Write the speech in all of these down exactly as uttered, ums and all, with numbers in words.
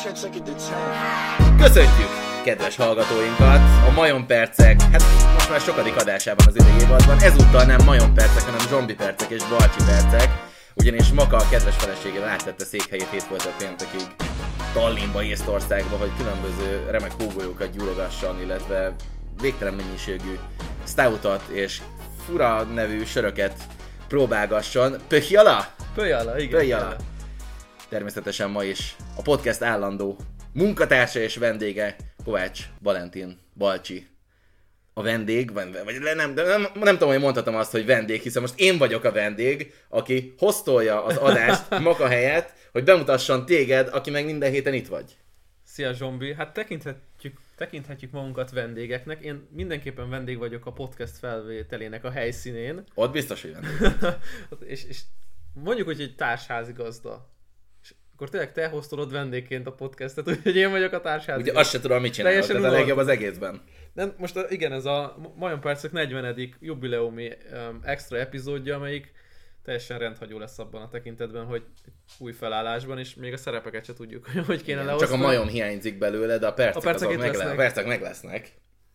Köszöntjük kedves hallgatóinkat a Majon Percek, hát most már sokadik adásában az idei évadban, ezúttal nem Majon Percek, hanem Zsombi Percek és Balcsi Percek, ugyanis Maka a kedves feleségével áttette székhelyét hétfőtől péntekig Tallinnba, Észtországba, hogy különböző remek hógolyókat gyúrogasson, illetve végtelen mennyiségű stoutot és fura nevű söröket próbálgasson. Pöhjala? Pöhjala, igen. Pöhjala. Természetesen ma is a podcast állandó munkatársa és vendége Kovács Valentin Balcsi. A vendég, vagy nem, nem, nem, nem tudom, hogy mondhatom azt, hogy vendég, hiszen most én vagyok a vendég, aki hostolja az adást Maka helyett, hogy bemutasson téged, aki meg minden héten itt vagy. Szia Zsombi, hát tekinthetjük, tekinthetjük magunkat vendégeknek. Én mindenképpen vendég vagyok a podcast felvételének a helyszínén. Ott biztos, hogy vendég. és, és mondjuk, hogy egy társházigazda. És akkor tényleg te hoztolod vendégként a podcastet, úgyhogy én vagyok a társházigazda. Ugye azt se tudom, mit csinálod, ez a legjobb az egészben. Nem, most igen, ez a Majon Percek negyvenedik jubileumi um, extra epizódja, amelyik teljesen rendhagyó lesz abban a tekintetben, hogy új felállásban, és még a szerepeket se tudjuk, hogy kéne leosztani. Csak a majom hiányzik belőle, de a percek, a percek, azok meg, le, a percek meg lesznek.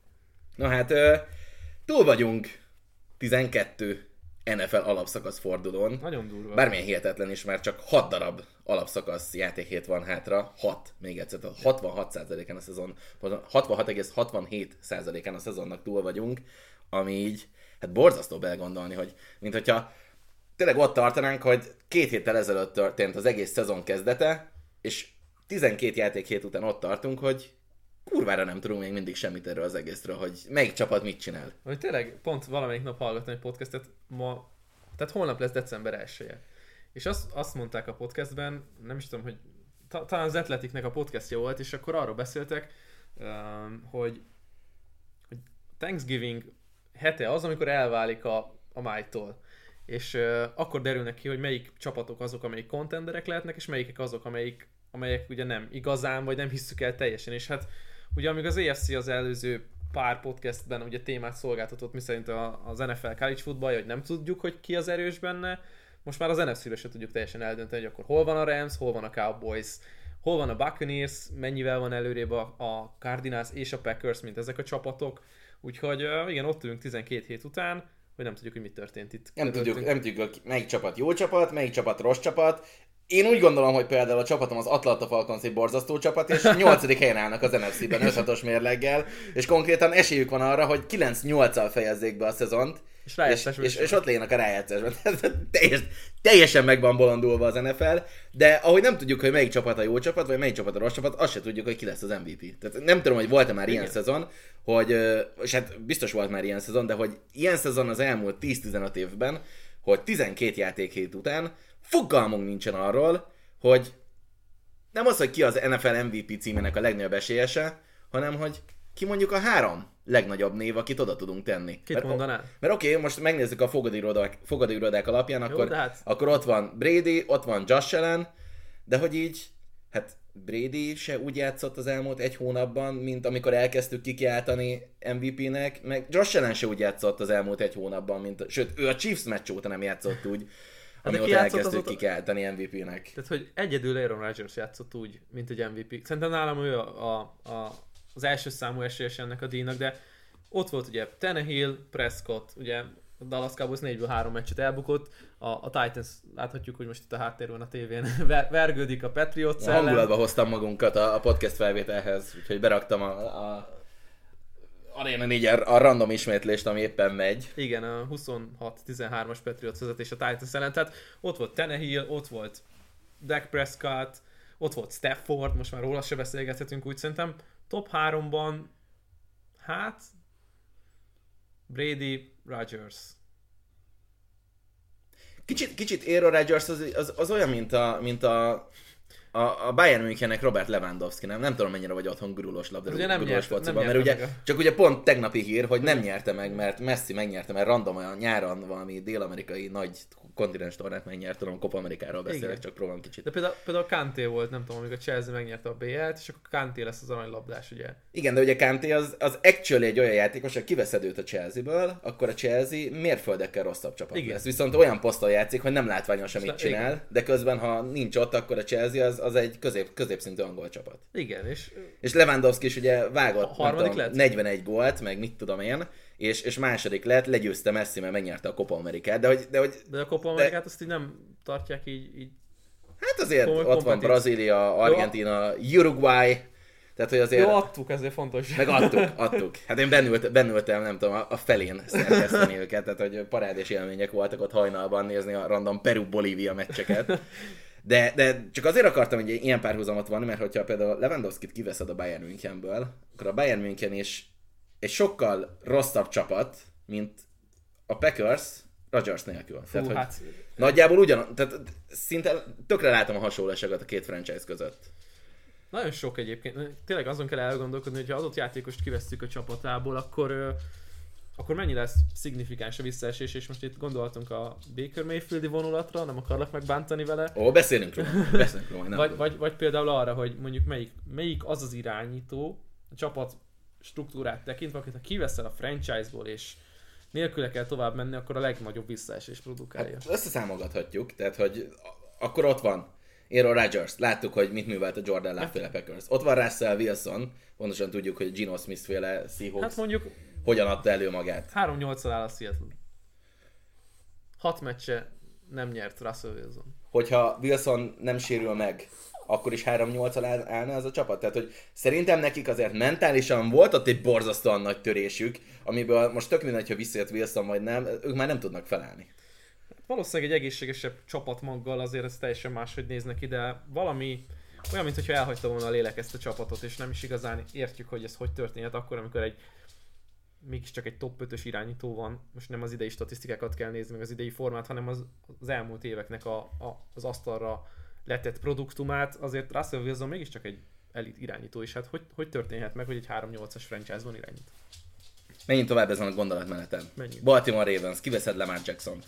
Na hát, túl vagyunk tizenkettő en ef el alapszakasz fordulón. Nagyon durva. Bármilyen hihetetlen is, már csak hat darab alapszakasz játékhét van hátra. hat, még egyszer, hatvanhat százalékán a szezon, hatvanhat egész hatvanhét százalékán a szezonnak túl vagyunk, ami így, hát borzasztó belgondolni, hogy mint hogyha tényleg ott tartanánk, hogy két héttel ezelőtt történt az egész szezon kezdete, és tizenkét játékhét után ott tartunk, hogy kurvára nem tudunk még mindig semmit erről az egészről, hogy melyik csapat mit csinál. Hogy tényleg pont valamelyik nap hallgattam egy podcastet, ma, tehát holnap lesz december elseje. És azt, azt mondták a podcastben, nem is tudom, hogy ta, talán az Athleticnek a podcastja volt, és akkor arról beszéltek, um, hogy, hogy Thanksgiving hete az, amikor elválik a, a májtól. És uh, akkor derülnek ki, hogy melyik csapatok azok, amelyik contenderek lehetnek, és melyikek azok, amelyik, amelyek ugye nem igazán, vagy nem hisszük el teljesen. És hát ugye amíg az á ef cé az előző pár podcastben ugye témát szolgáltatott, miszerint az en ef el college football, hogy nem tudjuk, hogy ki az erős benne, most már az en ef cé-ről se tudjuk teljesen eldönteni, hogy akkor hol van a Rams, hol van a Cowboys, hol van a Buccaneers, mennyivel van előrébb a, a Cardinals és a Packers, mint ezek a csapatok. Úgyhogy uh, igen, ott ülünk tizenkét hét után, hogy nem tudjuk, hogy mi történt itt. Nem tudjuk, nem tudjuk, hogy melyik csapat jó csapat, melyik csapat rossz csapat. Én úgy gondolom, hogy például a csapatom az Atlanta Falcons egy borzasztó csapat, és nyolcadik helyen állnak az en ef cé-ben öt hatos mérleggel, és konkrétan esélyük van arra, hogy kilenc nyolccal fejezzék be a szezont, és, és, és, és ott legyenek a rájátszásban. Teljes, teljesen meg van bolondulva az en ef el, de ahogy nem tudjuk, hogy melyik csapat a jó csapat, vagy melyik csapat a rossz csapat, azt se tudjuk, hogy ki lesz az em vé pé. Tehát nem tudom, hogy volt-e már Igen. ilyen szezon, hogy, és hát biztos volt már ilyen szezon, de hogy ilyen szezon az elmúlt tíz-tizenöt évben, hogy tizenkét játékhét után fogalmunk nincsen arról, hogy nem az, hogy ki az en ef el em vé pé címének a legnagyobb esélyese, hanem hogy ki mondjuk a három legnagyobb név, akit oda tudunk tenni. Kit mondanál? Mert oké, okay, most megnézzük a fogadóirodák, fogadóirodák alapján, Jó, akkor, hát... akkor ott van Brady, ott van Josh Allen, de hogy így, hát Brady se úgy játszott az elmúlt egy hónapban, mint amikor elkezdtük kikiáltani em vé pének, meg Josh Allen se úgy játszott az elmúlt egy hónapban, mint, sőt, ő a Chiefs meccs óta nem játszott úgy, amióta elkezdtük azóta... kikiáltani em vé pének. Tehát, hogy egyedül Aaron Rodgers játszott úgy, mint egy em vé pé. Szerintem nálam ő a, a, a, az első számú esélyes ennek a díjnak, de ott volt ugye Tannehill, Prescott, ugye a Dallas Cowboys négyből három meccset elbukott, a, a Titans, láthatjuk, hogy most itt a háttérben a tévén ver, vergődik a Patriots ellen. Hangulatba hoztam magunkat a, a podcast felvételhez, úgyhogy beraktam a, a Arena négy a random ismétlést, ami éppen megy. Igen, a huszonhat tizenhármas Patriots vezetés a Titans ellen, tehát ott volt Tannehill, ott volt Dak Prescott, ott volt Stafford, most már róla se beszélgethetünk, úgy szerintem top háromban, hát Brady, Rodgers. Kicsit, kicsit Aaron Rodgers az, az, az olyan, mint a, mint a, a, a Bayern Münchennek Robert Lewandowski, nem? Nem tudom, mennyire vagy otthon gurulós labdarúgós fociban, mert ugye a... csak ugye pont tegnapi hír, hogy nem nyerte meg, mert Messi megnyerte, mert random olyan nyáron valami dél-amerikai nagy kontinens tornát megnyert, tudom, Copa Amerikáról beszélek, Igen. csak próbálom kicsit. De például, például Kanté volt, nem tudom, amíg a Chelsea megnyerte a bé el-t, és akkor Kanté lesz az aranylabdás, ugye? Igen, de ugye Kanté az, az actually egy olyan játékos, hogy kiveszed őt a Chelsea-ből, akkor a Chelsea mérföldekkel rosszabb csapat Igen. lesz. Viszont olyan poszton játszik, hogy nem látványos, amit csinál, Igen. de közben, ha nincs ott, akkor a Chelsea az az, az egy közép, középszintű angol csapat. Igen, és... És Lewandowski is ugye vágott harmadik tudom, lett? negyvenegy gólt, meg mit tudom én, és, és második lett, legyőzte Messi, mert megnyerte a Copa Amerikát, de hogy... De, hogy, de a Copa Amerikát azt így nem tartják így... így... Hát azért Komoly ott van kompetíció. Brazília, Argentina, Uruguay, tehát hogy azért... Jó, adtuk, ezért fontos. Meg adtuk, adtuk. Hát én bennült, bennültem, nem tudom, a felén szerkeszteni őket, tehát hogy parádés élmények voltak ott hajnalban nézni a random Peru-Bolívia meccseket. De, de csak azért akartam, hogy ilyen párhuzamot van, mert hogyha például Lewandowskit kiveszed a Bayern Münchenből, akkor a Bayern München is egy sokkal rosszabb csapat, mint a Packers Rodgers nélkül. Fú, tehát, hát... nagyjából ugyan, tehát szinte tökre látom a hasonlóságot a két franchise között. Nagyon sok egyébként. Tényleg azon kell elgondolkodni, hogy ha adott játékost kivesszük a csapatából, akkor, ö, akkor mennyi lesz szignifikáns a visszaesés, és most itt gondolhatunk a Baker Mayfieldi vonulatra, nem akarlak megbántani vele. Ó, beszélünk róla, beszélünk róla. Vagy, vagy, vagy például arra, hogy mondjuk melyik, melyik az az irányító, a csapat struktúrát tekintve, akit ha kiveszel a franchise-ból, és nélküle kell tovább menni, akkor a legnagyobb visszaesés produkálja. Hát összeszámolgathatjuk, tehát hogy akkor ott van Aaron Rodgers, láttuk, hogy mit művelt a Jordan Love-féle Packers. Ott van Russell Wilson, pontosan tudjuk, hogy Geno Smith-féle Seahawks Hát mondjuk hogyan adta elő magát. három nyolccal áll a Seattle. Hat meccse nem nyert Russell Wilson. Hogyha Wilson nem sérül meg, akkor is három nyolccal állna ez a csapat. Tehát, hogy szerintem nekik azért mentálisan volt ott egy borzasztóan nagy törésük, amiből most tök mindegy, ha visszajött Wilson vagy nem, ők már nem tudnak felállni. Valószínűleg egy egészségesebb csapatmaggal azért ez teljesen máshogy néznek ide. Valami olyan, mintha elhagyta volna a lélek ezt a csapatot, és nem is igazán értjük, hogy ez hogy történhet akkor, amikor egy mégiscsak egy top ötös irányító van. Most nem az idei statisztikákat kell nézni, meg az idei formát, hanem az, az elmúlt éveknek a, a, az asztalra letett produktumát. Azért Russell Wilson mégiscsak egy elit irányító, és hát hogy, hogy történhet meg, hogy egy három nyolcas franchise-ban irányít? Menjünk tovább ezen a gondolatmeneten. Menjünk. Baltimore Ravens, kiveszed Lamar Jackson-t.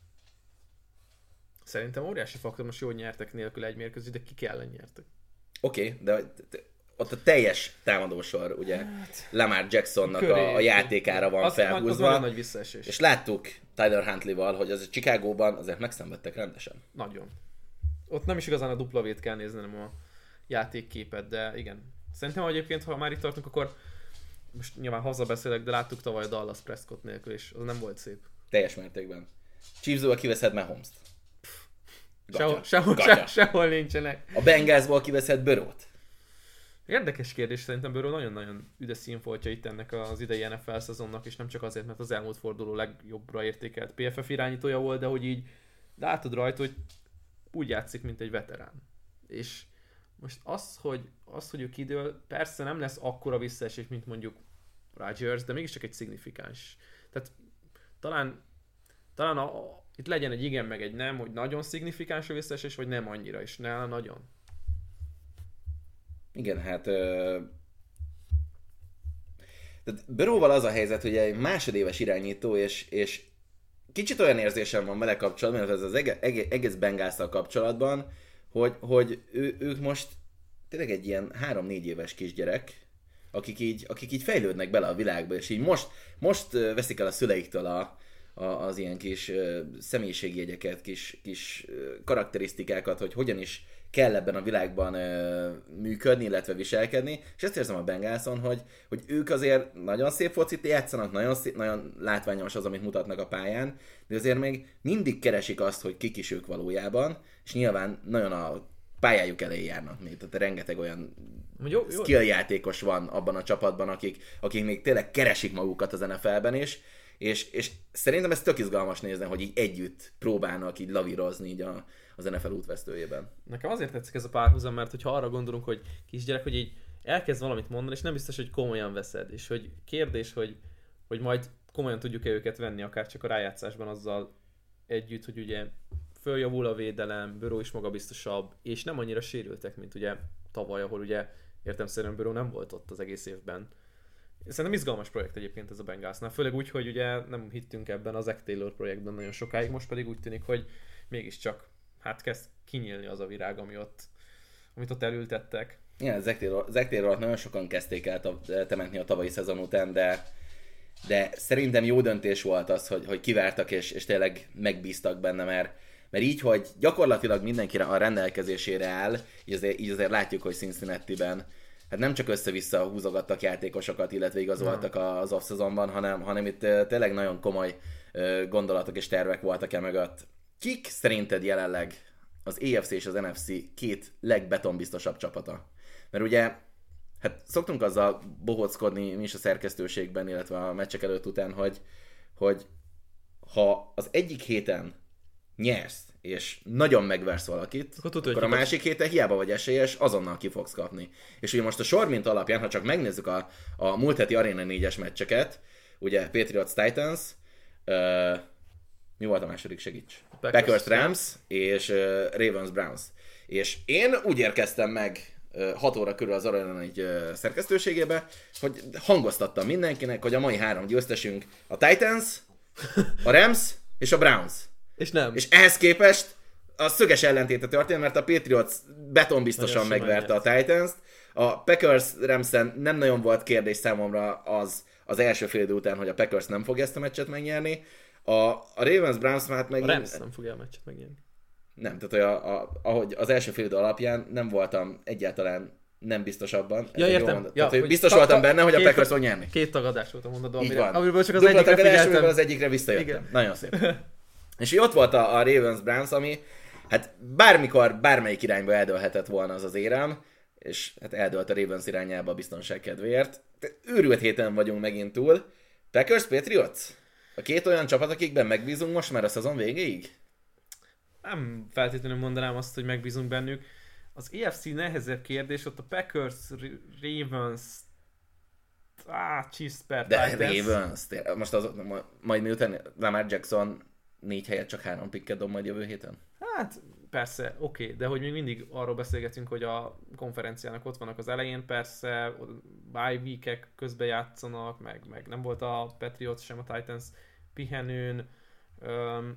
Szerintem óriási faktor, most jó, hogy nyertek nélkül egy mérkőzést, de ki ellen nyertek. Oké, okay, de ott a teljes támadósor, ugye, hát, Lamar Jacksonnak a, a játékára van az, felhúzva. Az nagy visszaesés. És láttuk Tyler Huntley-val, hogy az a Chicagóban azért megszenvedtek rendesen. Nagyon. Ott nem is igazán a dupla vét kell nézni, hanem a játékképet, de igen. Szerintem egyébként, ha már itt tartunk, akkor most nyilván hazabeszélek, de láttuk tavaly a Dallas Prescott nélkül, és az nem volt szép. Teljes mértékben. Chiefs-ból kiveszed Mahomes-t. Sehol, sehol, sehol, sehol nincsenek. A Bengalsból kiveszed Burrow-t. Érdekes kérdés, szerintem Burrow nagyon-nagyon üde színfoltja itt ennek az idei en ef el szezonnak, és nem csak azért, mert az elmúlt forduló legjobbra értékelt pé ef ef irányítója volt, de hogy így látod rajta, hogy úgy játszik, mint egy veterán. És most az, hogy, az, hogy ő kidől, persze nem lesz akkora visszaesés, mint mondjuk Rodgers, de mégiscsak egy szignifikáns. Tehát talán, talán a, a, itt legyen egy igen, meg egy nem, hogy nagyon szignifikáns a visszaesés, vagy nem annyira, és nála nagyon. Igen, hát... Ö... Burrowval az a helyzet, hogy egy másodéves irányító, és, és kicsit olyan érzésem van vele kapcsolatban, mert ez az ege, ege, egész Bengalsszal kapcsolatban, hogy, hogy ő, ők most tényleg egy ilyen három-négy éves kisgyerek, akik így, akik így fejlődnek bele a világba, és így most, most veszik el a szüleiktől a, a, az ilyen kis személyiségjegyeket, kis, kis karakterisztikákat, hogy hogyan is kell ebben a világban ö, működni, illetve viselkedni, és ezt érzem a Bengalson, hogy, hogy ők azért nagyon szép focit játszanak, nagyon, szép, nagyon látványos az, amit mutatnak a pályán, de azért még mindig keresik azt, hogy kik is ők valójában, és nyilván nagyon a pályájuk elején járnak még, tehát rengeteg olyan jó, jó. skill játékos van abban a csapatban, akik, akik még tényleg keresik magukat az en ef el-ben is, és, és szerintem ez tök izgalmas nézni, hogy így együtt próbálnak így lavírozni így a, az en ef el útvesztőjében. Nekem azért tetszik ez a párhuzam, mert hogyha arra gondolunk, hogy kisgyerek, hogy így elkezd valamit mondani, és nem biztos, hogy komolyan veszed, és hogy kérdés, hogy, hogy majd komolyan tudjuk-e őket venni, akár csak a rájátszásban azzal együtt, hogy ugye följavul a védelem, Burrow is magabiztosabb, és nem annyira sérültek, mint ugye tavaly, ahol ugye értelemszerűen Burrow nem volt ott az egész évben. Szerintem izgalmas projekt egyébként ez a Bengalsnál, főleg úgy, hogy ugye nem hittünk ebben az Zach Taylor projektben nagyon sokáig, most pedig úgy tűnik, hogy mégiscsak hát kezd kinyílni az a virág, ami ott, amit ott elültettek. Igen, Zach Taylor, Zach Taylor nagyon sokan kezdték el temetni a tavalyi szezon után, de, de szerintem jó döntés volt az, hogy, hogy kivártak és, és tényleg megbíztak benne, mert, mert így, hogy gyakorlatilag mindenkire a rendelkezésére áll, így azért, így azért látjuk, hogy Cincinnati-ben hát nem csak össze-vissza húzogattak játékosokat, illetve igazoltak no. az off-szezonban, hanem, hanem itt tényleg nagyon komoly gondolatok és tervek voltak e mögött. Kik szerinted jelenleg az á ef cé és az en ef cé két legbetonbiztosabb csapata? Mert ugye, hát szoktunk azzal bohóckodni mi is a szerkesztőségben, illetve a meccsek előtt után, hogy, hogy ha az egyik héten nyersz, és nagyon megversz valakit, akkor, tudod, akkor a másik héten hiába vagy esélyes, azonnal ki fogsz kapni. És ugye most a sormint alapján, ha csak megnézzük a, a múlt heti Arena négyes meccseket, ugye Patriots Titans, uh, mi volt a második, segíts? Packers, Packers Rams és uh, Ravens Browns. És én úgy érkeztem meg hat óra körül az Arena egy uh, szerkesztőségébe, hogy hangoztattam mindenkinek, hogy a mai három győztesünk a Titans, a Rams és a Browns. És nem. És ehhez képest a szöges ellentéte történt, mert a Patriots betonbiztosan megverte a Titans-t. A Packers Ramsen nem nagyon volt kérdés számomra az, az első fél idő után, hogy a Packers nem fogja ezt a meccset megnyerni. A, a Ravens Browns hát meg... A Rams nem fogja a meccset megnyerni. Nem, tehát hogy a, a, ahogy az első fél idő alapján nem voltam egyáltalán nem biztos abban. Ja, értem. Ja, tehát, hogy biztos voltam benne, hogy a Packers fog nyerni. Két tagadás volt a mondatban, amire, amiből csak az Dupla egyikre tagadás, figyeltem. az egyikre visszajöttem. Igen. Nagyon szép. És ott volt a, a Ravens Browns, ami hát bármikor, bármelyik irányba eldőlhetett volna az az érem, és hát eldőlt a Ravens irányába a biztonság kedvéért. De őrült héten vagyunk megint túl. Packers, Patriots? A két olyan csapat, akikben megbízunk most már a szezon végéig? Nem feltétlenül mondanám azt, hogy megbízunk bennük. Az á ef cé nehezebb kérdés, ott a Packers, Ravens, ah, Chiefs per De Titans. Ravens, most az, majd miután Lamar Jackson négy helyet csak három pikket dob majd jövő héten? Hát persze, oké, okay, de hogy még mindig arról beszélgetünk, hogy a konferenciának ott vannak az elején, persze bye week-ek közben játszanak, meg, meg nem volt a Patriots sem a Titans pihenőn. Um,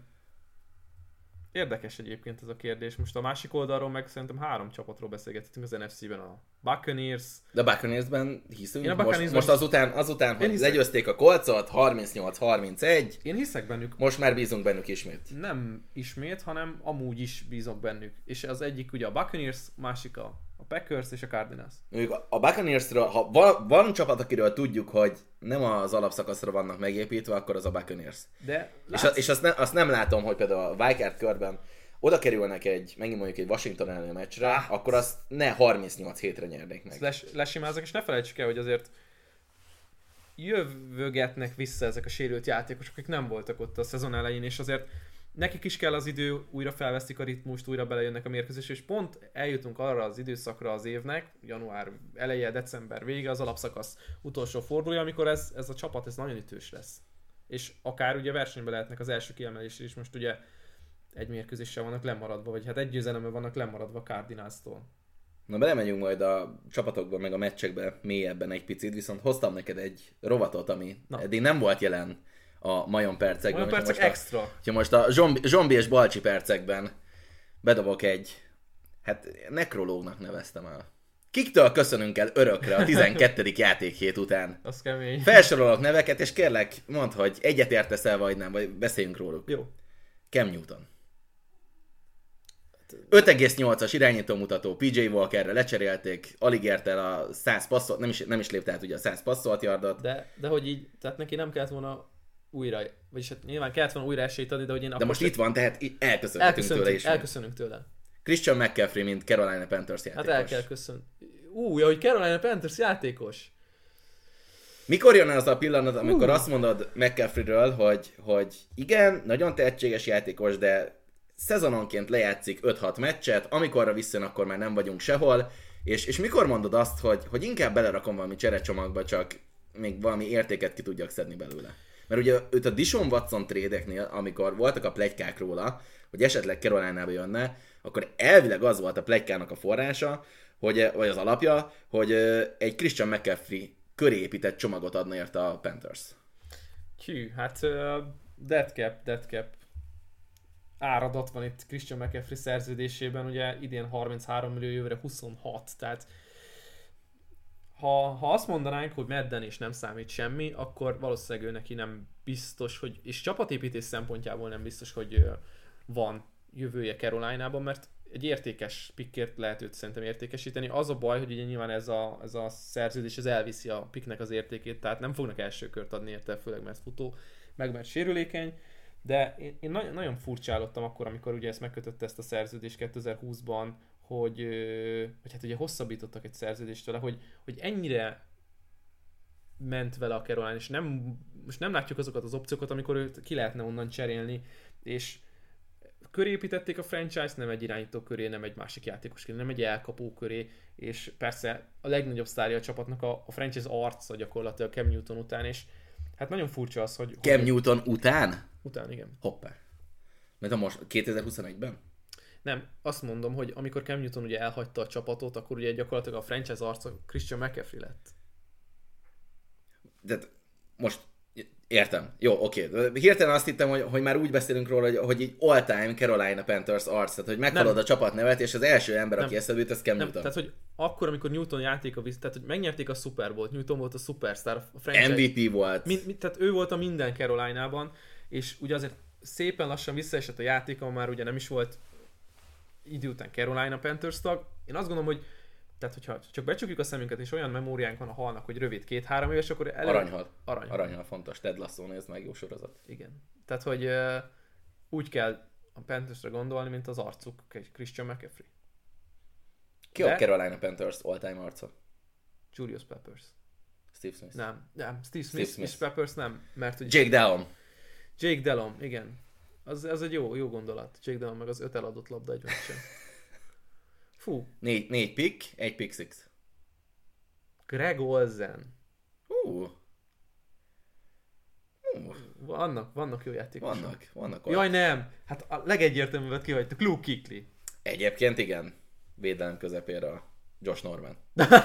Érdekes egyébként ez a kérdés. Most a másik oldalról meg szerintem három csapatról beszélgethetünk az en ef cé-ben. A Buccaneers. De a Buccaneers-ben hiszünk? Én a Buccaneers-ben most, most azután, azután hogy legyőzték a Colcot, harmincnyolc harmincegy. Én hiszek bennük. Most már bízunk bennük ismét. Nem ismét, hanem amúgy is bízok bennük. És az egyik ugye a Buccaneers, másik a, a Packers és a Cardinals. Mondjuk a Buccaneersről, ha van, van csapat, akiről tudjuk, hogy nem az alapszakaszra vannak megépítve, akkor az a Buccaneers. De és, a, és azt, ne, azt nem látom, hogy például a wildcard körben oda kerülnek egy, megint mondjuk egy Washington elleni meccsre, ah, akkor azt ne harmincnyolc hétre nyernék meg. Les, lesimázok, és ne felejtsük el, hogy azért jövögetnek vissza ezek a sérült játékosok, akik nem voltak ott a szezon elején, és azért nekik is kell az idő, újra felveszik a ritmust, újra belejönnek a mérkőzésre, és pont eljutunk arra az időszakra az évnek, január eleje, december vége, az alapszakasz utolsó fordulója, amikor ez, ez a csapat ez nagyon ütős lesz. És akár ugye versenyben lehetnek az első kiemelésre is, most ugye egy mérkőzéssel vannak lemaradva, vagy hát egy győzelemmel vannak lemaradva a Cardinals-tól. Na belemegyünk majd a csapatokba, meg a meccsekbe mélyebben egy picit, viszont hoztam neked egy rovatot, ami Na. eddig nem volt jelen a Majon percekben. Majon percek most extra. A, ha most a zsombi, zsombi és balcsi percekben bedobok egy, hát nekrológnak neveztem el. Kiktől köszönünk el örökre a tizenkettedik játékhét után? Az kemény. Felsorolok neveket, és kérlek, mondd, hogy egyetértesz el, vagy nem, vagy beszéljünk róluk. Jó. Cam Newton. öt egész nyolcas irányítómutató pé jé Walkerre lecserélték, alig ért el a száz passzolt, nem is, nem is lépte át ugye a száz passzolt yardot. De, de hogy így, tehát neki nem kellett volna újra, vagyis hát nyilván kellett volna újra esélyt adni, de hogy én De most itt van, tehát elköszönhetünk tőle is. Elköszönünk tőle. Christian McCaffrey, mint Carolina Panthers játékos. Hát el kell köszönni. Ú, hogy Carolina Panthers játékos. Mikor jön az a pillanat, amikor uh. azt mondod McCaffreyről, hogy, hogy igen, nagyon tehetséges játékos, de szezononként lejátszik öt-hat meccset, amikorra visszajön, akkor már nem vagyunk sehol, és, és mikor mondod azt, hogy, hogy inkább belerakom valami cserecsomagba, csak még valami értéket ki tudjak szedni belőle. Mert ugye őt a Deshaun Watson trédeknél, amikor voltak a pletykák róla, hogy esetleg Carolinába jönne, akkor elvileg az volt a pletykának a forrása, hogy, vagy az alapja, hogy egy Christian McCaffrey köré épített csomagot adna érte a Panthers. Hű, hát uh, dead cap, dead cap áradat van itt Christian McCaffrey szerződésében, ugye idén harminchárom millió, jövőre huszonhat, tehát ha, ha azt mondanánk, hogy medden és nem számít semmi, akkor valószínűleg ő neki nem biztos, hogy, és csapatépítés szempontjából nem biztos, hogy van jövője Caroline-ban, mert egy értékes pickért lehet őt szerintem értékesíteni. Az a baj, hogy ugye nyilván ez a, ez a szerződés ez elviszi a picknek az értékét, tehát nem fognak első kört adni érte, főleg mert futó, meg mert sérülékeny. De én, én nagyon, nagyon furcsálottam akkor, amikor ugye ezt megkötötte ezt a szerződést kétezer-húszban, hogy, hogy hát ugye hosszabbítottak egy szerződést vele, hogy, hogy ennyire ment vele a Caroline, és nem, most nem látjuk azokat az opciókat, amikor őt ki lehetne onnan cserélni, és köré építették a franchise, nem egy irányító köré, nem egy másik játékos köré, nem egy elkapó köré, és persze a legnagyobb sztárja a csapatnak a, a franchise arca gyakorlatilag Cam Newton után, és hát nagyon furcsa az, hogy... Cam hogy Newton után? Után, igen. Hoppá. Mert a most kétezer-huszonegyben? Nem, azt mondom, hogy amikor Cam Newton ugye elhagyta a csapatot, akkor ugye gyakorlatilag a franchise arca Christian McCaffrey lett. De most értem. Jó, oké. Okay. Hirtelen azt hittem, hogy, hogy már úgy beszélünk róla, hogy, hogy így all-time Carolina Panthers arc, tehát hogy meghallod a csapatnevet, és az első ember, nem. aki eszedbe jut, az Cam Newton. Tehát, hogy akkor, amikor Newton játéka visz, tehát, hogy megnyerték a Super Bowl-t, Newton volt a superstar, a franchise. em vé pé volt. Mind, mind, tehát ő volt a minden Caroline-ban, és ugye azért szépen lassan visszaesett a játéka, már ugye nem is volt idő után Carolina Panthers tag. Én azt gondolom, hogy tehát, hogyha csak becsukjuk a szemünket, és olyan memóriánk van a halnak, hogy rövid két-három éves, akkor elő... Aranyhal. Aranyhal. Aranyhal fontos. Ted Lasso, nézd meg, jó sorozat. Igen. Tehát, hogy uh, úgy kell a Panthersre gondolni, mint az arcuk, Christian McCaffrey. Ki De... a Carolina Panthers all-time arca? Julius Peppers. Steve Smith. Nem, nem. Steve Smith, Steve Smith. és Peppers nem, mert ugye... Jake Delhomme. Jake Delhomme, igen. Az, az egy jó, jó gondolat. Jake Delhomme meg az öt eladott labda egy meccsen. Fú. Négy, négy pick, egy pick six. Greg Olsen. Uh. Uh. Vannak, vannak jó játékosok. Vannak, vannak. Jaj nem, hát a legegyértelműbbet kihagytuk, Luke Kuechly. Egyébként igen. Védelem közepére a Josh Norman.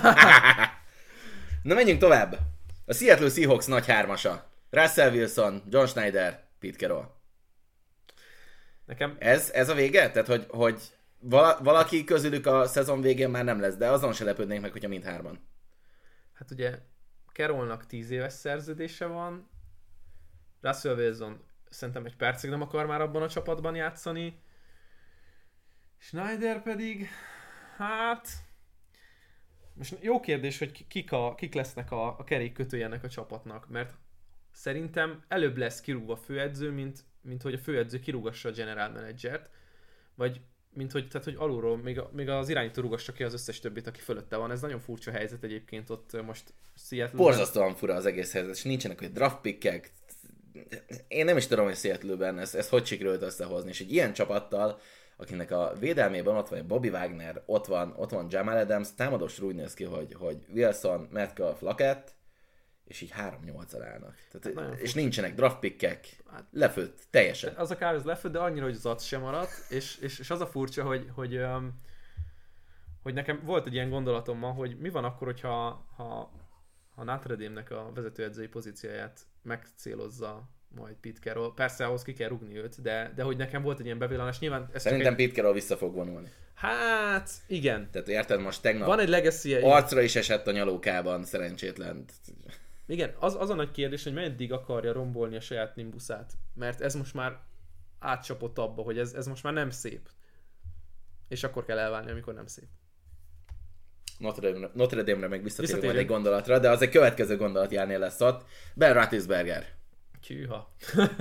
Na menjünk tovább. A Seattle Seahawks nagy hármasa. Russell Wilson, John Schneider, Pete Carroll. Nekem... Ez, ez a vége? Tehát, hogy, hogy valaki közülük a szezon végén már nem lesz, de azon se lepődnék meg, hogyha mindhárman. Hát ugye Carrollnak tíz éves szerződése van, Russell Wilson szerintem egy percig nem akar már abban a csapatban játszani, Schneider pedig, hát... Most jó kérdés, hogy kik, a, kik lesznek a, a kerékkötője ennek a csapatnak, mert szerintem előbb lesz kirúgva a főedző, mint, mint hogy a főedző kirúgassa a general managert, vagy mint hogy, tehát, hogy alulról még, a, még az irányító rúgassa ki az összes többit, aki fölötte van. Ez nagyon furcsa helyzet egyébként ott most Seattle-ben. Borzasztóan fura az egész helyzet, és nincsenek hogy draft pickek. Én nem is tudom, hogy Seattle-ben ezt, ezt hogy sikerült összehozni, és egy ilyen csapattal, akinek a védelmében ott van Bobby Wagner, ott van, ott van Jamal Adams, támadósra úgy néz ki, hogy, hogy Wilson, Metcalf, Lockett, és így három nyolccal állnak. Tehát, hát és nincsenek draft pickek, hát, lefőtt, teljesen. Az a kár, az lefőtt, de annyira, hogy az ac sem maradt, és, és, és az a furcsa, hogy, hogy, um, hogy nekem volt egy ilyen gondolatom ma, hogy mi van akkor, hogyha ha, ha Notre Dame-nek a vezetőedzői pozícióját megcélozza majd Pete Carroll. Persze ahhoz ki kell rúgni őt, de, de hogy nekem volt egy ilyen bevillanás. Nyilván ez Szerintem egy... Pete Carroll vissza fog vonulni. Hát, igen. Tehát érted, most tegnap van egy legacy arcra is esett a nyalókában, szerencsétlen. Igen, az, az a nagy kérdés, hogy meddig akarja rombolni a saját nimbuszát. Mert ez most már átcsapott abba, hogy ez, ez most már nem szép. És akkor kell elválni, amikor nem szép. Notre Dame-re, Notre Dame-re meg visszatérünk majd egy gondolatra, de az egy következő gondolat Járnél lesz ott. Ben Roethlisberger. Tyűha.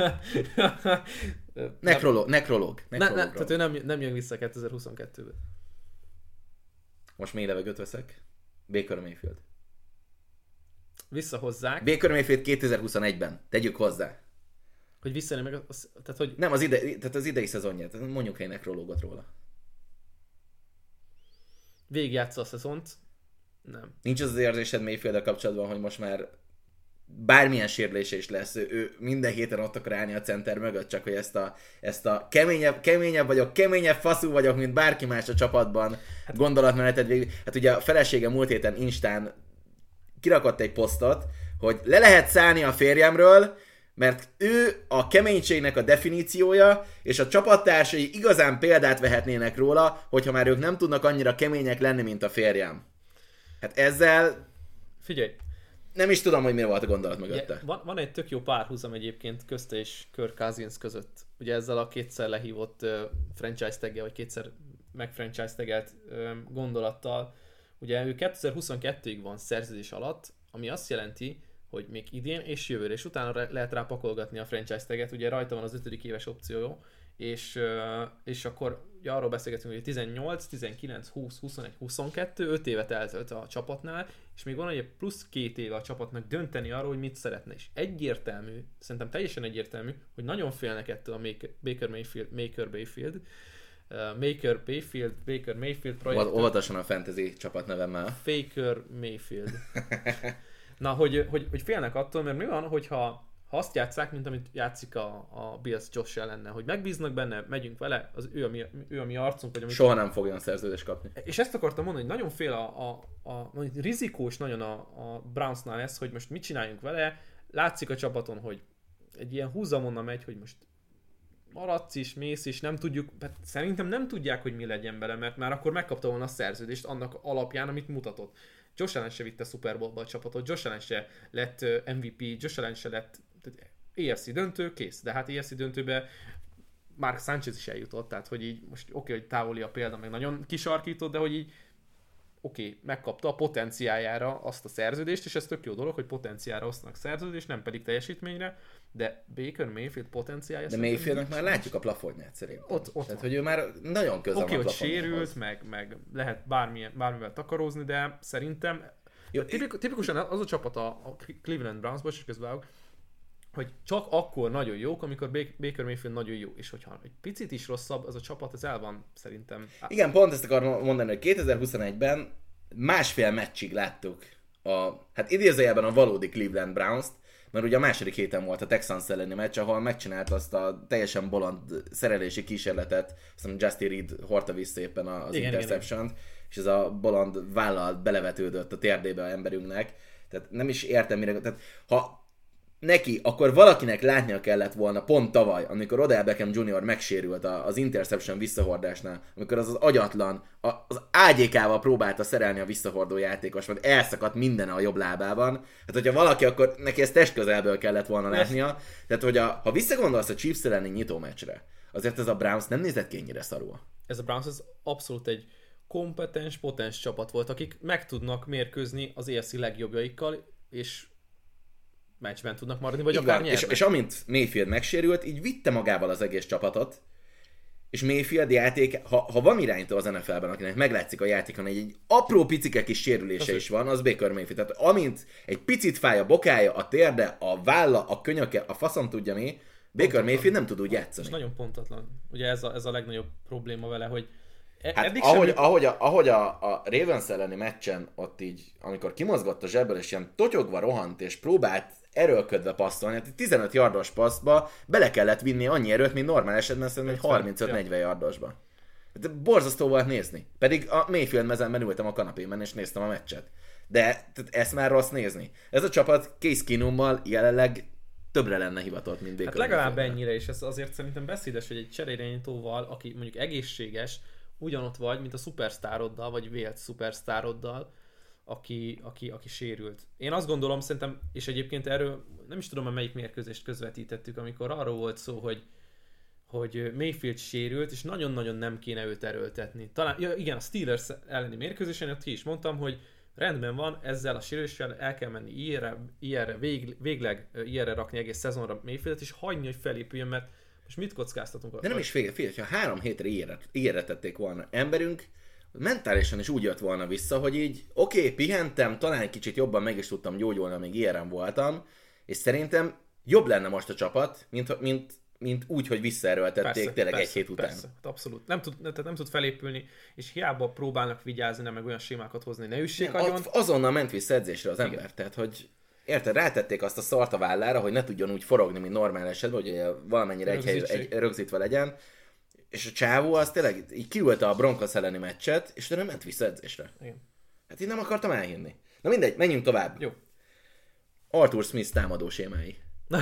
Nekrológ. Nekrológ. Ne, ne, tehát ő nem, nem jön vissza kétezer-huszonkettőben. Most mély levegőt veszek. Baker Mayfield. Visszahozzák. Baker Mayfield kétezer-huszonegyben. Tegyük hozzá. Hogy visszajön meg, az, tehát hogy... Nem, az, ide, tehát az idei szezonját. Mondjuk egy nekrológot róla. Végigjátsza a szezont. Nem. Nincs az az érzésed Mayfield-el kapcsolatban, hogy most már bármilyen sérülése is lesz, ő, ő minden héten ott akar állni a center mögött, csak hogy ezt a, ezt a keményebb, keményebb vagyok, keményebb faszú vagyok, mint bárki más a csapatban hát, gondolatmeneted végül. Hát ugye a felesége múlt héten Instán kirakott egy posztot, hogy le lehet szállni a férjemről, mert ő a keménységnek a definíciója, és a csapattársai igazán példát vehetnének róla, hogyha már ők nem tudnak annyira kemények lenni, mint a férjem. Hát ezzel... Figyelj, nem is tudom, hogy mi volt a gondolat mögötte. Ugye, van, van egy tök jó párhuzam egyébként közte és Kirk Cousins között. Ugye ezzel a kétszer lehívott uh, franchise taggel, vagy kétszer megfranchise taggelt uh, gondolattal. Ugye ő kétezer-huszonkettőig van szerződés alatt, ami azt jelenti, hogy még idén és jövőre, és utána lehet rá pakolgatni a franchise tagget, ugye rajta van az ötödik éves opció, és, és akkor ugye arról beszélgetünk, hogy tizennyolc, tizenkilenc, húsz, huszonegy, huszonkettő, öt évet eltölt a csapatnál, és még van egy plusz két éve a csapatnak dönteni arról, hogy mit szeretne. És egyértelmű, szerintem teljesen egyértelmű, hogy nagyon félnek ettől a Baker Mayfield, Maker Mayfield, uh, Maker Mayfield, Baker Mayfield projekt. Óvatosan a fantasy csapatnevemmel. Faker Mayfield. Na, hogy, hogy, hogy félnek attól, mert mi van, hogyha ha azt játsszák, mint amit játszik a, a Bills Josh ellene, hogy megbíznak benne, megyünk vele, az ő a mi, ő a mi arcunk. Vagy amit soha nem fogjon szerződést kapni. És ezt akartam mondani, hogy nagyon fél a, a, a, a rizikós nagyon a, a Brownsnál ez, hogy most mit csináljunk vele. Látszik a csapaton, hogy egy ilyen húzamonna megy, hogy most maradsz is, mész is, nem tudjuk, hát szerintem nem tudják, hogy mi legyen vele, mert már akkor megkapta volna a szerződést annak alapján, amit mutatott. Josh Allen se vitte Super Bowl-ba a csapatot, Josh Allen se lett em vé pé, Josh Allen se lett á ef cé döntő, kész. De hát á ef cé döntőbe Mark Sanchez is eljutott, tehát hogy így most oké, okay, hogy távoli a példa, meg nagyon kisarkított, de hogy így oké, okay, megkapta a potenciájára azt a szerződést, és ez tök jó dolog, hogy potenciára osztanak szerződést, nem pedig teljesítményre, de Baker Mayfield potenciálja... De Mayfieldnek már látjuk a plafonját szerintem. Ott, ott tehát, hogy ő már nagyon közel okay, van a plafonjához. Oké, hogy sérült, meg, meg lehet bármilyen, bármivel takarózni, de szerintem jó, tipik, tipikusan az a csapat a, a Cleveland Brownsból, és közben hogy csak akkor nagyon jók, amikor Baker Mayfield nagyon jó, és hogyha egy picit is rosszabb, az a csapat, az el van szerintem. Igen, pont ezt akarom mondani, hogy kétezer-huszonegyben másfél meccsig láttuk a, hát idézőjelben a valódi Cleveland Browns-t, mert ugye a második héten volt a Texans elleni meccs, ahol megcsinált azt a teljesen bolond szerelési kísérletet, aztán Justin Reed hordta vissza éppen az igen, interception-t, és ez a bolond vállal belevetődött a térdébe a emberünknek, tehát nem is értem mire, tehát ha neki, akkor valakinek látnia kellett volna pont tavaly, amikor Odell Beckham junior megsérült az interception visszahordásnál, amikor az az agyatlan, az ágyékával próbálta szerelni a visszahordó játékos, mert elszakadt minden a jobb lábában. Hát, hogyha valaki, akkor neki ezt testközelből kellett volna látnia. Tehát, hogy a, ha visszagondolsz a Chiefs elleni nyitó meccsre, azért ez a Browns nem nézett ki ennyire szarul. Ez a Browns az abszolút egy kompetens, potens csapat volt, akik meg tudnak mérkőzni az á ef cé legjobbjaikkal, és meccsben tudnak maradni, vagy akár és, és amint Mayfield megsérült, így vitte magával az egész csapatot, és Mayfield játék, ha, ha van irányító az en ef el-ben, akinek meglátszik a játékon, egy, egy apró picike kis sérülése is van, az Baker Mayfield. Tehát amint egy picit fáj a bokája, a térde, a válla, a könyöke, a faszom tudja mi, Baker pontatlan. Mayfield nem tud úgy játszani. És nagyon pontatlan. Ugye ez a, ez a legnagyobb probléma vele, hogy hát ahogy, sem... ahogy, a, ahogy a, a Ravens elleni meccsen ott így, amikor kimozgott a zsebből, és ilyen totyogva rohant, és próbált erőlködve passzolni, hát tizenöt yardos passzba bele kellett vinni annyi erőt, mint normál esetben szerintem egy harmincöt-negyven yardosba. Hát borzasztó volt nézni. Pedig a Mayfield mezenben ültem a kanapémben, és néztem a meccset. De tehát ezt már rossz nézni. Ez a csapat Case Keenummal jelenleg többre lenne hivatott, mint Baker. Hát legalább ennyire, és ez azért szerintem beszédes, hogy egy cseréirányítóval, aki mondjuk egészséges, ugyanott vagy, mint a szupersztároddal, vagy vélt szupersztároddal, aki, aki, aki sérült. Én azt gondolom, szerintem, és egyébként erről nem is tudom, melyik mérkőzést közvetítettük, amikor arról volt szó, hogy, hogy Mayfield sérült, és nagyon-nagyon nem kéne őt erőltetni. Talán, ja, igen, a Steelers elleni mérkőzésen ott ki is mondtam, hogy rendben van, ezzel a sérüléssel el kell menni í erre, í erre vég, végleg í erre rakni egész szezonra Mayfieldet, és hagyni, hogy felépüljön, mert most mit kockáztatunk? De nem is fél, fél, ha három hétre í erre tették volna emberünk, mentálisan is úgy jött volna vissza, hogy így oké, okay, pihentem, talán egy kicsit jobban meg is tudtam gyógyulni, amíg í erre voltam, és szerintem jobb lenne most a csapat, mint, mint, mint úgy, hogy visszaerőltették persze, tényleg persze, egy hét után. Persze, abszolút. Nem tud, tehát nem tud felépülni, és hiába próbálnak vigyázni, nem meg olyan sémákat hozni, ne üssék agyon. Azonnal ment vissza edzésre az ember, igen. Tehát hogy érted, rátették azt a szart a vállára, hogy ne tudjon úgy forogni, mint normál esetben, hogy valamennyire egy, hely, egy rögzítve legyen. És a csávó az tényleg így kiülte a Broncos elleni meccset, és utána ment vissza edzésre. Igen. Hát én nem akartam elhinni. Na mindegy, menjünk tovább. Jó. Arthur Smith támadó sémái.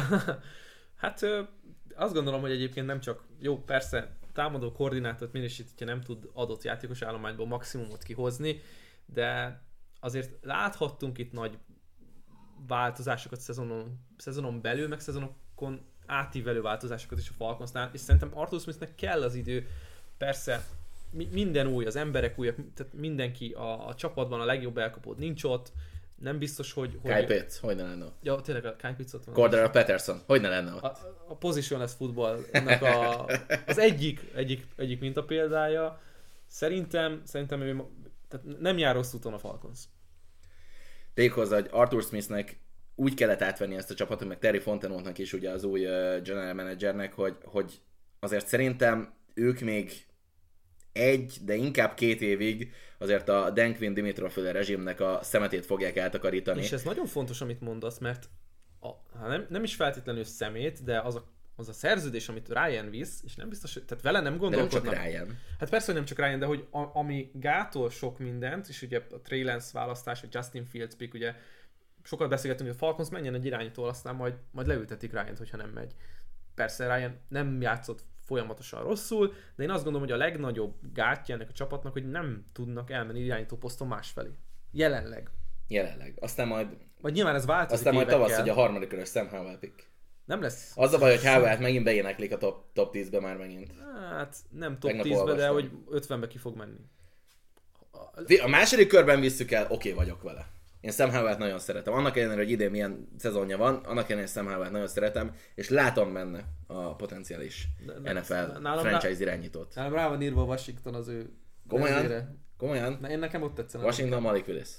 Hát azt gondolom, hogy egyébként nem csak, jó, persze támadó koordinátort minősítetje nem tud adott játékos állományból maximumot kihozni, de azért láthattunk itt nagy változásokat szezonon, szezonon belül, meg szezonokon átívelő változásokat is a Falconsnál, és szerintem Arthur Smithnek kell az idő, persze mi, minden új, az emberek újak, tehát mindenki a, a csapatban a legjobb elkapód nincs ott, nem biztos, hogy... Kyle Pitts, hogy ne lenne ott? Ja, tényleg a Kyle Pitts ott van. Cordero Patterson, hogy ne lenne ott? A, a positionless footballnak a, az egyik, egyik, egyik mintapéldája. Szerintem, szerintem ő, tehát nem jár rossz úton a Falcons. Tegyük hozzá, hogy Arthur Smithnek úgy kellett átvenni ezt a csapatot, meg Terry Fontenotnak is ugye az új uh, general managernek, hogy, hogy azért szerintem ők még egy, de inkább két évig azért a Dan Quinn Dimitrov-féle rezsimnek a szemetét fogják eltakarítani. És ez nagyon fontos, amit mondasz, mert a, nem, nem is feltétlenül szemét, de az a, az a szerződés, amit Ryan visz, és nem biztos, hogy, tehát vele nem gondolkodnak. De nem csak Ryan. Hát persze, hogy nem csak Ryan, de hogy a, ami gátol sok mindent, és ugye a Trey Lance választás, a Justin Fields pick, ugye sokat beszélgetünk, hogy a Falcons menjen egy irányítól, aztán majd, majd leültetik Ryant, hogyha nem megy. Persze Ryan nem játszott folyamatosan rosszul, de én azt gondolom, hogy a legnagyobb gátja ennek a csapatnak, hogy nem tudnak elmenni irányító poszton másfelé. Jelenleg. Jelenleg. Aztán majd... Vagy nyilván ez változik Aztán majd évekkel. tavasz, hogy a harmadik körös Sam Howell pick. Nem lesz. Az a baj, hogy Howell-t megint beéneklik a top, top tízbe már megint. Hát nem top Tegnap tízbe, de olvastam. hogy ötvenbe ki fog menni. A második körben visszük el, oké okay vagyok vele. Én Sam Howell-t nagyon szeretem. Annak ellenére, hogy idén milyen szezonja van, annak ellenére Sam Howell-t nagyon szeretem, és látom benne a potenciális De- en ef el nálam franchise irányítót. Nálam rá van írva Washington az ő Komolyan? vezére. Komolyan? Na, én nekem ott tetszene. Washington Malik Willis.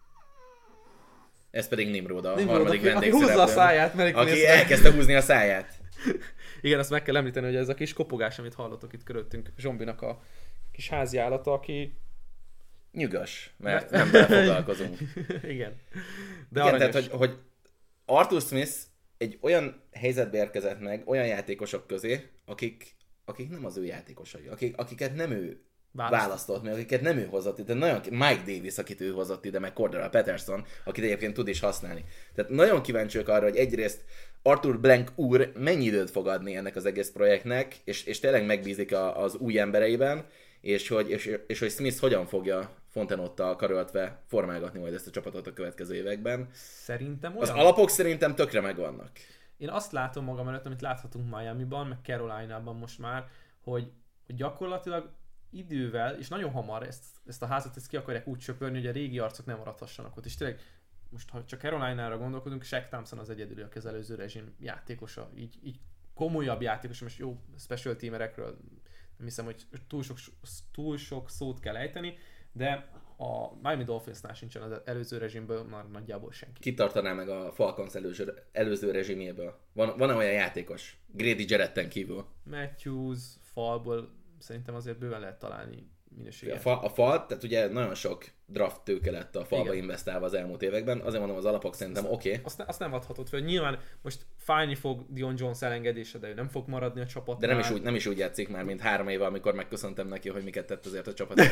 Ez pedig Nimrod, a Nimrod, harmadik aki- aki vendégszereplő. húzza a száját, Malik Aki Willisnek. elkezdte húzni a száját. Igen, azt meg kell említeni, hogy ez a kis kopogás, amit hallottok itt körülöttünk, Zsombinak a kis házi állata, aki... Nyugas, mert nem vele foglalkozunk. Igen. De Igen, aranyos. tehát, hogy, hogy Arthur Smith egy olyan helyzetbe érkezett meg, olyan játékosok közé, akik, akik nem az ő játékosai, akik, akiket nem ő Választott. választott, meg akiket nem ő hozott ide. Nagyon, Mike Davis, akit ő hozott ide, meg Cordero Patterson, akit egyébként tud is használni. Tehát nagyon kíváncsiak arra, hogy egyrészt Arthur Blank úr mennyi időt fog adni ennek az egész projektnek, és, és tényleg megbízik a, az új embereiben, és hogy, és, és hogy Smith hogyan fogja Fontenottal karöltve formálgatni majd ezt a csapatot a következő években. Szerintem Az olyan... alapok szerintem tökre megvannak. Én azt látom magam előtt, amit láthatunk Miami-ban, meg Caroline-ban most már, hogy, hogy gyakorlatilag idővel, és nagyon hamar ezt, ezt a házat ezt ki akarják úgy söpörni, hogy a régi arcok nem maradhassanak ott. És tényleg, most ha csak Caroline-ra gondolkodunk, Shaq Thompson az egyedüli, aki az előző rezsim játékosa, így, így komolyabb játékosa, most jó special teamerekről nem hiszem, hogy túl sok, túl sok szót kell ejteni, de a Miami Dolphinsnál sincsen az előző rezsimből már nagyjából senki. Kitartaná meg a Falcons előző, előző rezsimjéből? Van, van olyan játékos? Grady Jarretten kívül. Matthews, falból szerintem azért bőven lehet találni minőséget. A, fa, a fal, tehát ugye nagyon sok draft tőke lett a falba Igen. investálva az elmúlt években, azért mondom, az alapok szerintem oké. Okay. Azt, ne, azt nem adhatod fel. Nyilván most fájni fog Dion Jones elengedése, de ő nem fog maradni a csapatnál. De nem is, úgy, nem is úgy játszik már, mint három éve, amikor megköszöntem neki, hogy miket tett azért a csapat.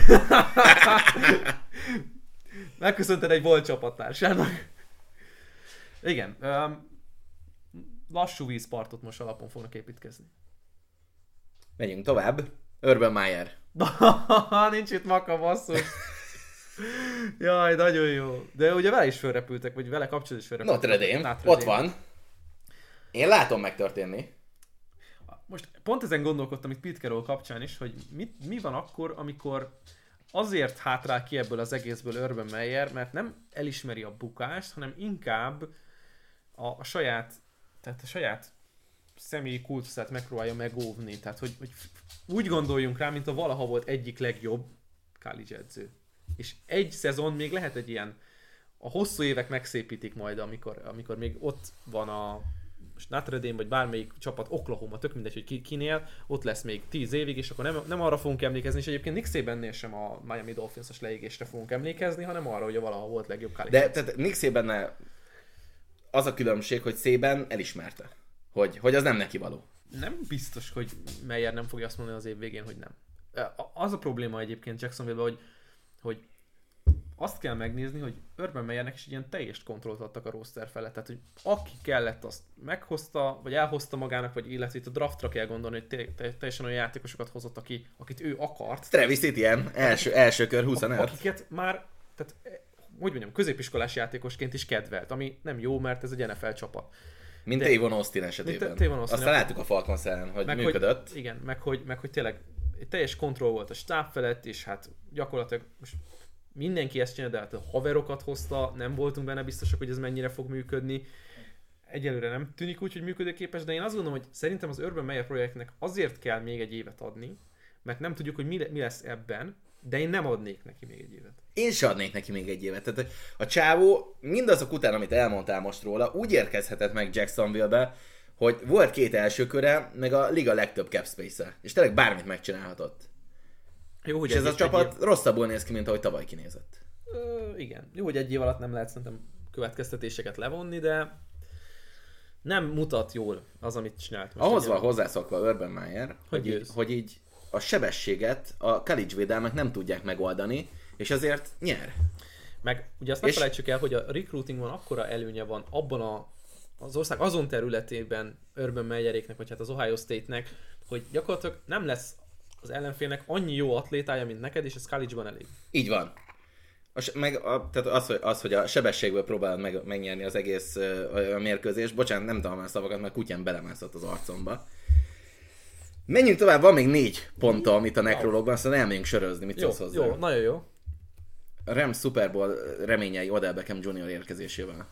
Megköszönted egy volt csapattársának. Igen. Um, lassú vízpartot most alapon fognak építkezni. Megyünk tovább. Urban Meyer. Nincs itt maka, basszus. Jaj, nagyon jó. De ugye vele is fölrepültek, vagy vele kapcsolatban is fölrepültek. Notre Dame. Notre Ott Dame. van. Én látom megtörténni. Most pont ezen gondolkodtam itt Pete Carroll kapcsán is, hogy mit, mi van akkor, amikor azért hátrál ki ebből az egészből Urban Meyer, mert nem elismeri a bukást, hanem inkább a, a saját, tehát a saját személyi kultuszát megpróbálja megóvni. Tehát, hogy, hogy úgy gondoljunk rá, mint a valaha volt egyik legjobb college edző. És egy szezon még lehet egy ilyen, a hosszú évek megszépítik majd, amikor, amikor még ott van a Notre Dame, vagy bármelyik csapat, Oklahoma, tök mindegy, hogy ki, kinél, ott lesz még tíz évig, és akkor nem, nem arra fogunk emlékezni, és egyébként Nick Sabannél sem a Miami Dolphins-os leégésre fogunk emlékezni, hanem arra, hogy a valaha volt legjobb college De edző. tehát Nick Sabannel az a különbség, hogy Saban elismerte, hogy, hogy az nem neki való. Nem biztos, hogy Meyer nem fogja azt mondani az év végén, hogy nem. Az a probléma egyébként Jacksonville-ben, hogy, hogy azt kell megnézni, hogy Urban Meyernek is ilyen teljes kontrollt adtak a roster felett. Tehát, hogy aki kellett, azt meghozta, vagy elhozta magának, vagy illetve itt a draftra kell gondolni, hogy te, te, teljesen olyan játékosokat hozott, aki, akit ő akart. Travis Etienne, első, első kör huszonöt. Akiket már, tehát hogy mondjam, középiskolás játékosként is kedvelt, ami nem jó, mert ez egy en ef el csapat. Mint Tavon Austin esetében. Mint Tavon Austin. Aztán láttuk a Falcons ellen, hogy meg működött. Hogy, igen, meg hogy, meg hogy tényleg egy teljes kontroll volt a stáb felett, és hát gyakorlatilag most mindenki ezt csinál, de hát a haverokat hozta, nem voltunk benne biztosak, hogy ez mennyire fog működni. Egyelőre nem tűnik úgy, hogy működőképes, de én azt gondolom, hogy szerintem az Urban Meyer projektnek azért kell még egy évet adni, mert nem tudjuk, hogy mi, le, mi lesz ebben, de én nem adnék neki még egy évet. Én se adnék neki még egy évet. Tehát a csávó mindazok után, amit elmondtál most róla, úgy érkezhetett meg Jacksonville-be, hogy volt két első köre, meg a liga legtöbb cap space-e. És tényleg bármit megcsinálhatott. Jó, hogy és ez a csapat év... rosszabbul néz ki, mint ahogy tavaly kinézett. Ö, igen. Jó, hogy egy év alatt nem lehet szerintem következtetéseket levonni, de nem mutat jól az, amit csinált. Most ahhoz van hozzászokva Urban Meyer, hogy, hogy, így, hogy így a sebességet a college védelmek nem tudják megoldani, és azért nyer. Meg ugye azt ne és... felejtsük el, hogy a recruitingban akkora előnye van abban a, az ország azon területében Urban Meyeréknek, vagy hát az Ohio State-nek, hogy gyakorlatilag nem lesz az ellenfélnek annyi jó atlétája, mint neked, és ez college-ban elég. Így van. A, meg a, tehát az, hogy, az, hogy a sebességből próbálod meg, megnyerni az egész uh, a mérkőzést, bocsánat, nem tudom a szavakat, mert kutyán belemászott az arcomba. Menjünk tovább, van még négy ponttal, amit a nekrologban, aztán elmegyünk sörözni, mit szólsz hozzá? Jó, nagyon jó. A Rams Super Bowl reményei Odell Beckham junior érkezésével.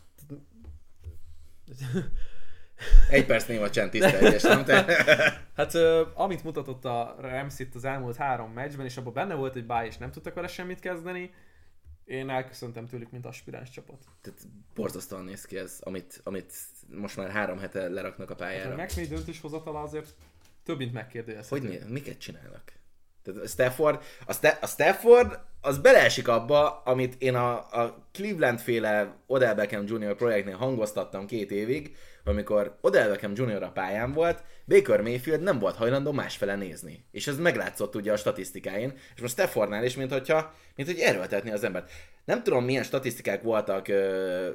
Egy perc néma csend, tisztelés, nem te? Hát ö, amit mutatott a Rams itt az elmúlt három meccsben, és abban benne volt egy bye, és nem tudtak vele semmit kezdeni, én elköszöntem tőlük, mint aspiráns csapat. Tehát borzasztóan néz ki ez, amit, amit most már három hete leraknak a pályára. Hát a McVay döntéshozatala azért több, mint megkérdőjelezhető. Hogy mi, miket csinálnak? Tehát a Stafford, a, Sta- a Stafford az beleesik abba, amit én a, a Cleveland féle Odell Beckham junior projektnél hangoztattam két évig, amikor Odell Beckham junior a pályán volt, Baker Mayfield nem volt hajlandó másfele nézni. És ez meglátszott ugye a statisztikáin, és most Staffordnál is, mint hogyha, mint hogy erőltetni az embert. Nem tudom, milyen statisztikák voltak ö,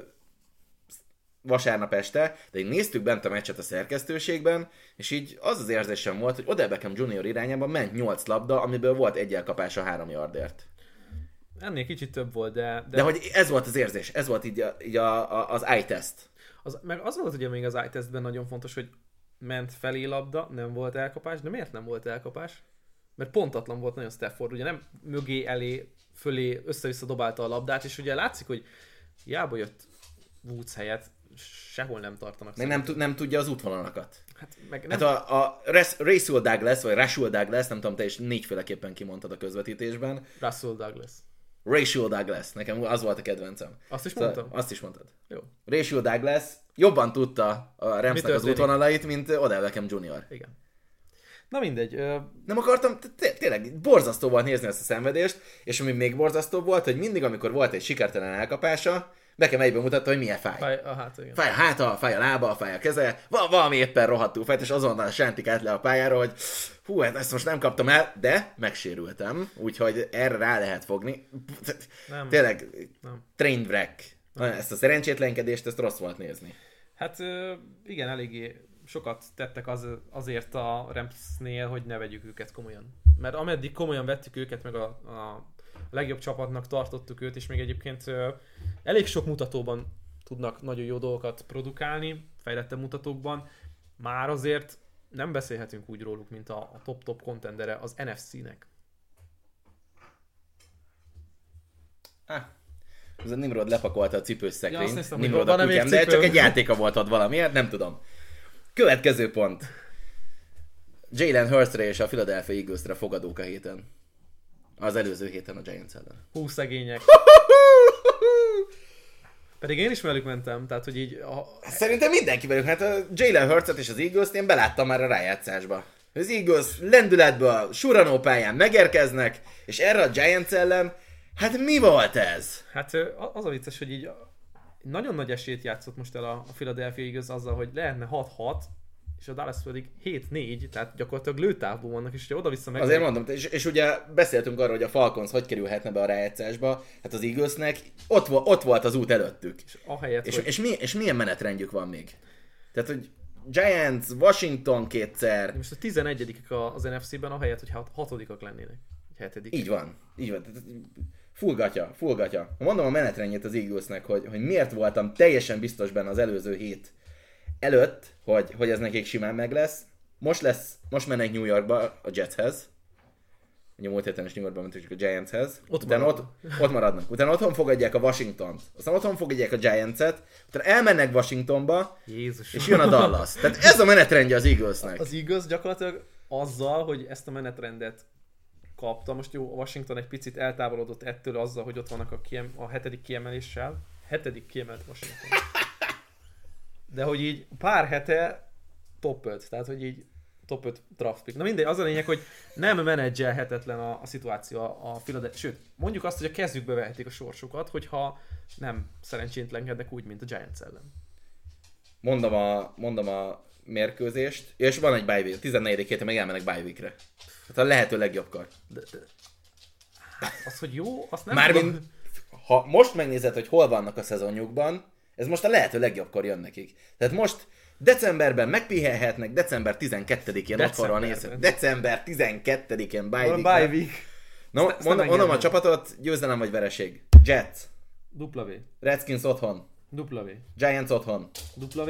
vasárnap este, de így néztük bent a meccset a szerkesztőségben, és így az az érzésem volt, hogy Odell Beckham junior irányában ment nyolc labda, amiből volt egy elkapás a három yardért. Ennél kicsit több volt, de... De, de hogy ez volt az érzés, ez volt így, a, így a, a, az eye test. Az, meg az volt ugye még az eye testben nagyon fontos, hogy ment felé labda, nem volt elkapás, de miért nem volt elkapás? Mert pontatlan volt nagyon Stafford, ugye nem mögé, elé, fölé, össze-vissza dobálta a labdát, és ugye látszik, hogy hiába jött Woods helyett, sehol nem tartanak. Meg nem, nem tudja az útvonalakat. Hát, meg nem... hát a, a Rasul Douglas, vagy Rasul Douglas, nem tudom, te is négyféleképpen kimondtad a közvetítésben. Russell Douglas. Rasul Douglas, nekem az volt a kedvencem. Azt is mondtam? Szóval azt is mondtad. Jó. Rasul Douglas jobban tudta a Ramsnek az útvonalait, mint Odell Beckham junior Igen. Na mindegy. Ö... Nem akartam, tényleg borzasztó volt nézni ezt a szenvedést, és ami még borzasztóbb volt, hogy mindig, amikor volt egy sikertelen elkapása, Beckham egyben mutatta, hogy milyen fáj. Fáj a háta, igen. Fáj a háta, fáj a lába, fáj a keze, val- valami éppen rohadtul fájt, és azonnal sántik át le a pályára, hogy hú, ezt most nem kaptam el, de megsérültem, úgyhogy erre rá lehet fogni. Nem. Tényleg, nem. train wreck. Nem. Ezt a szerencsétlenkedést, ezt rossz volt nézni. Hát igen, eléggé sokat tettek az, azért a Ramsnél, hogy ne vegyük őket komolyan. Mert ameddig komolyan vettük őket, meg a, a legjobb csapatnak tartottuk őt, és még egyébként elég sok mutatóban tudnak nagyon jó dolgokat produkálni, fejlettebb mutatókban. Már azért nem beszélhetünk úgy róluk, mint a, a top-top contendere az en ef cé-nek. Ah. Ez a Nimrod lepakolta a cipős szekrényt. Ja, Nimrod a kutyám, de csak egy játéka volt ott valamiért, nem tudom. Következő pont. Jalen Hurtsre és a Philadelphia Eaglesre fogadók a héten. Az előző héten a Giants ellen. Hú, szegények. Pedig én is velük mentem, tehát hogy így... A... Szerintem mindenki velük, hát a Jalen Hurtset és az Eagles-t én beláttam már a rájátszásba. Az Eagles lendületből, suranó pályán megérkeznek, és erre a Giants ellen, hát mi volt ez? Hát az a vicces, hogy így nagyon nagy esélyt játszott most el a Philadelphia Eagles azzal, hogy lehetne hat hat, és a Dallas pedig hét négy, tehát gyakorlatilag lőtávban vannak, és ugye oda-vissza meg... Azért mondom, és, és ugye beszéltünk arról, hogy a Falcons hogy kerülhetne be a rájátszásba, hát az Eaglesnek ott, ott volt az út előttük. És, ahelyett, és, hogy... és, mi, és milyen menetrendjük van még? Tehát, hogy Giants, Washington kétszer... Most a tizenegyedikek az en ef cé-ben, ahelyett, hogy hat, hatodikak lennének. Hetedik. Így van, így van. Full gatya, full gatya. Mondom a menetrendjét az Eaglesnek, hogy, hogy miért voltam teljesen biztos benne az előző hét előtt, hogy, hogy ez nekik simán meg lesz. Most lesz, most mennek New Yorkba a Jetshez. Ugye múlt héten is New Yorkba mentünk a Giantshez. Ott utána ott, ott maradnak. Utána otthon fogadják a Washingtont. Aztán otthon fogadják a Giantset. Utána elmennek Washingtonba. Jézus. És jön a Dallas. Tehát ez a menetrendje az Eaglesnek. Az Eagles gyakorlatilag azzal, hogy ezt a menetrendet kapta, most jó, Washington egy picit eltávolodott ettől azzal, hogy ott vannak a, kiem, a hetedik kiemeléssel. Hetedik kiemelt Washington. De hogy így pár hete top öt, tehát hogy így top öt draft pick. Na mindegy, az a lényeg, hogy nem menedzselhetetlen a, a szituáció a Philadelphia. Sőt, mondjuk azt, hogy a kezükbe vehetik a sorsukat, hogyha nem szerencsétlenkednek úgy, mint a Giants ellen. Mondom a, mondom a mérkőzést, és van egy bye week, a tizennegyedik héten meg elmennek bye weekre. Hát a lehető legjobb kar. De, de, hát az, hogy jó, azt nem Mármint, tudom. ha most megnézed, hogy hol vannak a szezonjukban, ez most a lehető legjobbkor jön nekik. Tehát most decemberben megpihenhetnek, december tizenkettedikén otthonról nézhet. december tizenkettedikén bye week. Bye week. No, Ezt- ezt mondom, nem mondom a engedem. csapatot, győzelem vagy vereség. Jets, W. Redskins otthon, W. Giants otthon. W.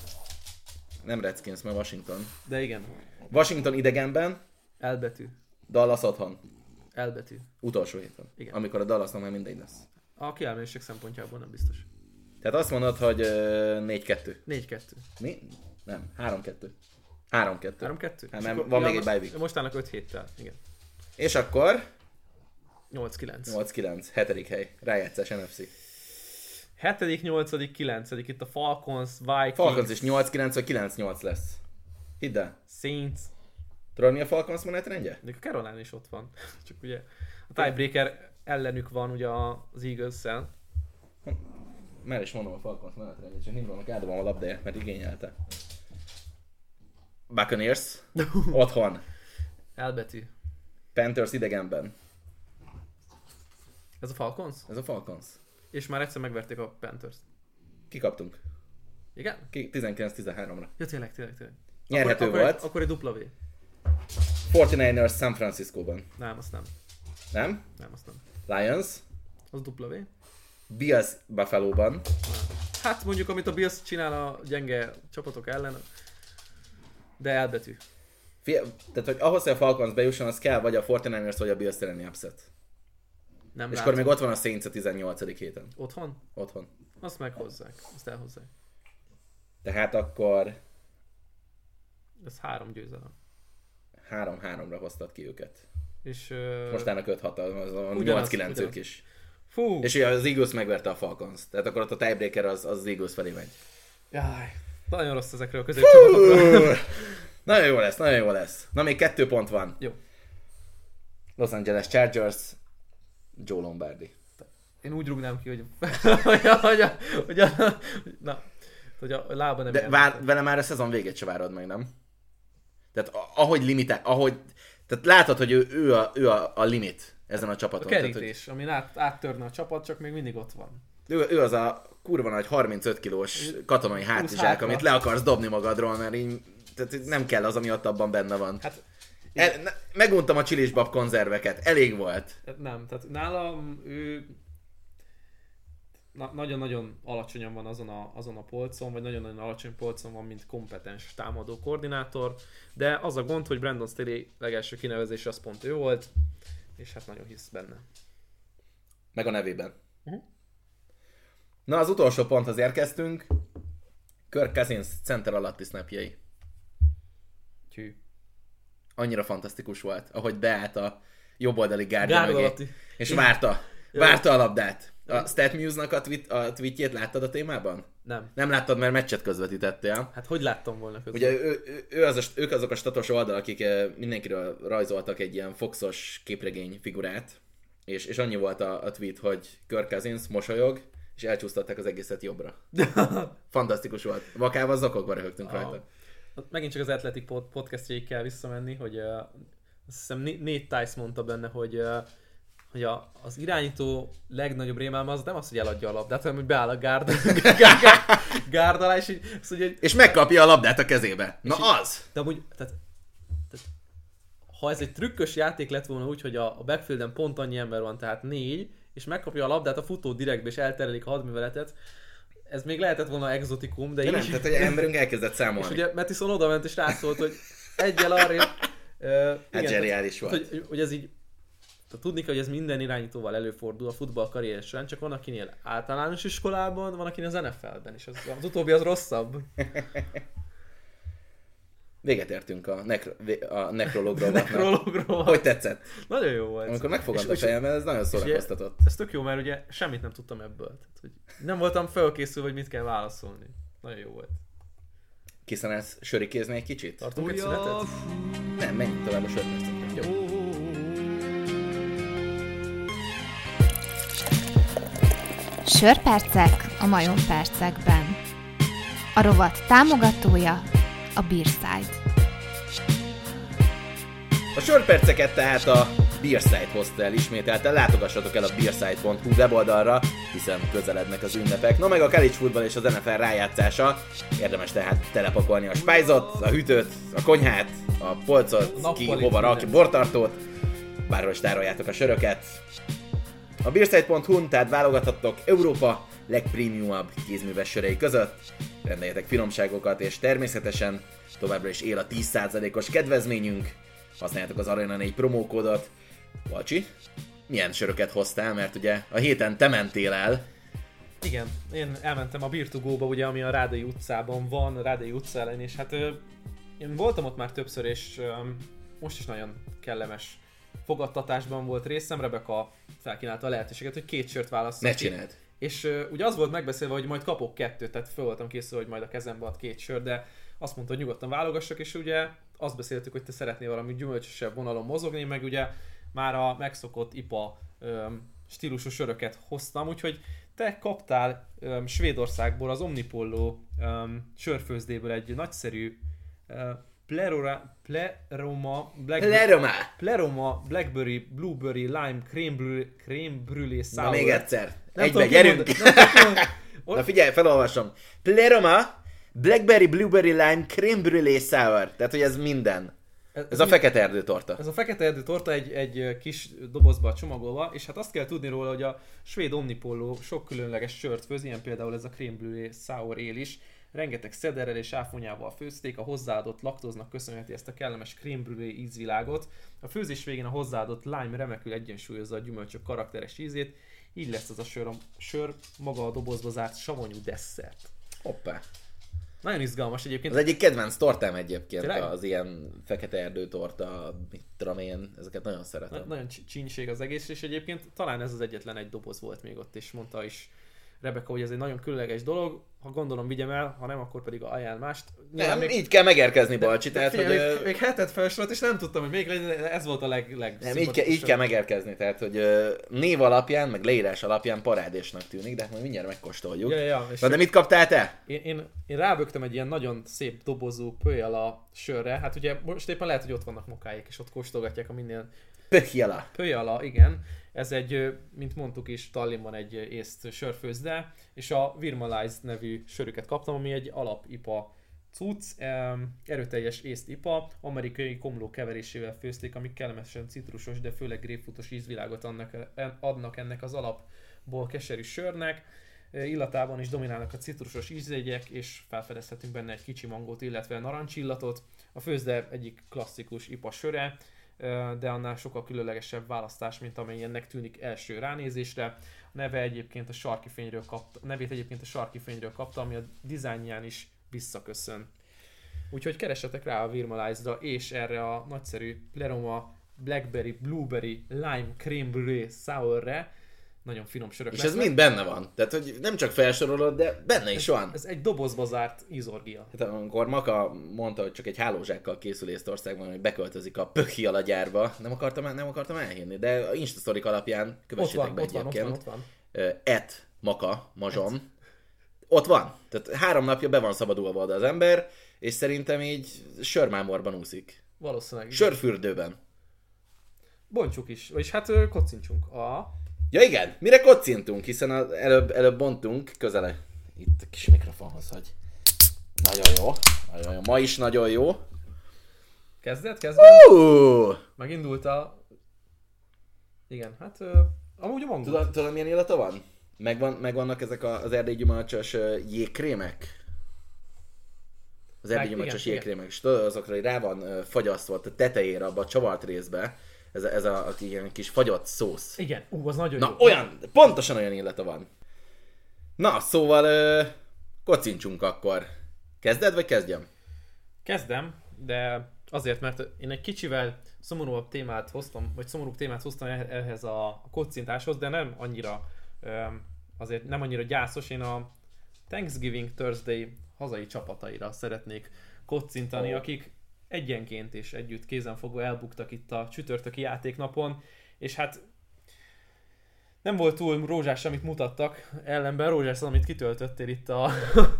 Nem Redskins, mert Washington. De igen. Washington idegenben, L betű. Dallas otthon. L betű. Utolsó héten. Igen. Amikor a Dallasnak már mindegy lesz. A kielmélések szempontjából nem biztos. Tehát azt mondod, hogy ö, négy kettő. négy kettő. Mi? Nem, három kettő. három kettő. három kettő? Hát És nem, akkor- van ja, még egy bye week. Most állnak öt héttel. Igen. És akkor nyolc kilenc. nyolc kilenc, hetedik hely. Rájátszás en ef cé. hetedik, nyolcadik, kilencedik Itt a Falcons, Vikings, Falcons is nyolc kilenc vagy kilenc nyolc lesz. Hidd el. Saints. Tudod mi a Falcons menetrendje? De a Carolina is ott van. Csak ugye a tiebreaker ellenük van ugye az Eagles-szel. Már is mondom a Falcons menetrendje, csak Nimrónak eldobom a labdáját, mert igényelte. Buccaneers. Otthon. Elbetű. Panthers idegenben. Ez a Falcons? Ez a Falcons. És már egyszer megverték a Panthers-t. Kikaptunk. Igen? Ki tizenkilenc tizenháromra. Ja, tényleg, tényleg, tényleg. Nyerhető akkor, volt. Akkor egy, akkor egy W. negyvenkilencesek San Franciscóban. Nem, azt nem. Nem? Nem, azt nem. Lions. Az W. Bills Buffalo-ban. Hát mondjuk, amit a Bills csinál a gyenge csapatok ellen, de elbetű. Fia, tehát, hogy ahhoz, hogy a Falcons bejusson, az kell vagy a negyvenkilencesek vagy a Bills elleni upset. Nem És látom. akkor még ott van a Saints a tizennyolcadik héten. Otthon? Otthon. Azt meghozzák. Azt elhozzák. Tehát akkor Ez három győzelem. három-háromra hoztad ki őket. És... Uh... Most állnak öt hat, az a Ugyanaz, nyolc kilenc ugyanaz. ők is. Fú! És ugye az Eagles megverte a Falcons. Tehát akkor ott a tiebreaker az, az, az Eagles felé megy. Jaj, nagyon rossz ezekről a középcsapatokról. Nagyon jó lesz, nagyon jó lesz. Na még kettő pont van. Jó. Los Angeles Chargers, Joe Lombardi. Én úgy rúgnám ki, hogy... hogy, a, hogy, a, hogy, a, na, hogy a lába nem De ilyen. vár, vele már a szezon végét se várod meg, nem? Tehát a- ahogy limitál, ahogy... Tehát látod, hogy ő, ő, a, ő a, a limit ezen a A csapaton. Tehát, hogy kerítés, amin át, áttörne a csapat, csak még mindig ott van. ő, ő az a kurva nagy harmincöt kilós katonai hátizsák, hátra. amit le akarsz dobni magadról, mert így, tehát nem kell az, ami ott abban benne van. Hát El, ne, meguntam a csilisbab konzerveket, elég volt. tehát nem, tehát nálam ő na, nagyon-nagyon alacsonyan van azon a, azon a polcon, vagy nagyon-nagyon alacsony polcon van, mint kompetens támadó koordinátor, de az a gond, hogy Brandon Staley legelső kinevezése az pont ő volt, és hát nagyon hisz benne. Meg a nevében. Uh-huh. Na, az utolsó ponthoz érkeztünk. Kirk Cousins center alatti snapjei. Tű. Annyira fantasztikus volt, ahogy beállt a jobboldali gárdja Gárda mögé, alatti. és Igen. várta, Jó. várta a labdát. A StatMuse-nak a, tweet, a tweetjét láttad a témában? Nem. Nem láttad, mert meccset közvetítettél. Hát hogy láttam volna közben? Ugye ő, ő, ő az a, ők azok a statos oldal, akik eh, mindenkiről rajzoltak egy ilyen foxos képregény figurát, és, és annyi volt a, a tweet, hogy Kirk Cousins mosolyog, és elcsúsztatták az egészet jobbra. Fantasztikus volt. Vakával zokogva röhögtünk rajta. Megint csak az Athletic pod- podcastjéig kell visszamenni, hogy uh, azt hiszem Nate Tice mondta benne, hogy, uh, hogy a, az irányító legnagyobb rémálma az nem az, hogy eladja a labdát, hanem hogy beáll a gárd, gárd alá, és így, azt mondja, hogy, És megkapja a labdát a kezébe. Na És így- az! de amúgy, tehát, tehát, ha ez egy trükkös játék lett volna úgy, hogy a, a backfielden pont annyi ember van, tehát négy, és megkapja a labdát a futó direktbe, és elterelik a hadműveletet. Ez még lehetett volna exotikum, de, de így... nem, tehát hogy emberünk elkezdett számolni. És ugye Mattison oda ment és rászólt, hogy egyel arrébb... Uh, hát zseniális volt. Hogy, hogy ez így... Tudni kell, hogy ez minden irányítóval előfordul a futball karrier során, csak van akinél általános iskolában, van akinél az en ef el-ben, és az, az utóbbi az rosszabb. Véget értünk a, nekro- a nekrologról. Nekrologról. Hogy tetszett? Nagyon jó volt. Amikor megfogad a fejemmel, ez nagyon szórakoztatott. Ez tök jó, mert ugye semmit nem tudtam ebből. Tehát, hogy nem voltam felkészülve, hogy mit kell válaszolni. Nagyon jó volt. Készen sörikézni egy kicsit? Tartunk egy szünetet? Nem, menjünk tovább a sörpercekre. Jó. Sörpercek a majompercekben. A rovat támogatója a Beerside. A sörperceket tehát a Beerside hozta el ismételten, látogassatok el a beerside pont hu weboldalra, hiszen közelednek az ünnepek. No meg a college football és az en ef el rájátszása, érdemes tehát telepakolni a spájzot, a hűtőt, a konyhát, a polcot, a ki hova rakj, bortartót, bárhol is tároljátok a söröket. A beerside pont hu-n tehát válogathattok Európa legprémiumabb kézműves sörei között, rendeljetek finomságokat, és természetesen továbbra is él a tíz százalékos kedvezményünk, használjátok az Arena négy promókódot. Balcsi, milyen söröket hoztál, mert ugye a héten te mentél el. Igen, én elmentem a Beer to Go-ba, ugye, ami a Rádai utcában van, Rádai utca ellen, és hát ö, én voltam ott már többször, és ö, most is nagyon kellemes fogadtatásban volt részem. Rebecca felkínálta a lehetőséget, hogy két sört válasszak. Ne csináld! És uh, ugye az volt megbeszélve, hogy majd kapok kettőt, tehát föl voltam készülve, hogy majd a kezembe ad két sör, de azt mondta, hogy nyugodtan válogassak, és ugye azt beszéltük, hogy te szeretnél valami gyümölcsösebb vonalon mozogni, meg ugye már a megszokott i pé á um, stílusú söröket hoztam, úgyhogy te kaptál um, Svédországból az Omnipollo um, sörfőzdéből egy nagyszerű uh, Plerora, Pleroma, Blackberry, Pleroma! Pleroma, Blackberry, Blueberry, Lime, Crème Brûlée, Crème Brûlée Sour. Na még egyszer, Nem egybe, tudom gyerünk! kimondani. Na figyelj, felolvasom. Pleroma, Blackberry, Blueberry, Lime, Crème Brûlée Sour. Tehát, hogy ez minden. Ez, ez a fekete erdő torta. Ez a fekete erdő torta egy, egy kis dobozba csomagolva, és hát azt kell tudni róla, hogy a svéd Omnipollo sok különleges sört főz, ilyen például ez a Crème Brûlée Sour ale is. Rengeteg szederrel és áfonyával főzték, a hozzáadott laktóznak köszönheti ezt a kellemes crème brûlée ízvilágot. A főzés végén a hozzáadott lime remekül egyensúlyozza a gyümölcsök karakteres ízét, így lesz ez a sör, a sör maga a dobozba zárt savanyú desszert. Hoppá. Nagyon izgalmas egyébként. Az egyik kedvenc tortám egyébként, Tényleg? az ilyen fekete erdő torta, mit tudom én, ezeket nagyon szeretem. Na, nagyon csínség az egész, és egyébként talán ez az egyetlen egy doboz volt még ott, és mondta is Rebecca, hogy ez egy nagyon különleges dolog, ha gondolom vigyem el, ha nem, akkor pedig ajánl mást. Nem, még... így kell megérkezni, Balcsi, tehát, figyelj, hogy... Még, még hetet felsorolt, és nem tudtam, hogy még legyen, ez volt a leg, leg nem, így, kell, így kell megérkezni, tehát, hogy uh, név alapján, meg leírás alapján parádésnak tűnik, de hát majd mindjárt megkóstoljuk. Ja, ja, Na, de mit kaptál te? Én, én, én rábögtem egy ilyen nagyon szép dobozú Pöjjala sörre, hát ugye most éppen lehet, hogy ott vannak mokáik, és ott kóstolgatják a minden... Pöjjala. Pöjjala, igen. Ez egy, mint mondtuk is, Tallinnban egy észt sörfőzde, és a Virmalized nevű sörüket kaptam, ami egy alap i pé á cucc, erőteljes észt i pé á, amerikai komló keverésével főzték, amik kellemesen citrusos, de főleg grapefruitos ízvilágot adnak, adnak ennek az alapból keserű sörnek. Illatában is dominálnak a citrusos ízjegyek, és felfedezhetünk benne egy kicsi mangót, illetve narancsillatot. A főzde egyik klasszikus i pé á söre, de annál sokkal különlegesebb választás, mint amely ennek tűnik első ránézésre. A neve egyébként a sarki fényről kapta, a nevét egyébként a sarki fényről kapta, ami a dizájnján is visszaköszön. Úgyhogy keressetek rá a Virmalized-ra és erre a nagyszerű Pleroma Blackberry, Blueberry, Lime, Crème Brûlée Sour-re. Nagyon finom sörök és lesznek. ez mind benne van. Tehát, hogy nem csak felsorolod, de benne is ez, van. Ez egy dobozba zárt ízorgia. Hát amikor Maka mondta, hogy csak egy hálózsákkal készül Észtországban, hogy beköltözik a Pökhiala gyárba, nem akartam, nem akartam elhinni, de a Instastorik alapján kövessétek van, be ott van, egyébként. ott van, ott van. Et Maka, mazsom. Et. Ott van. Tehát három napja be van szabadulva oda az ember, és szerintem így sörmámorban úszik. Valószínűleg. Sörfürdőben. Bontsuk is, vagyis hát kocincsunk. A... Ja igen, mire kocintunk, hiszen az előbb, előbb bontunk, közele itt a kis mikrofonhoz, hogy nagyon jó, nagyon jó, ma is nagyon jó. Kezdett, kezdett? Uh! Megindult a... Igen, hát Amúgy a mango. Tudod, tudod milyen illata van? Megvan, megvannak ezek a, az erdélyi gyümölcsös uh, jégkrémek? Az erdélyi gyümölcsös jégkrémek. És tudod, azokra hogy rá van uh, fagyasztva a tetejére, abba a csavart részbe. Ez a, ez a, a ilyen kis fagyott szósz. Igen, ú, az nagyon Na, jó. olyan, pontosan olyan illata van. Na, szóval uh, kocincsunk akkor. Kezded, vagy kezdjem? Kezdem, de azért, mert én egy kicsivel szomorúbb témát hoztam, vagy szomorúbb témát hoztam ehhez a kocintáshoz, de nem annyira, azért nem annyira gyászos. Én a Thanksgiving Thursday hazai csapataira szeretnék kocintani, oh. akik egyenként és együtt kézenfogva elbuktak itt a csütörtöki játéknapon, és hát nem volt túl rózsás, amit mutattak, ellenben rózsás az, amit kitöltöttél itt a, a,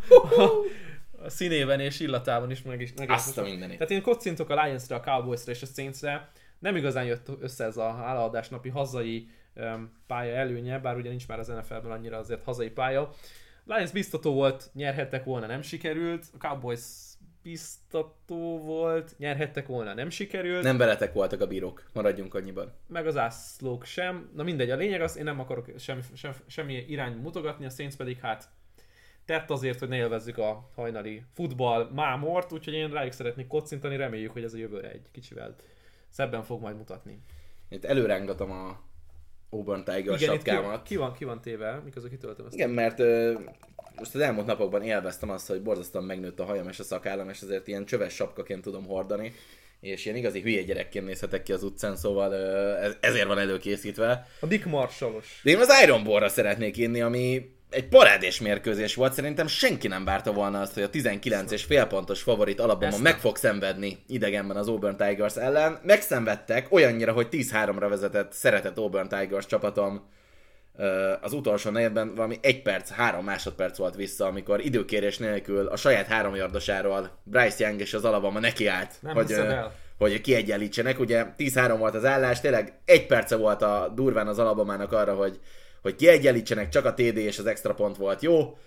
a színében és illatában is. Meg is meg Azt a mindenit. Tehát én kocintok a Lionsra, a Cowboysra és a Saintsre. Nem igazán jött össze ez a hálaadásnapi hazai um, pálya előnye, bár ugye nincs már az en ef el-ben annyira azért hazai pálya. Lions biztató volt, nyerhettek volna, nem sikerült. A Cowboys biztató volt, nyerhettek volna, nem sikerült. Nem veletek voltak a bírók, maradjunk annyiban. Meg az ászlók sem. Na mindegy, a lényeg az, én nem akarok semmi, sem, semmi irányba mutogatni, a Saints pedig hát tett azért, hogy ne élvezzük a hajnali futball mámort, úgyhogy én rájuk szeretnék kocintani, reméljük, hogy ez a jövőre egy kicsivel szebben fog majd mutatni. Itt előrángatom a Auburn Tiger sapkámat. Ki, ki, van, ki van téve, miközben kitöltöm ezt? Igen, mert uh, most az elmúlt napokban élveztem azt, hogy borzasztóan megnőtt a hajam és a szakállam, és ezért ilyen csöves sapkaként tudom hordani, és ilyen igazi hülye gyerekként nézhetek ki az utcán, szóval uh, ez, ezért van előkészítve. A Dick Marshallos. De én az Iron Bowl-ra szeretnék inni, ami egy parádés mérkőzés volt, szerintem senki nem várta volna azt, hogy a tizenkilenc és fél pontos favorit Alabama meg fog szenvedni idegenben az Auburn Tigers ellen. Megszenvedtek olyannyira, hogy tíz háromra vezetett szeretett Auburn Tigers csapatom az utolsó negyedben valami egy perc, három másodperc volt vissza, amikor időkérés nélkül a saját három yardosáról Bryce Young és az Alabama nekiállt, hogy, hogy kiegyenlítsenek. Ugye tíz három volt az állás, tényleg egy perce volt a durván az Alabamának arra, hogy hogy kiegyenlítsenek, csak a té dé és az extra pont volt jó.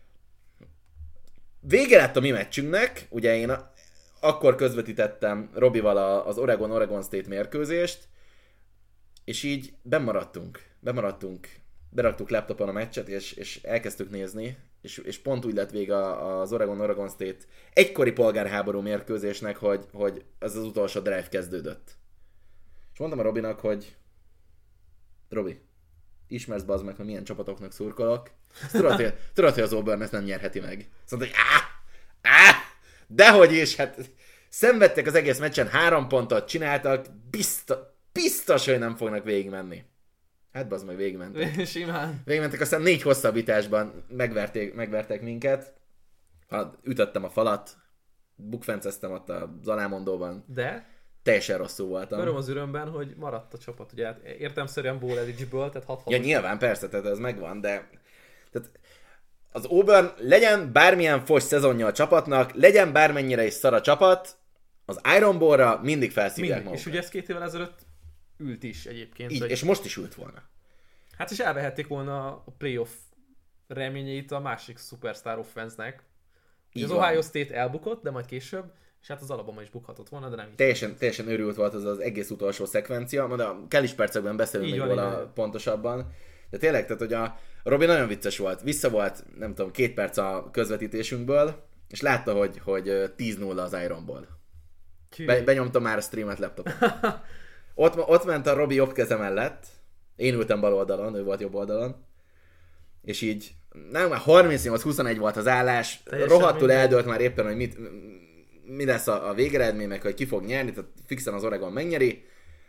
Vége lett a mi meccsünknek, ugye én a, akkor közvetítettem Robival a, az Oregon-Oregon State mérkőzést, és így bemaradtunk, bemaradtunk, beraktuk laptopon a meccset, és, és elkezdtük nézni, és, és pont úgy lett vége az Oregon-Oregon State egykori polgárháború mérkőzésnek, hogy, hogy ez az utolsó drive kezdődött. És mondtam a Robinak, hogy Robi, ismersz bazd meg, hogy milyen csapatoknak szurkolok. Tudod, hogy, tudod, hogy az Auburn ezt nem nyerheti meg. Szóval, hogy áh, áh, dehogy is, hát szenvedtek az egész meccsen, három pontot csináltak, biztos, biztos, hogy nem fognak végigmenni. Hát bazd meg, végigmentek. Simán. Végigmentek, aztán négy hosszabbításban megverték, megvertek minket. Ütöttem a falat, bukfenceztem ott az alámondóban. De? Teljesen rosszul voltam. Öröm az örömben, hogy maradt a csapat, ugye hát értelemszerűen bowl eligible, tehát hat Ja, nyilván, persze, tehát ez megvan, de tehát az Auburn legyen bármilyen fos szezonja a csapatnak, legyen bármennyire is szar a csapat, az Iron Bowl-ra mindig felszívják magukat. És ugye ez két évvel ezelőtt ült is egyébként. Így, hogy... és most is ült volna. Hát és elvehették volna a playoff reményeit a másik superstar offense-nek. Az Ohio State elbukott, de majd később, és hát az Alabama is bukhatott volna, de nem így. Teljesen, teljesen őrült volt az az egész utolsó szekvencia, de a kellis percekben beszélünk még róla pontosabban. De tényleg, tehát hogy a Robi nagyon vicces volt. Vissza volt, nem tudom, két perc a közvetítésünkből, és látta, hogy, hogy tíz nulla az Ironból. Be, benyomta már a streamet laptopon. ott, ott ment a Robi jobb keze mellett, én ültem bal oldalon, ő volt jobb oldalon, és így, nem, már harmincnyolc huszonegy volt az állás, teljesen rohadtul minden. Eldőlt már éppen, hogy mit, mi lesz a, a végeredmény, meg hogy ki fog nyerni, tehát fixen az Oregon megnyeri,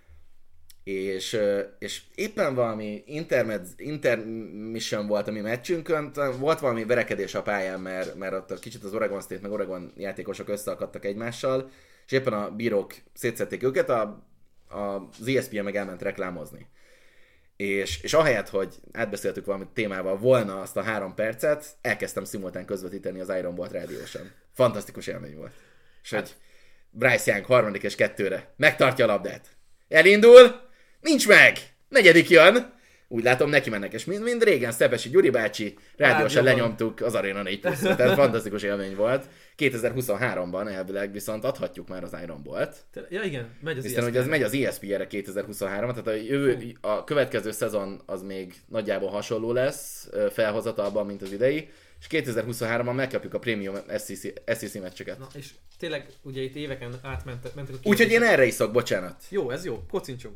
és, és éppen valami intermed, intermission volt a mi meccsünkön, volt valami verekedés a pályán, mert, mert ott kicsit az Oregon State meg Oregon játékosok összeakadtak egymással, és éppen a bírók szétszették őket, a, a, az é es pé en meg elment reklámozni. És, és ahelyett, hogy átbeszéltük valami témával volna azt a három percet, elkezdtem szimultán közvetíteni az Iron Bowl rádiósan. Fantasztikus élmény volt. És hát. Hogy Bryce Young harmadik és kettőre megtartja a labdát. Elindul, nincs meg! Negyedik jön, úgy látom, neki mennek, és mind, mind régen Szepesi Gyuri bácsi rádiósan lenyomtuk az Arena négy pluszra, tehát fantasztikus élmény volt. kétezer-huszonháromban elvileg viszont adhatjuk már az Iron Bolt. Ja igen, megy az Hiszen, hogy az megy az E S P N-re kétezer-huszonháromban, tehát a, jövő, a következő szezon az még nagyjából hasonló lesz felhozatalban, mint az idei, és kétezer-huszonháromban megkapjuk a Premium S E C, S E C meccseket. Na, és tényleg ugye itt éveken átmentek mentek a Úgyhogy én erre iszok, bocsánat. Jó, ez jó, kocincsunk.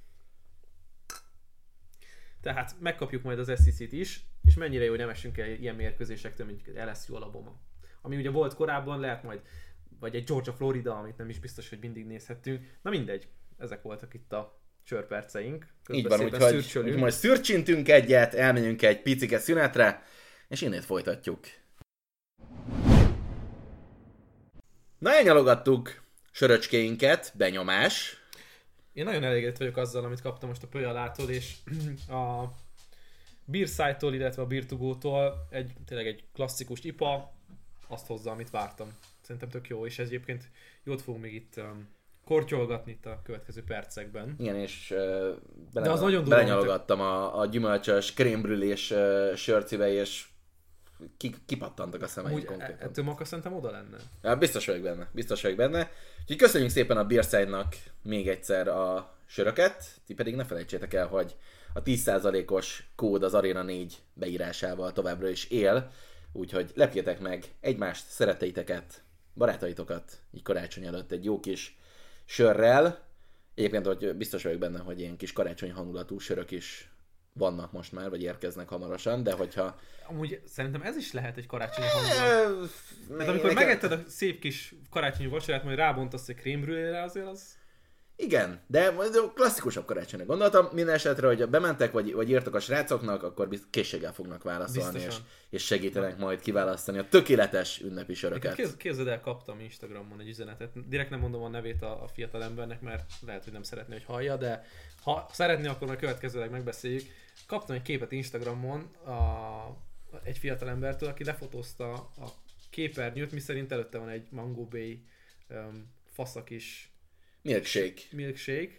Tehát megkapjuk majd az S E C-t is, és mennyire jó, hogy nem esünk el ilyen mérkőzésektől, mint egy L S U Alabama. Ami ugye volt korábban, lehet majd, vagy egy Georgia Florida, amit nem is biztos, hogy mindig nézhettünk. Na mindegy, ezek voltak itt a csörperceink. Így van, úgyhogy úgy majd szürcsintünk egyet, elmegyünk egy picike szünetre, és innét folytatjuk. Na, elnyalogattuk söröcskéinket, benyomás. Én nagyon elégedett vagyok azzal, amit kaptam most a Pölyalától, és a Beerside-tól, illetve a Beer to Go-tól egy, tényleg egy klasszikus I P A, azt hozza, amit vártam. Szerintem tök jó, és ez egyébként jót fogunk még itt um, kortyolgatni itt a következő percekben. Igen, és uh, bele, De az nagyon belenyalogattam a, a gyümölcsös krémbrülés uh, sörcibe, és ki, kipattantak a szemeim Úgy, konkrétan. Ettől maka szerintem oda lenne. Ja, biztos vagyok benne, biztos vagyok benne. Úgyhogy köszönjük szépen a Beerside-nak még egyszer a söröket, ti pedig ne felejtsétek el, hogy a tíz százalékos kód az Arena négy beírásával továbbra is él, úgyhogy lepjétek meg egymást, szeretteiteket, barátaitokat így karácsony előtt egy jó kis sörrel. Egyébként hogy biztos vagyok benne, hogy ilyen kis karácsony hangulatú sörök is vannak most már, vagy érkeznek hamarosan, de hogyha... Amúgy szerintem ez is lehet egy karácsonyi hangulat. Tehát amikor nekem... megetted a szép kis karácsonyi vacsorát, majd rábontasz egy krémbrülére, azért az... Igen, de klasszikusabb karácsonyra gondoltam. Minden esetre, hogy bementek, vagy, vagy írtak a srácoknak, akkor készséggel fognak válaszolni, és, és segítenek majd kiválasztani a tökéletes ünnepi söröket. Képz, képzeld el, kaptam Instagramon egy üzenetet. Direkt nem mondom a nevét a, a fiatal embernek, mert lehet, hogy nem szeretné, hogy hallja, de ha szeretné, akkor majd következőleg megbeszéljük. Kaptam egy képet Instagramon a, egy fiatal embertől, aki lefotózta a képernyőt, miszerint előtte van egy Mango Bay um, faszakis milkshake. Milkshake.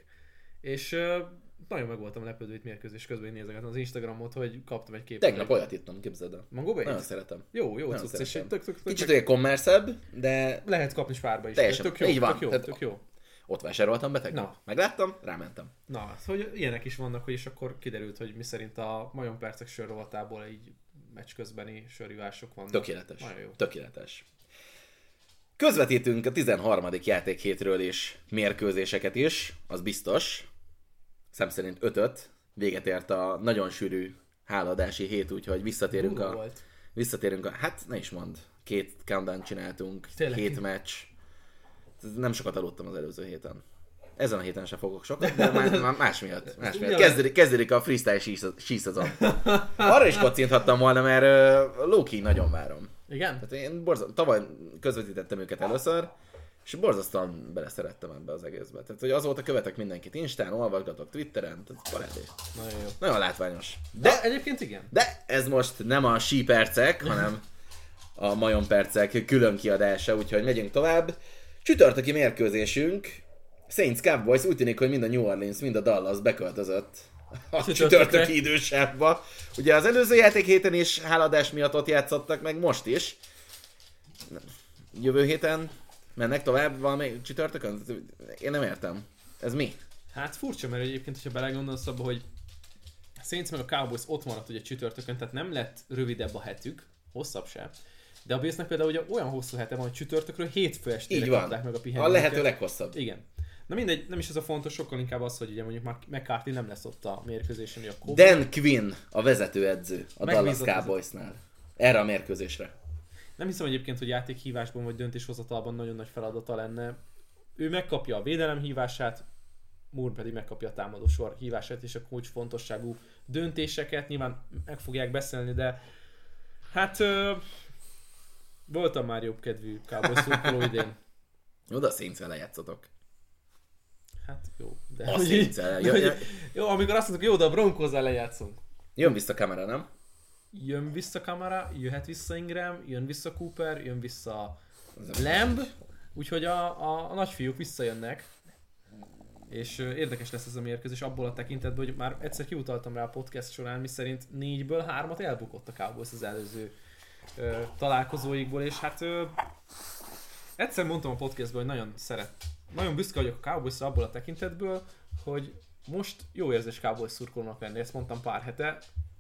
És uh, nagyon meg voltam lepődve itt mérkőzés közben, én nézegettem az Instagramot, hogy kaptam egy képet. Tegnap olyat ittam, képzeld el. Mango Bay? Nagyon szeretem. Jó, jó cucc, és tök, tök, tök, kicsit olyan commerce-ebb, de... lehet kapni spárba is. Teljesen, tök jó, így van. Tök jó, Tehát tök jó. Ott vásároltam be tegnap. Na. Megláttam, rámentem. Na, szóval ilyenek is vannak, hogy és akkor kiderült, hogy mi szerint a Majom Percek sörrovatából így meccs közbeni sörivások vannak. Tökéletes. Nagyon jó. Tökéletes. Közvetítünk a tizenharmadik játékhétről is mérkőzéseket is, az biztos. Szem szerint ötöt. Véget ért a nagyon sűrű háladási hét, úgyhogy visszatérünk Húra a... volt. Visszatérünk a... Hát ne is mondd. Két countdown csináltunk, Tényleg? hét meccs. Nem sokat aludtam az előző héten. Ezen a héten sem fogok sokat, de más, más miatt. Más miatt. Kezdődik, kezdődik a freestyle síszezon. Arra is kocinthattam volna, mert uh, low-key nagyon várom. Igen? Tehát én borza... tavaly közvetítettem őket először, és borzasztóan beleszerettem ebbe az egészbe. Tehát, hogy azóta követek mindenkit Instán, olvasgatok Twitteren, tehát parádé. Nagyon jó. Nagyon látványos. De, de egyébként igen. De ez most nem a sí percek, hanem a majom percek külön kiadása, úgyhogy megyünk tovább. Csütörtöki mérkőzésünk, Saints Cowboys, úgy tűnik, hogy mind a New Orleans, mind a Dallas beköltözött a csütörtöki idősávba. Ugye az előző játék héten is háladás miatt ott játszottak, meg most is. Jövő héten mennek tovább valami csütörtökön? Én nem értem. Ez mi? Hát furcsa, mert egyébként, hogyha belegondolsz abba, hogy a Saints meg a Cowboys ott maradt ugye csütörtökön, tehát nem lett rövidebb a hetük, hosszabb sem. De a Billsnek például ugye olyan hosszú hete van, hogy csütörtökről hétfő estére kapták meg a pihenőket. A lehető leghosszabb. Igen. Na mindegy, nem is ez a fontos, sokkal inkább az, hogy ugye mondjuk McCarthy nem lesz ott a mérkőzésen, a Kobe. Dan Quinn a vezetőedző a Dallas Cowboysnál. Erre a mérkőzésre. Nem hiszem egyébként, hogy játékhívásban vagy döntéshozatalban nagyon nagy feladata lenne. Ő megkapja a védelem hívását, Moore pedig megkapja a támadósor hívását és a kulcs fontosságú döntéseket. Nyilván meg fogják beszélni, de hát ö, voltam már jobb kedvű Cowboys szurkoló idén. Jó, de a Saints-vel lejátszotok. Hát jó, de... A Saints-vel. Jó, jó, jó, amikor azt mondtuk, jó, de a Broncos-zel lejátszunk. Jön vissza a kamera, nem? Jön vissza kamera, jöhet vissza Ingram, jön vissza Cooper, jön vissza Lamb, úgyhogy a, a, a nagyfiúk visszajönnek. És uh, érdekes lesz ez a mérkőzés abból a tekintetből, hogy már egyszer kiutaltam rá a podcast során, miszerint négyből hármat elbukott a Cowboys az előző uh, találkozóikból, és hát uh, egyszer mondtam a podcastből, hogy nagyon szeret, nagyon büszke vagyok a Cowboysra abból a tekintetből, hogy most jó érzés Cowboys szurkolónak lenni, ezt mondtam pár hete.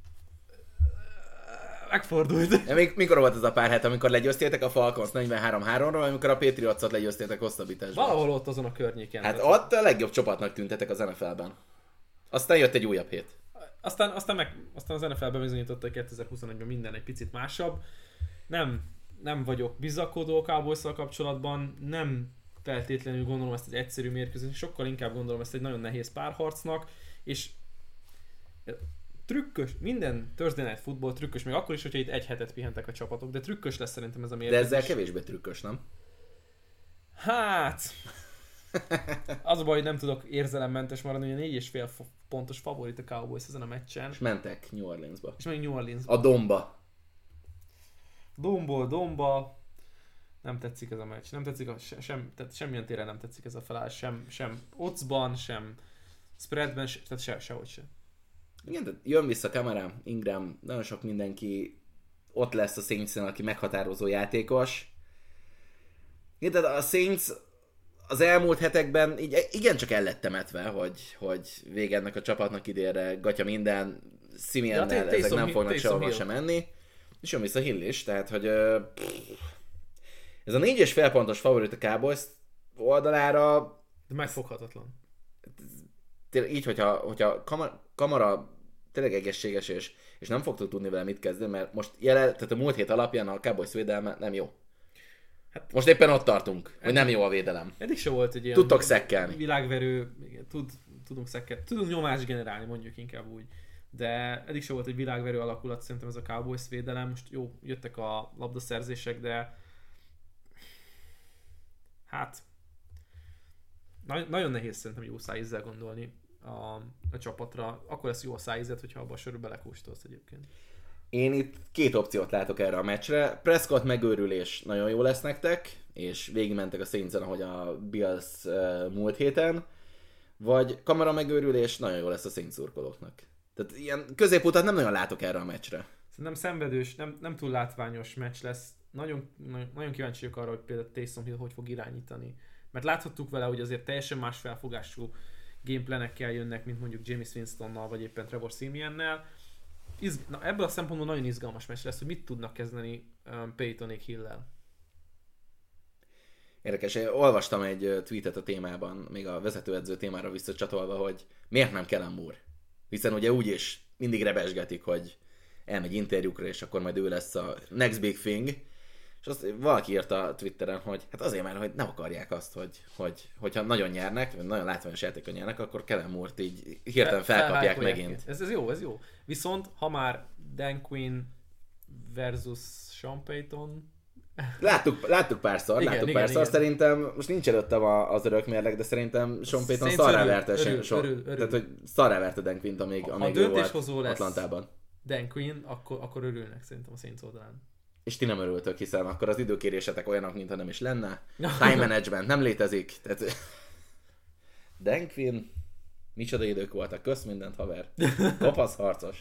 Megfordult. Ja, mikor volt az a pár hete, amikor legyőztétek a Falcons negyvenhárom háromról, amikor a Patriotsot legyőztétek hosszabbításban? Valahol ott azon a környéken. Hát ott a legjobb csapatnak tűntetek az en ef el-ben. Aztán jött egy újabb hét. Aztán, aztán, meg, aztán az en ef el bebizonyította, hogy kétezer-huszonegyben minden egy picit másabb. Nem, nem vagyok bizakodó a Cowboys-szal kapcsolatban, nem feltétlenül gondolom ezt egy egyszerű mérkőzést, sokkal inkább gondolom ezt egy nagyon nehéz párharcnak, és trükkös, minden Thursday Night Football trükkös, még akkor is, hogyha itt egy hetet pihentek a csapatok, de trükkös lesz szerintem ez a mérkőzés. De ezzel kevésbé trükkös, nem? Hát... Az a baj, hogy nem tudok érzelemmentes maradni, hogy a négy és fél pontos favorit a Cowboys ezen a meccsen. És mentek New Orleansba. És meg New Orleansba. A domba. Domból, domba. Nem tetszik ez a meccs. Nem tetszik, a, sem, tehát semmilyen téren nem tetszik ez a felállás. Sem, sem oddsban, sem spreadben, se, tehát se, sehogy sem. Igen, tehát jön vissza Kamara, Ingram, nagyon sok mindenki ott lesz a Saints-en, aki meghatározó játékos. Igen, tehát a Saints az elmúlt hetekben így igencsak el lett temetve, hogy, hogy vége ennek a csapatnak idénre, gatya minden, Simiannel ja, ezek nem fognak sehova sem menni. És jön vissza Hill is, tehát hogy pff, ez a négy és fél pontos favorit a Cowboys oldalára... De megfoghatatlan. Tényleg így, hogyha, hogyha Kamara, Kamara tényleg egészséges, és, és nem fogtok tudni vele mit kezdeni, mert most jelen, tehát a múlt hét alapján a Cowboys védelme nem jó. Hát, most éppen ott tartunk, hogy nem jó a védelem. Eddig se volt egy ilyen... Tudtok szekkelni. Világverő, igen, tud, tudunk szekkelni, tudunk nyomást generálni, mondjuk inkább úgy. De eddig se volt egy világverő alakulat szerintem ez a Cowboys védelem. Most jó, jöttek a labdaszerzések, de hát na- nagyon nehéz szerintem jó szájízzel gondolni a, a csapatra. Akkor lesz jó a szájízet, hogyha abba a sörbe belekóstolsz egyébként. Én itt két opciót látok erre a meccsre. Prescott megőrülés nagyon jó lesz nektek, és végigmentek a Saints-en, ahogy a Bills uh, múlt héten. Vagy Kamara megőrülés nagyon jó lesz a Saints szurkolóknak. Tehát ilyen középutat nem nagyon látok erre a meccsre. Szerintem szenvedős, nem, nem túl látványos meccs lesz. Nagyon, nagyon, nagyon kíváncsi vagyok arra, hogy például Taysom Hill hogy fog irányítani. Mert láthattuk vele, hogy azért teljesen más felfogású gameplanekkel jönnek, mint mondjuk Jameis Winstonnal, vagy éppen Trevor Siemiannel. Izg- Na, ebből a szempontból nagyon izgalmas meccs lesz, hogy mit tudnak kezdeni um, Peytonék Hill-lel. Érdekes, én olvastam egy tweetet a témában, még a vezetőedző témára visszacsatolva, hogy miért nem Kellen Moore? Hiszen ugye úgyis mindig rebesgetik, hogy elmegy interjúkra, és akkor majd ő lesz a next big thing. És azt valaki írta a Twitteren, hogy hát azért már, hogy nem akarják azt, hogy, hogy hogyha nagyon nyernek, vagy nagyon látványos játékon nyernek, akkor Kellen Moore-t így hirtelen felkapják Fel, megint. Ez, ez jó, ez jó. Viszont, ha már Dan Quinn versus Sean Payton... Láttuk, láttuk párszor, igen, láttuk igen, párszor. Igen. Szerintem, most nincs előttem az örök mérleg, de szerintem Sean Payton szarrá verte, örül, so, örül, örül. Tehát, hogy szarrá verte Dan Quinn-t, amíg, ha amíg ő volt Atlantában. Dan Quinn, akkor, akkor örülnek szerintem a Saints oldalán. És ti nem örültök, hiszen akkor az időkérésetek olyanok, mintha nem is lenne. Time management nem létezik. Tehát... Dan Quinn, micsoda idők voltak, kösz mindent, haver. Kopasz harcos.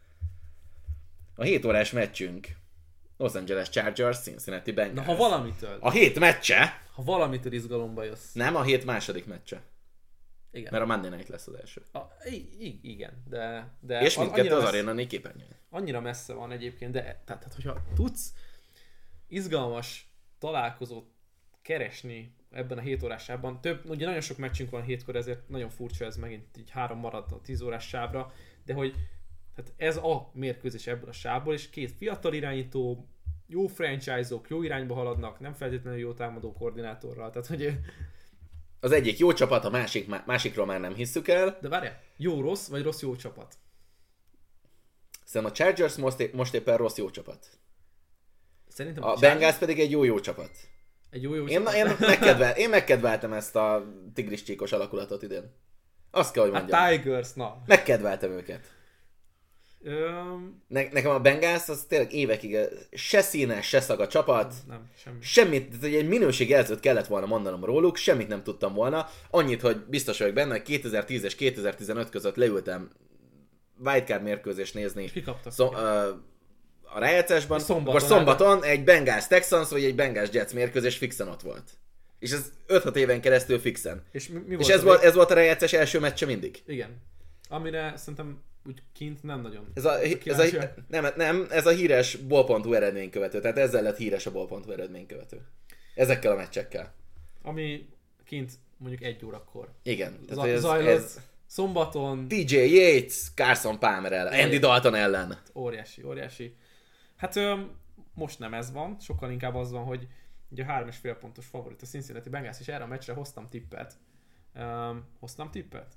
A hét órás meccsünk. Los Angeles Chargers, Cincinnati Bengals. Na, ha valamitől. A hét meccse. Ha valamitől izgalomba jössz. Nem, a hét második meccse. Igen. Mert a Monday Night lesz az első. A, i- igen, de... de és mindkettő az aréna képernyőn. Annyira messze van egyébként, de tehát, tehát hogyha tudsz izgalmas találkozót keresni ebben a hét órásában, több, ugye nagyon sok meccsünk van hétkor, ezért nagyon furcsa ez megint így három maradt a tíz órás sávra, de hogy tehát ez a mérkőzés ebből a sávból, és két fiatal irányító, jó franchise-ok, jó irányba haladnak, nem feltétlenül jó támadó koordinátorral, tehát hogy... Az egyik jó csapat, a másik, másikról már nem hisszük el. De várjál, jó-rossz, vagy rossz-jó csapat? Szerintem a Chargers most, most éppen rossz jó csapat. Szerintem a, a Bengals Chargers... pedig egy jó-jó csapat. Egy jó-jó én, csapat? Én, megkedvel, én megkedveltem ezt a tigris-csíkos alakulatot idén. Azt kell, hogy mondjam. A Tigers, na. Megkedveltem őket. Öm... Ne, nekem a Bengals az tényleg évekig se színes, se szaga csapat. Nem, semmi. Semmit, egy minőségi jelzőt kellett volna mondanom róluk, semmit nem tudtam volna. Annyit, hogy biztos vagyok benne, hogy kétezer-tíz és kétezer-tizenöt között leültem wildcard mérkőzést nézni. És kikaptak. Szom, uh, a rájátszásban, szombaton, akkor szombaton egy Bengals Texans vagy egy Bengals Jets mérkőzés fixen ott volt. És ez öt-hat éven keresztül fixen. És, mi, mi és volt ez, volt, ez volt a rájátszás első meccse mindig. Igen. Amire szerintem úgy kint nem nagyon. Ez a, ez a, nem, nem, ez a híres ball pont hu eredménykövető, tehát ezzel lett híres a ball pont hu eredménykövető. Ezekkel a meccsekkel. Ami kint mondjuk egy órakor. Igen. Z- ez, zajlott ez szombaton. té jé Yates, Carson Palmer ellen, Andy Dalton ellen. Óriási, óriási. Hát öm, most nem ez van, sokkal inkább az van, hogy ugye a három és fél pontos favorit a Cincinnati Bengals, és erre a meccsre hoztam tippet. Um, hoztam tippet?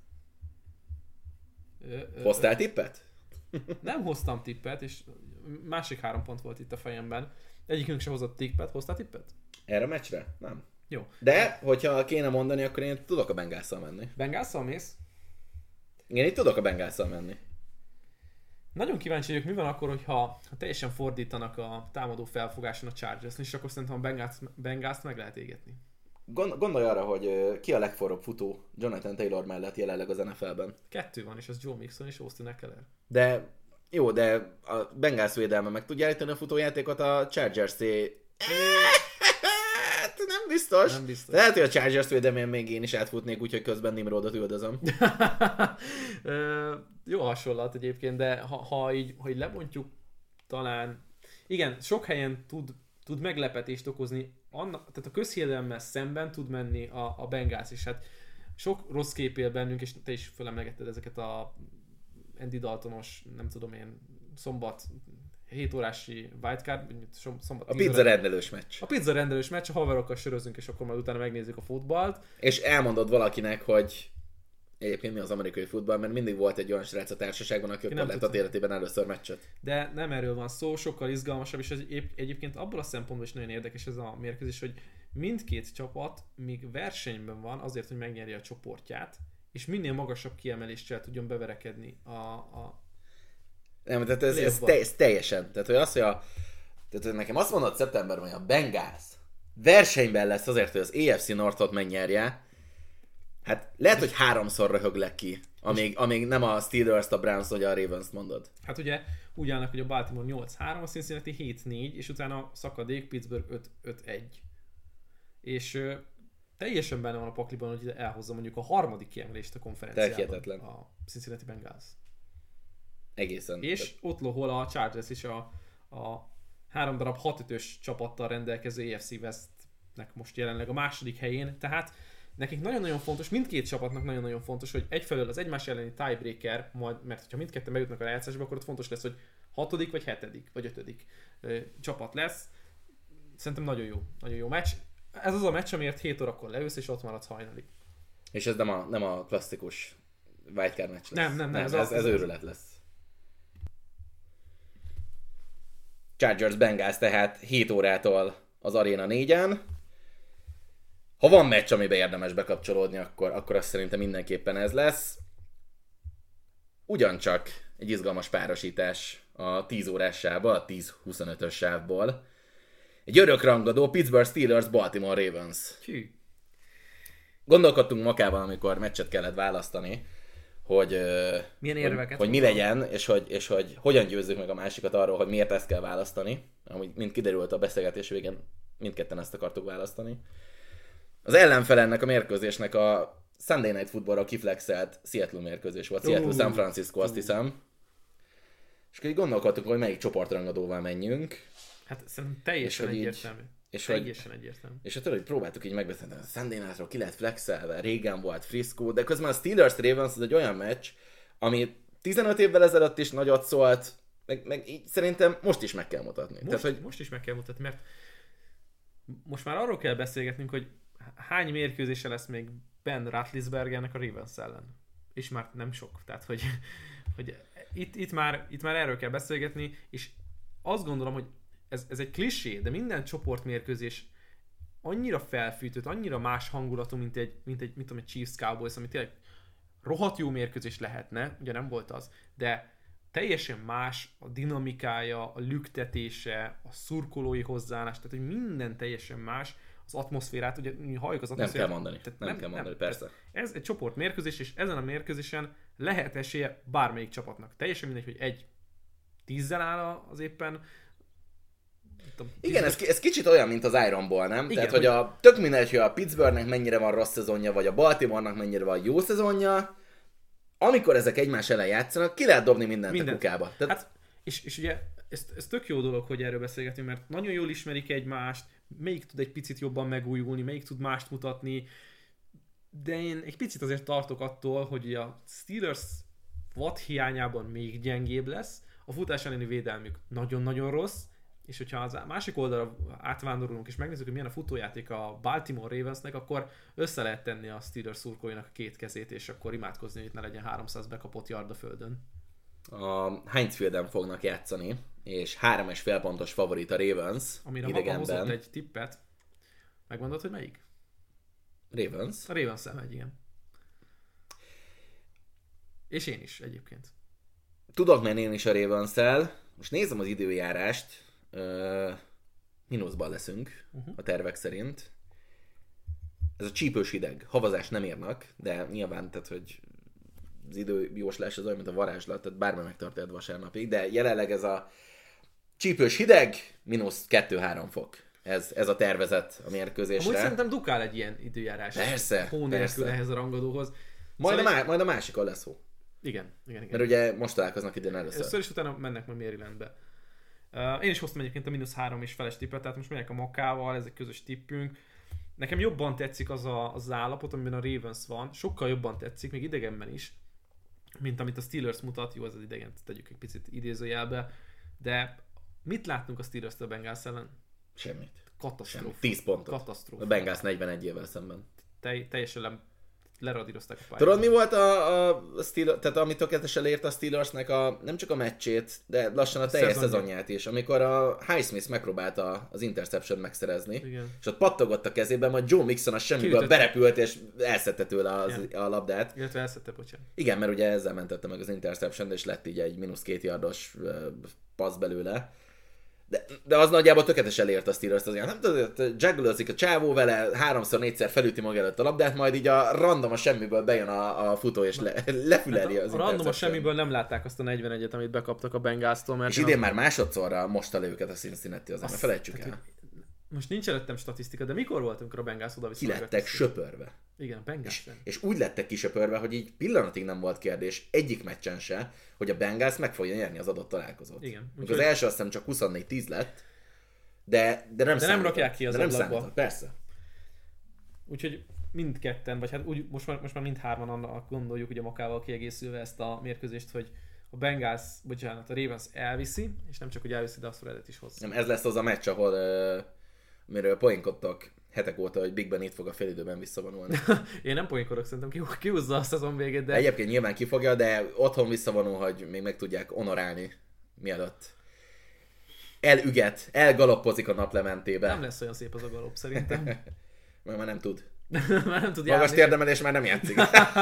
Ö, ö, Hoztál tippet? Nem hoztam tippet, és másik három pont volt itt a fejemben. Egyikünk se hozott tippet. Hoztál tippet? Erre a meccsre? Nem. Jó. De, hogyha kéne mondani, akkor én tudok a Bengalsszal menni. Bengalsszal mész? Én itt tudok a Bengalsszal menni. Nagyon kíváncsi vagyok, mi van akkor, hogyha ha teljesen fordítanak a támadó felfogáson a Chargers, és akkor szerintem a Bengals, Bengalst meg lehet égetni. Gondolj arra, hogy ki a legforróbb futó Jonathan Taylor mellett jelenleg az en ef el-ben. Kettő van, és az Joe Mixon és Austin Eckler. De jó, de a Bengals védelme meg tudja állítani a futójátékot, a Chargers-é... Nem biztos. Nem biztos. Lehet, hogy a Chargers védelmén még én is átfutnék, úgyhogy közben Nimrodot üldözöm. Jó hasonlat egyébként, de ha, ha, így, ha így lebontjuk, talán... Igen, sok helyen tud, tud meglepetést okozni, annak, tehát a közhiedelemmel szemben tud menni a, a Bengals is. Hát sok rossz kép él bennünk, és te is felemlegetted ezeket a Andy Daltonos, nem tudom én, szombat hét órási wildcard, szombat A pizza rendelős meccs. A pizza rendelős meccs, a haverokkal sörözünk, és akkor majd utána megnézzük a futballt. És elmondod valakinek, hogy egyébként mi az amerikai futball, mert mindig volt egy olyan srác a társaságban, aki akkor lett az életében először meccset. De nem erről van szó, sokkal izgalmasabb, és ez egyébként abból a szempontból is nagyon érdekes ez a mérkőzés, hogy mindkét csapat még versenyben van azért, hogy megnyerje a csoportját, és minél magasabb kiemeléssel tudjon beverekedni a, a Nem, tehát ez, ez, te, ez teljesen. Tehát, hogy az, hogy a, tehát, hogy nekem azt mondod szeptemberben, hogy a Bengals versenyben lesz azért, hogy az á ef cé Northot megnyerje, hát lehet, hogy háromszor röhöglek ki, amíg, amíg nem a Steelers-t, a Browns vagy a Ravens-t mondod. Hát ugye úgy állnak, hogy a Baltimore nyolc három, a Cincinnati hét négy, és utána szakadék Pittsburgh öt öt egy. És ö, teljesen benne van a pakliban, hogy elhozza mondjuk a harmadik kiemelést a konferenciában. A Cincinnati Bengals. Egészen. És tehát... ott lohol a Chargers is a, a három darab hat ötös csapattal rendelkező á ef cé Westnek most jelenleg a második helyén, tehát nekik nagyon-nagyon fontos, mindkét csapatnak nagyon-nagyon fontos, hogy egyfelől az egymás elleni tiebreaker, majd, mert ha mindketten bejutnak a rájátszásba, akkor ott fontos lesz, hogy hatodik, vagy hetedik, vagy ötödik ö, csapat lesz. Szerintem nagyon jó, nagyon jó meccs. Ez az a meccs, amiért hét órakor leülsz, és ott maradsz hajnalig. És ez nem a, nem a klasszikus wildcard meccs lesz. Nem, nem, nem. nem ez, ez, a, ez, ez őrület lesz. Chargers Bengals tehát hét órától az Arena négyen. Ha van meccs, amiben érdemes bekapcsolódni, akkor, akkor azt szerintem mindenképpen ez lesz. Ugyancsak egy izgalmas párosítás a tíz órás sávból, a tíz huszonötös sávból. Egy örökrangadó Pittsburgh Steelers Baltimore Ravens. Hű. Gondolkodtunk Makában, amikor meccset kellett választani, hogy, milyen hogy, érveket hogy mi legyen, és hogy, és hogy hogyan győzzük meg a másikat arról, hogy miért ezt kell választani. Amúgy mind kiderült a beszélgetés végén, mindketten ezt akartuk választani. Az ellenfel ennek a mérkőzésnek a Sunday Night Footballra kiflexelt Seattle mérkőzés volt. Seattle uh, San Francisco, azt hiszem. És akkor így gondolkodtunk, hogy melyik csoportrangadóval menjünk. Hát szerintem teljesen egyértelmű. És teljesen hogy, egyértelmű. És hát hogy próbáltuk így megbeszélni, a Sunday Night-ról ki lehet flexelve, régen volt Frisco, de közben a Steelers Ravens az egy olyan meccs, ami tizenöt évvel ezelőtt is nagyot szólt, meg, meg így szerintem most is meg kell mutatni. Most, Tehát, hogy... most is meg kell mutatni, mert most már arról kell beszélgetnünk, hogy hány mérkőzése lesz még Ben Roethlisbergernek a Ravens ellen. És már nem sok. Tehát, hogy, hogy itt, itt, már, itt már erről kell beszélgetni, és azt gondolom, hogy ez, ez egy klisé, de minden csoportmérkőzés annyira felfűtött, annyira más hangulatú, mint egy, mint egy, mint tudom, egy Chiefs Cowboys, ami tényleg rohadt jó mérkőzés lehetne, ugye nem volt az, de teljesen más a dinamikája, a lüktetése, a szurkolói hozzáállás, tehát hogy minden teljesen más, az atmoszférát, ugye mi halljuk az atmoszférát. Nem kell mondani, tehát nem, nem kell mondani, nem, persze. Ez egy csoportmérkőzés, és ezen a mérkőzésen lehet esélye bármelyik csapatnak. Teljesen mindegy, hogy egy tízzel áll az éppen. Igen, ez, ez kicsit olyan, mint az Iron Ball, nem? Igen, Tehát, hogy a, tök mindegy, hogy a Pittsburghnek mennyire van rossz szezonja, vagy a Baltimore-nak mennyire van jó szezonja, amikor ezek egymás ellen játszanak, ki lehet dobni mindent, mindent. a kukába. Tehát... Hát, és, és ugye ez, ez tök jó dolog, hogy erről beszélgetünk, mert nagyon jól ismerik egymást, melyik tud egy picit jobban megújulni, melyik tud mást mutatni, de én egy picit azért tartok attól, hogy a Steelers vad hiányában még gyengébb lesz, a futás elleni védelmük nagyon-nagyon rossz, és hogyha az másik oldalra átvándorolunk és megnézzük, hogy milyen a futójáték a Baltimore Ravensnek, akkor össze lehet tenni a Steelers szurkolóinak a két kezét, és akkor imádkozni, hogy itt ne legyen háromszáz bekapott yard a földön. A Heinz Fielden fognak játszani, és három és fél pontos favorit a Ravens. Amire maga hozott egy tippet. Megmondod, hogy melyik? Ravens. A Ravens-szel megy, igen. És én is egyébként. Tudok menni én is a Ravens-szel. Most nézem az időjárást. Uh, mínuszban leszünk uh-huh. a tervek szerint. Ez a csípős hideg. Havazás nem érnak, de nyilván, tehát, hogy az időjóslás az olyan, mint a varázslat, tehát bármi megtartod vasárnapig, de jelenleg ez a csípős hideg, mínusz kettő-három fok. Ez, ez a tervezet a mérkőzésre. Amúgy szerintem dukál egy ilyen időjárás. Persze, hó nélkül ehhez a rangadóhoz. Majd, szóval a, má- majd a másikon lesz hó. Igen, igen, igen. Mert ugye most találkoznak idén először. Először is utána mennek majd Marylandbe. Uh, én is hoztam egyébként a mínusz három és feles tippet, tehát most megyek a Makával, ez egy közös tippünk. Nekem jobban tetszik az a, az állapot, amiben a Ravens van, sokkal jobban tetszik, még idegenben is, mint amit a Steelers mutat, jó, az az idegen, tegyük egy picit idézőjelbe, de mit láttunk a Steelers-től a Bengals ellen? Semmit. Katasztrófa. Semmit. tíz pontot. Katasztrófa. A Bengals negyvenegyével szemben. Te, teljesen le, leradírozták a pályát. Tudod, mi volt a, a Steelers, tehát amit tökéletesen elért a Steelersnek a, nem csak a meccsét, de lassan a teljes szezonját, szezonját is, amikor a Highsmith megpróbálta az interception megszerezni, igen. és ott pattogott a kezében, majd Joe Mixon a semmiből berepült, és elszedte tőle az, a labdát. Illetve elszedte, bocsánat. Igen, mert ugye ezzel mentette meg az interception, és lett így egy mínusz két yardos uh, passz belőle. De, de az nagyjából tökéletesen elért a Steelers, az ilyen, nem tudod, jugglezik a csávó vele, háromszor, négyszer felüti maga előtt a labdát, majd így a random a semmiből bejön a, a futó, és le, lefüleli hát az a random a semmiből nem látták azt a negyvenegyet, amit bekaptak a Bengals-tól, mert... És idén az... már másodszorra mosta le őket a Cincinnati, azért, mert felejtsük el. Most nincs előttem statisztika, de mikor voltunk, amikor a Bengals oda Ki lettek söpörve. Igen, a Bengals. És, és úgy lettek kisöpörve, hogy így pillanatig nem volt kérdés egyik meccsen se, hogy a Bengals meg fogja nyerni az adott találkozót. Igen. Úgy az hogy... első azt hiszem csak huszonnégy tíz lett, de, de nem De nem rakják ki az ablakba. Persze. Úgyhogy mindketten, vagy hát úgy, most, már, most már mindhárman annak gondoljuk, hogy a Makával kiegészülve ezt a mérkőzést, hogy a Bengals, bocsánat, a Ravens elviszi, és nem csak, hogy elviszi, de a spreadet is hozza. Nem, ez lesz az a meccs, ahol uh, miről poénkodtak hetek óta, hogy Big Ben itt fog a félidőben visszavonulni. Én nem poénkodok, szerintem kihúzza a szezon végét, de... Egyébként nyilván kifogja, de otthon visszavonul, hogy még meg tudják honorálni mielőtt elüget, elgaloppozik a naplementébe. Nem lesz olyan szép az a galop, szerintem. Mert már nem tud. Már nem tud Magas térdemelés már nem játszik.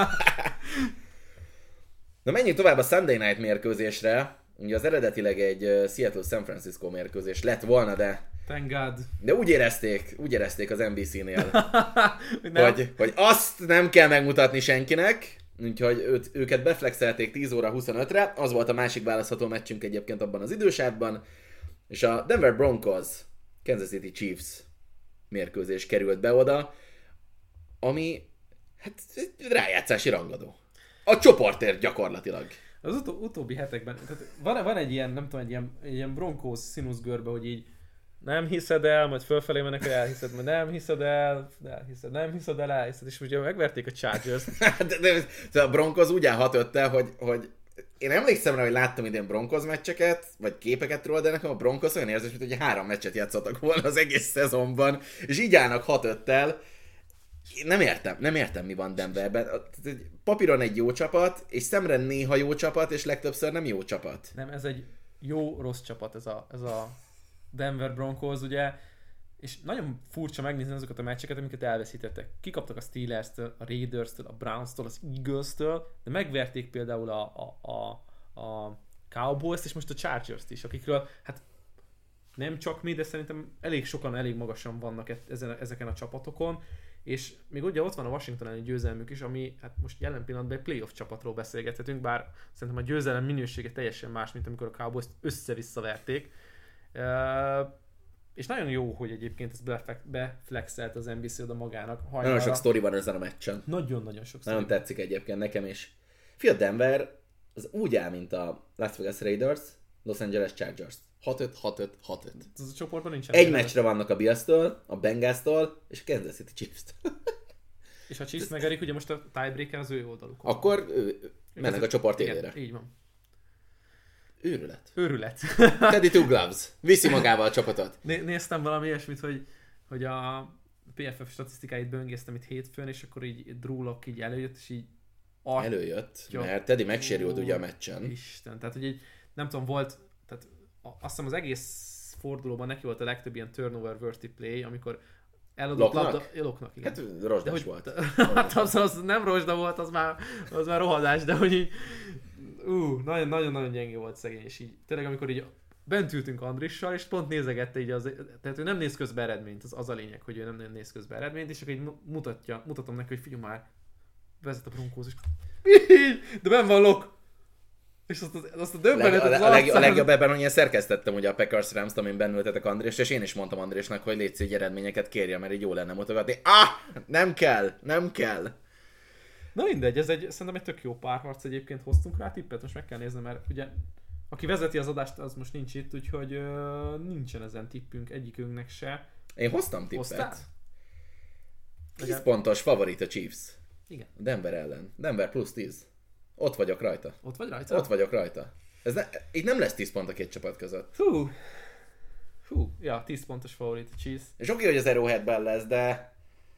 Na menjünk tovább a Sunday Night mérkőzésre. Ugye az eredetileg egy Seattle-San Francisco mérkőzés lett volna, de... Thank God. De úgy érezték, úgy érezték az en bé cé-nél, hogy, hogy azt nem kell megmutatni senkinek, úgyhogy őt, őket beflexelték tíz óra huszonötre, az volt a másik választható meccsünk egyébként abban az idősávban, és a Denver Broncos Kansas City Chiefs mérkőzés került be oda, ami hát rájátszási rangadó. A csoportért gyakorlatilag. Az utó, utóbbi hetekben, tehát van, van egy ilyen, nem tudom, egy ilyen, egy ilyen Broncos színuszgörbe, hogy így nem hiszed el, majd fölfelé mennek, hogy elhiszed, majd nem hiszed el, elhiszed, nem hiszed el, elhiszed, és ugye megverték a Chargers-t. de, de, de a Broncos úgy állhat öttel, hogy, hogy én emlékszem rá, hogy láttam idén Broncos meccseket, vagy képeket róla, de nekem a Broncos olyan érzés, mint hogy három meccset játszottak volna az egész szezonban, és így állnak hat öttel. Én nem értem, nem értem, mi van Denverben. Papíron egy jó csapat, és szemre néha jó csapat, és legtöbbször nem jó csapat. Nem, ez egy jó-rossz csapat, ez a, ez a Denver Broncos, ugye, és nagyon furcsa megnézni azokat a meccseket, amiket elveszítettek. Kikaptak a Steelers-től, a Raiders-től, a Browns-tól, az Eagles-től, de megverték például a, a, a, a Cowboys-t, és most a Chargers-t is, akikről hát nem csak mi, de szerintem elég sokan, elég magasan vannak e- ezen, ezeken a csapatokon, és még ugye ott van a Washington elleni győzelmük is, ami hát most jelen pillanatban egy playoff csapatról beszélgethetünk, bár szerintem a győzelem minősége teljesen más, mint amikor a Cowboys-t össze-vissza verték. Uh, és nagyon jó, hogy egyébként ezt beflexelt az en bé cé oda magának. Hajnalra. Nagyon sok sztori van ezen a meccsen. Nagyon-nagyon sok sztori. Nagyon tetszik egyébként nekem is. Fia, Denver az úgy áll, mint a Las Vegas Raiders, Los Angeles Chargers. hat öt, hat öt, hat öt. Ez a csoportban nincsen. Egy meccsre vannak a Bills-től, a Bengals-től és a Kansas City Chiefs-től. És ha Chiefs megerik, ugye most a tiebreaker az ő oldalukon. Akkor ő, mennek a csoport igen, élére. így van. Őrület. Őrület. Teddy Two Gloves. Viszi magával a csapatot. Né- néztem valami ilyesmit, hogy, hogy a pé ef ef statisztikáit böngésztem itt hétfőn, és akkor így Drew Lock így előjött, és így... A... Előjött, Jó. mert Teddy megsérült ugye a meccsen. Isten, tehát hogy így, nem tudom, volt, tehát azt hiszem az egész fordulóban neki volt a legtöbb ilyen turnover worthy play, amikor eladott Locknak? labda... Loknak, igen. Hát rozsdás de hogy, volt. Hát az, az nem rozsda volt, az már, az már rohadás, de hogy így, ú, nagyon, nagyon-nagyon gyenge volt szegény, és így tényleg amikor így bent ültünk Andrissal, és pont nézegette így az, tehát ő nem néz közbe eredményt, az, az a lényeg, hogy ő nem, nem néz közbe eredményt, és akkor így mutatja, mutatom neki, hogy figyelj már, vezet a Broncos, és de benn van Lok. És azt, azt a döbbenetet Leg, az a, leg, a arcán... legjobb ebben, hogy én szerkesztettem ugye a Packers Rams-t, amin bennültetek Andrés, és én is mondtam Andrésnak, hogy légy szíves eredményeket kérje, mert így jó lenne mutogatni. Ah! Nem kell! Nem kell! Na mindegy, ez egy, szerintem egy tök jó párharc, egyébként hoztunk rá tippet, most meg kell nézni, mert ugye aki vezeti az adást, az most nincs itt, úgyhogy uh, nincsen ezen tippünk egyikünknek se. Én hoztam tippet. Hoztál? tíz pontos favorit a Chiefs. Igen. Denver ellen. Denver plusz tíz. Ott vagyok rajta. Ott vagy rajta? Ott vagyok rajta. Ez ne, így nem lesz tíz pont a két csapat között. Hú. Hú. Ja, tíz pontos favorit a Chiefs. És oké, hogy az Arrowheadben lesz, de...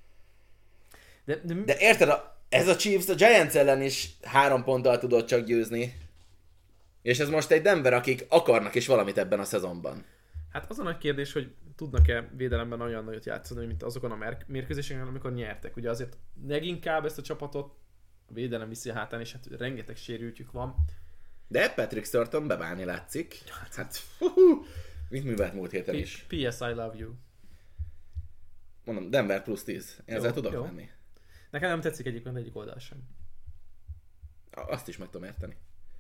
De, de... De érted, a, ez a Chiefs a Giants ellen is három ponttal tudott csak győzni. És ez most egy Denver, akik akarnak is valamit ebben a szezonban. Hát az a nagy kérdés, hogy tudnak-e védelemben olyan nagyot játszani, mint azokon a mer- mérkőzéseken, amikor nyertek. Ugye azért leginkább ezt a csapatot a védelem viszi a hátán, és hát rengeteg sérültjük van. De Patrick Surtain beválni látszik. Hát, hú, mit művelt múlt héten is. P S I love you. Mondom, Denver plusz tíz. Én ezzel tudok jó. menni. Nekem nem tetszik egyikben egyik oldal sem. Azt is meg tudom érteni.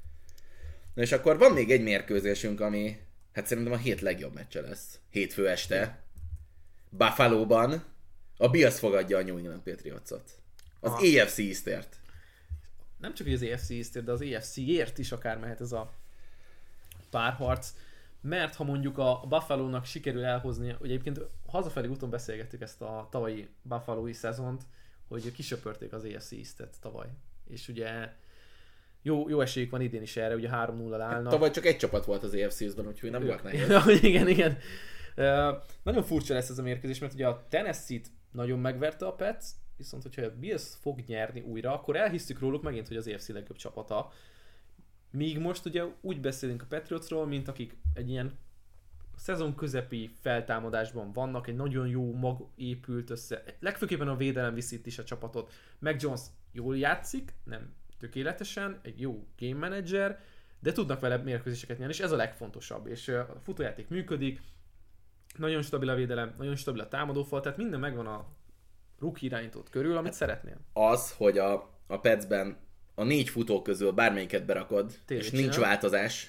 Na és akkor van még egy mérkőzésünk, ami hát szerintem a hét legjobb meccse lesz. Hétfő este. Buffalo-ban a Bills fogadja a New England Patriots-ot. Az Aha. á ef cé East-ért. Nem csak az á ef cé East-ért, de az á ef cé-ért is akár mehet ez a párharc. Mert ha mondjuk a Buffalo-nak sikerül elhozni, ugye egyébként hazafelé úton beszélgettük ezt a tavalyi Buffalo-i szezont, hogy kisöpörték az á ef cé East-et tavaly. És ugye jó, jó esélyük van idén is erre, ugye három nulla állnak. Tavaly csak egy csapat volt az á ef cé East-ben, úgyhogy nem volt nehéz. Ja, igen, igen. Uh, nagyon furcsa lesz ez a mérkőzés, mert ugye a Tennessee-t nagyon megverte a Pets, viszont hogyha a Bills fog nyerni újra, akkor elhisztük róluk megint, hogy az á ef cé legjobb csapata. Míg most ugye úgy beszélünk a Patriotsról, mint akik egy ilyen szezon közepi feltámadásban vannak, egy nagyon jó mag épült össze. Legfőképpen a védelem viszi itt is a csapatot. Mac Jones jól játszik, nem tökéletesen, egy jó game manager, de tudnak vele mérkőzéseket nyerni, és ez a legfontosabb. És a futójáték működik, nagyon stabil a védelem, nagyon stabil a támadófal, tehát minden megvan a rookie irányítót körül, amit szeretnél. Az, hogy a, a Petsben a négy futó közül bármelyiket berakod, Tényleg és nincs csinál? változás,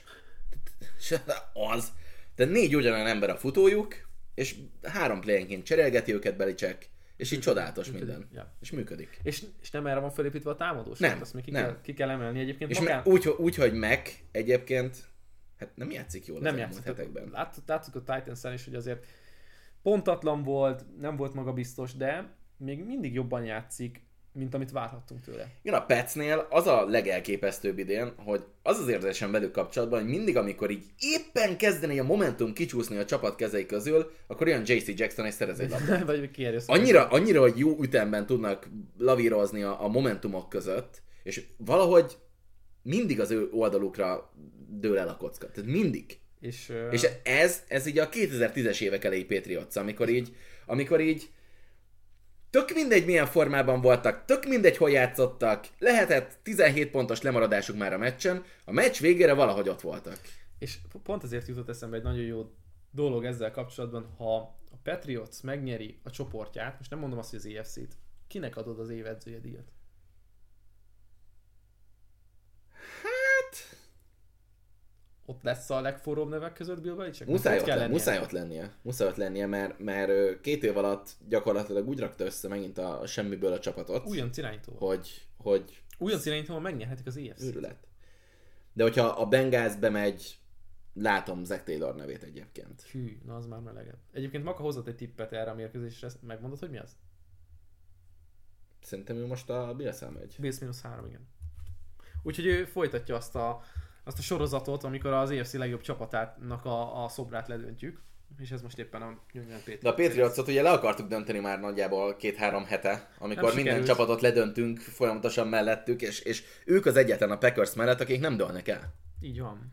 az. Tehát négy ugyanolyan ember a futójuk, és három playenként cserélgeti őket Belichick, és így csodálatos Működik, minden. ja. És működik. És, és nem erre van felépítve a támadós? Nem, Azt még ki, nem. Kell, ki kell emelni egyébként. És magán... me- úgy, úgy, hogy Mac egyébként hát nem játszik jól nem az elmúlt játszott. hetekben. Láttuk, láttuk a Titans-en is, hogy azért pontatlan volt, nem volt magabiztos, de még mindig jobban játszik, mint amit várhattunk tőle. Igen, a Petsnél az a legelképesztőbb idén, hogy az az érzésem velük kapcsolatban, hogy mindig, amikor így éppen kezdeni a momentum kicsúszni a csapat kezei közül, akkor olyan jé cé Jackson és szerez egy labdát. Vagy kierősz. Annyira, annyira, hogy jó ütemben tudnak lavírozni a, a momentumok között, és valahogy mindig az ő oldalukra dől el a kocka. Tehát mindig. És, uh... És ez, ez így a kétezer-tízes évek elejé Patriots, amikor így, amikor így Tök mindegy, milyen formában voltak, tök mindegy, hol játszottak, lehetett tizenhét pontos lemaradásuk már a meccsen, a meccs végére valahogy ott voltak. És pont ezért jutott eszembe egy nagyon jó dolog ezzel kapcsolatban, ha a Patriots megnyeri a csoportját, most nem mondom azt, hogy az á ef cét, kinek adod az év edzője díjat? Hát... Ott lesz a legforróbb nevek között Bill Belichick? Muszáj Ott ott, kell lennie, lennie. muszáj ott lennie, muszáj ott lennie, mert, mert két év alatt gyakorlatilag úgy rakta össze megint a, a semmiből a csapatot, Újonc irányítóval. hogy, hogy Újonc irányítóval megnyerhetik az á ef cét. őrület. De hogyha a Bengals bemegy, látom Zach Taylor nevét egyébként. Hű, na az már melegebb. Egyébként Maka hozott egy tippet erre a mérkőzésre, ezt megmondod, hogy mi az? Szerintem ő most a Bills-el megy. Bills mínusz három, igen. Úgyhogy ő folytatja azt a, azt a sorozatot, amikor az á ef cé legjobb csapatának a, a szobrát ledöntjük. És ez most éppen a New England Patriots. De a Patriotsot ugye le akartuk dönteni már nagyjából két-három hete, amikor Nem minden sikerült. csapatot ledöntünk folyamatosan mellettük, és, és ők az egyetlen a Packers mellett, akik nem dőlnek el. Így van.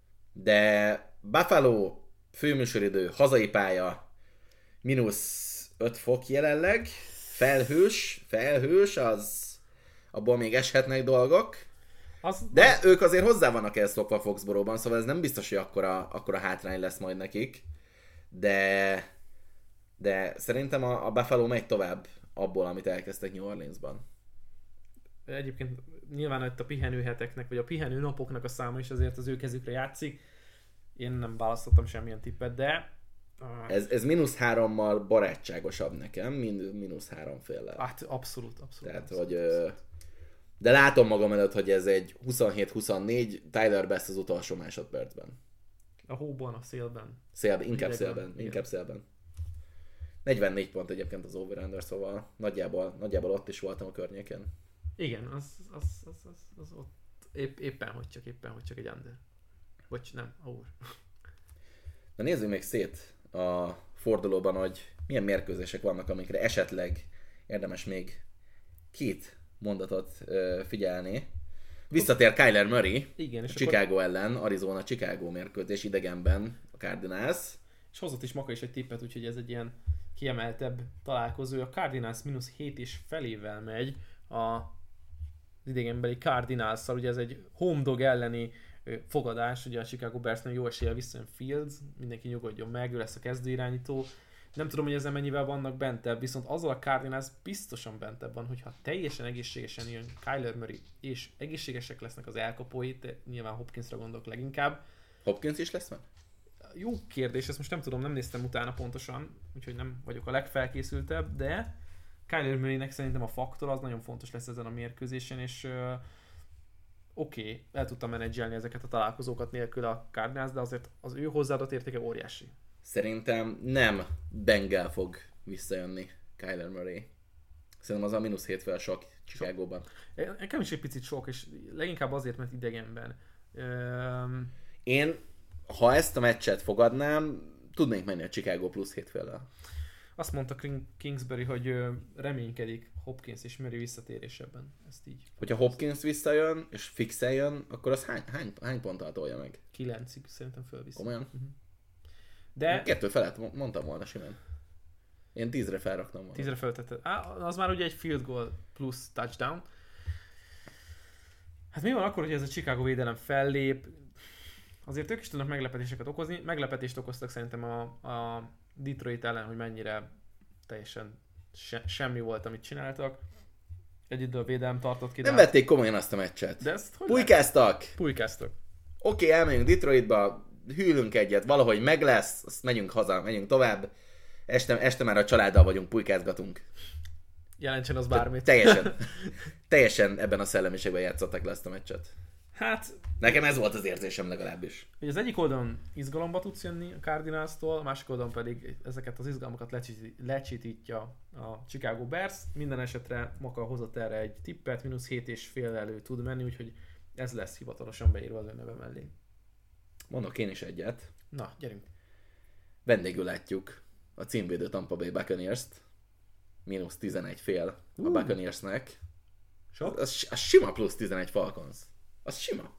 De Buffalo, főműsoridő, hazai pálya, mínusz öt fok jelenleg, felhős, felhős, az abból még eshetnek dolgok. Az, De az, ők azért hozzá vannak elszokva Foxboróban, szóval ez nem biztos, hogy akkora, akkora hátrány lesz majd nekik. De, de szerintem a, a Buffalo megy tovább abból, amit elkezdtek New Orleansban. egyébként nyilván itt a pihenőheteknek, vagy a pihenő napoknak a száma is azért az ő kezükre játszik. Én nem választottam semmilyen tippet, de... Uh, Ez, ez mínusz hárommal barátságosabb nekem, mint mínusz három féllel. hát abszolút, abszolút. Tehát, abszolút, hogy... abszolút. Ö, de látom magam előtt, hogy ez egy huszonhét huszonnégy, Tyler Best az utolsó másodpercben. A hóban, a szélben. Szélben, inkább Idegben, szélben, igen. inkább szélben. negyvennégy pont egyébként az over-under, szóval nagyjából, nagyjából ott is voltam a környéken. Igen, az, az, az, az, az ott épp, éppen, hogy csak, éppen, hogy csak egy under. Vagy nem, over. Na nézzük még szét a fordulóban, hogy milyen mérkőzések vannak, amikre esetleg érdemes még két mondatot ö, figyelni. Visszatér Kyler Murray, Igen, és, a Chicago akkor... ellen, Arizona-Chicago mérkőzés idegenben a Cardinals. és hozott is Maka is egy tippet, úgyhogy ez egy ilyen kiemeltebb találkozó. A Cardinals mínusz hét és felével megy a idegenbeli Cardinals-szal, ugye ez egy home dog elleni ö, fogadás, ugye a Chicago Bearsnél jó eséllyel visszajön Fields, mindenki nyugodjon meg, ő lesz a kezdőirányító. Nem tudom, hogy ezzel mennyivel vannak bentebb, viszont azzal a Cardinals biztosan bentebb van, hogyha teljesen egészségesen jön Kyler Murray, és egészségesek lesznek az elkapói, nyilván Hopkinsra gondolok leginkább. Hopkins is lesz meg? Jó kérdés, ezt most nem tudom, nem néztem utána pontosan, úgyhogy nem vagyok a legfelkészültebb, de Kyler Murraynek szerintem a faktor az nagyon fontos lesz ezen a mérkőzésen, és uh, oké, okay, el tudtam menedzselni ezeket a találkozókat nélkül a Cardinals, de azért az ő hozzáadott értéke óriási. Szerintem nem Bengal fog visszajönni Kyler Murray. Szerintem az a mínusz hét fel sok Chicagóban. Nekem is egy picit sok, és leginkább azért, mert idegenben. Um, Én, ha ezt a meccset fogadnám, tudnék menni a Chicago plusz hét féllel. azt mondta Kingsbury, hogy ö, reménykedik Hopkins és Murray visszatérésében. Ezt így. Hogyha Hopkins visszajön, és fixeljön, akkor az hány, hány, hány ponttal tolja meg? kilencig szerintem fölvisz. Komolyan? De Kettő felett mondtam volna simán. Én tízre felraktam volna. tízre föltetted. Á, az már ugye egy field goal plusz touchdown. Hát mi van akkor, hogy ez a Chicago védelem fellép? Azért ők is tudnak meglepetéseket okozni. Meglepetést okoztak szerintem a, a Detroit ellen, hogy mennyire teljesen se, semmi volt, amit csináltak. Egy idő a védelem tartott ki. Nem de- vették komolyan azt a meccset. De ezt hogy Pulykáztak! Pulykáztak. Oké, okay, elmegyünk Detroitba, hűlünk egyet, valahogy meg lesz, azt megyünk haza, megyünk tovább. Este, este már a családdal vagyunk, pulykázgatunk. Jelentsen az bármit. Teljesen, teljesen ebben a szellemiségben játszottak le ezt a meccset. Hát, Nekem ez volt az érzésem legalábbis. ugye az egyik oldalon izgalomba tudsz jönni a Cardinals-tól, a másik oldalon pedig ezeket az izgalmakat lecsiti- lecsitítja a Chicago Bears. Minden esetre Maka hozott erre egy tippet, mínusz hét és fél elő tud menni, úgyhogy ez lesz hivatalosan beírva az ő neve mellé. Mondok én is egyet. Na, gyerünk. Vendégül látjuk a címvédő Tampa Bay Buccaneers-t. Mínusz tizenegy fél a Uh. Buccaneersnek. Sok? Az, az sima plusz tizenegy Falcons. Az sima.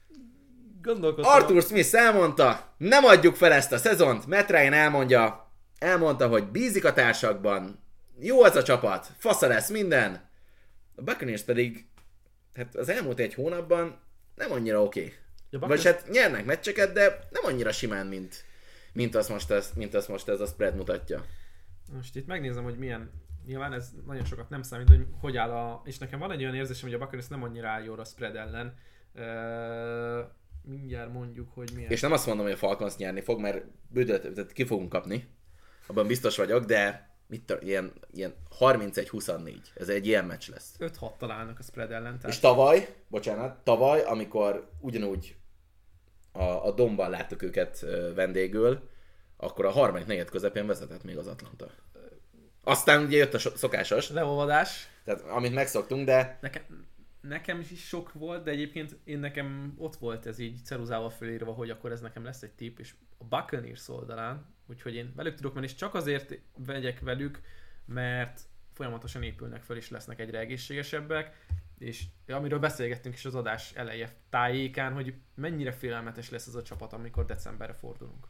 Gondolkodtam. Arthur Smith elmondta, nem adjuk fel ezt a szezont, Matt Ryan elmondja, elmondta, hogy bízik a társakban, jó az a csapat, fasza lesz minden. A Buccaneers pedig hát az elmúlt egy hónapban nem annyira oké. Okay. Ja, Vagyis hát nyernek meccseket, de nem annyira simán, mint, mint, azt most ez, mint azt most ez a spread mutatja. Most itt megnézem, hogy milyen, nyilván ez nagyon sokat nem számít, hogy hogy áll a, és nekem van egy olyan érzésem, hogy a Buccaneers nem annyira áll jóra a spread ellen. Uh, mindjárt mondjuk, hogy milyen. És nem azt mondom, hogy a Falcons nyerni fog, mert bődöt, ki fogunk kapni. Abban biztos vagyok, de mit, ilyen, ilyen harmincegy huszonnégy. Ez egy ilyen meccs lesz. öt hat találnak a spread ellen. Tehát... És tavaly, bocsánat, tavaly, amikor ugyanúgy a, a Domban láttuk őket vendégül, akkor a harmadik negyed közepén vezetett még az Atlanta. Aztán ugye jött a so- szokásos. Leolvadás. Tehát amit megszoktunk, de... Nekem, nekem is sok volt, de egyébként én nekem ott volt ez így ceruzával fölírva, hogy akkor ez nekem lesz egy tipp, és a Buccaneers oldalán, úgyhogy én velük tudok menni, és csak azért vegyek velük, mert folyamatosan épülnek föl, és lesznek egyre egészségesebbek, és amiről beszélgettünk is az adás eleje tájékán, hogy mennyire félelmetes lesz ez a csapat, amikor decemberre fordulunk.